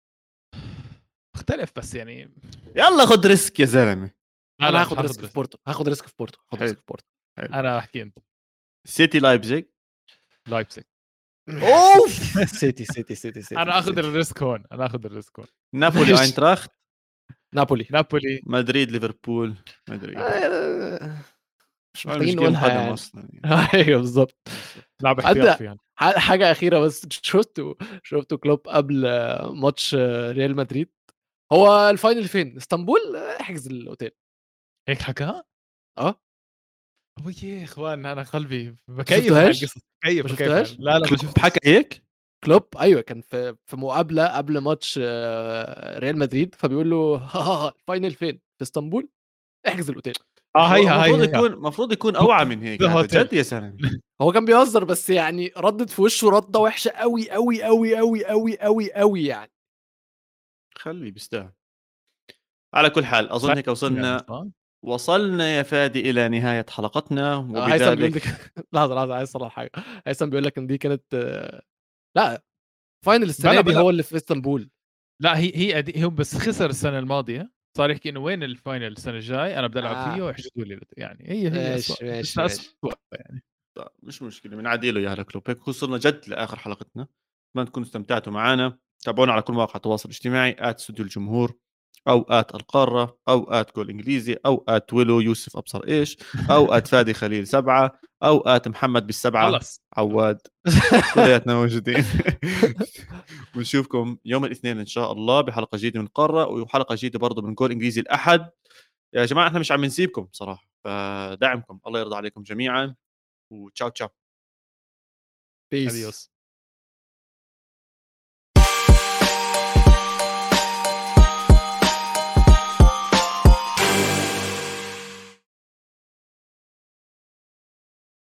Speaker 2: مختلف بس يعني.
Speaker 1: يلا خد ريسك يا زلمه.
Speaker 2: لا
Speaker 3: انا
Speaker 2: لا مش
Speaker 3: هاخد ريسك في بورتو، هاخد ريسك في بورتو، هاخد
Speaker 1: حلو.
Speaker 3: ريسك في بورتو.
Speaker 2: انا احكي انت.
Speaker 1: سيتي لايبزيج.
Speaker 2: لايبزيج.
Speaker 1: اوف.
Speaker 3: سيتي سيتي سيتي سيتي
Speaker 2: انا اخذ
Speaker 3: سيتي.
Speaker 2: الريسك هون، انا اخذ الريسك هون.
Speaker 1: نابولي اينتراخت.
Speaker 3: نابولي.
Speaker 2: نابولي.
Speaker 1: مدريد ليفربول. مدريد
Speaker 3: آه، مش
Speaker 1: مش
Speaker 3: محتاجين
Speaker 1: جيم
Speaker 3: نقولها
Speaker 1: قدم
Speaker 3: يعني.
Speaker 1: اصلا يعني.
Speaker 3: ايوه بالظبط.
Speaker 2: لعب
Speaker 3: عندنا
Speaker 2: احتياطي يعني.
Speaker 3: ح- حاجه اخيره بس، شفتوا شفتوا كلوب قبل آه، ماتش آه، ريال مدريد؟ هو الفاينل فين؟ اسطنبول؟ آه، احجز الاوتيل.
Speaker 2: هيك حكى.
Speaker 3: اه
Speaker 2: هو يا اخوان انا قلبي
Speaker 3: ما
Speaker 2: بكيف على
Speaker 3: شفتوهاش؟
Speaker 2: القصص، بكيف
Speaker 3: ما
Speaker 2: بكيف
Speaker 3: شفتوهاش؟
Speaker 2: على- لا لا ما
Speaker 1: كلوب
Speaker 2: شفت.
Speaker 1: حكى هيك.
Speaker 3: كلوب ايوه كان في في مقابله قبل ماتش آه، ريال مدريد، فبيقول له ها ها ها الفاينل فين؟ في اسطنبول، احجز الاوتيل.
Speaker 2: اه هيها
Speaker 1: المفروض
Speaker 2: هيها
Speaker 1: يكون المفروض يكون اوعى من هيك. هذا
Speaker 2: هوتيل.
Speaker 1: جد يا زلمه.
Speaker 3: هو كان بيهزر بس يعني ردت في وشه رده وحشه قوي قوي قوي قوي قوي قوي قوي يعني.
Speaker 1: خليه بيستاهل. على كل حال اظن هيك
Speaker 2: يعني
Speaker 1: وصلنا
Speaker 2: صح؟
Speaker 1: وصلنا يا فادي إلى نهاية حلقتنا،
Speaker 3: آه، هيثم بيقول
Speaker 1: وبذلك
Speaker 3: لك لحظه لحظه عايز اصلح حاجه. هيثم بيقول لك ان دي كانت آه، لا فاينل السنه
Speaker 2: بلا
Speaker 3: دي
Speaker 2: بلا
Speaker 3: هو اللي في اسطنبول.
Speaker 2: لا هي هي أدي- هو بس خسر السنه الماضيه، صار يحكي انه وين الفاينل السنه الجاي انا بدي العب
Speaker 3: آه.
Speaker 2: فيه واحجزوا لي، يعني هي هي اسوء
Speaker 3: ماشي ماشي
Speaker 2: لسه
Speaker 3: ماشي.
Speaker 2: اسوء يعني.
Speaker 1: طيب، مش مشكلة، بنعدي له يا كلوب. هيك وصلنا جد لآخر حلقتنا. أتمنى تكونوا استمتعتوا معنا. تابعونا على كل مواقع التواصل الاجتماعي آت استوديو الجمهور، أو آت القارة، أو آت جول إنجليزي، أو آت ويلو يوسف أبصر إيش، أو آت فادي خليل سبعة، أو آت محمد بالسبعة
Speaker 2: خلص
Speaker 1: عواد. كلياتنا موجودين. ونشوفكم يوم الاثنين إن شاء الله بحلقة جديدة من القارة، وحلقة جديدة برضه من جول إنجليزي الأحد. يا جماعة احنا مش عم نسيبكم صراحة، فدعمكم الله يرضى عليكم جميعا. وتشاو تشاو.
Speaker 3: بيس.
Speaker 2: اديوس.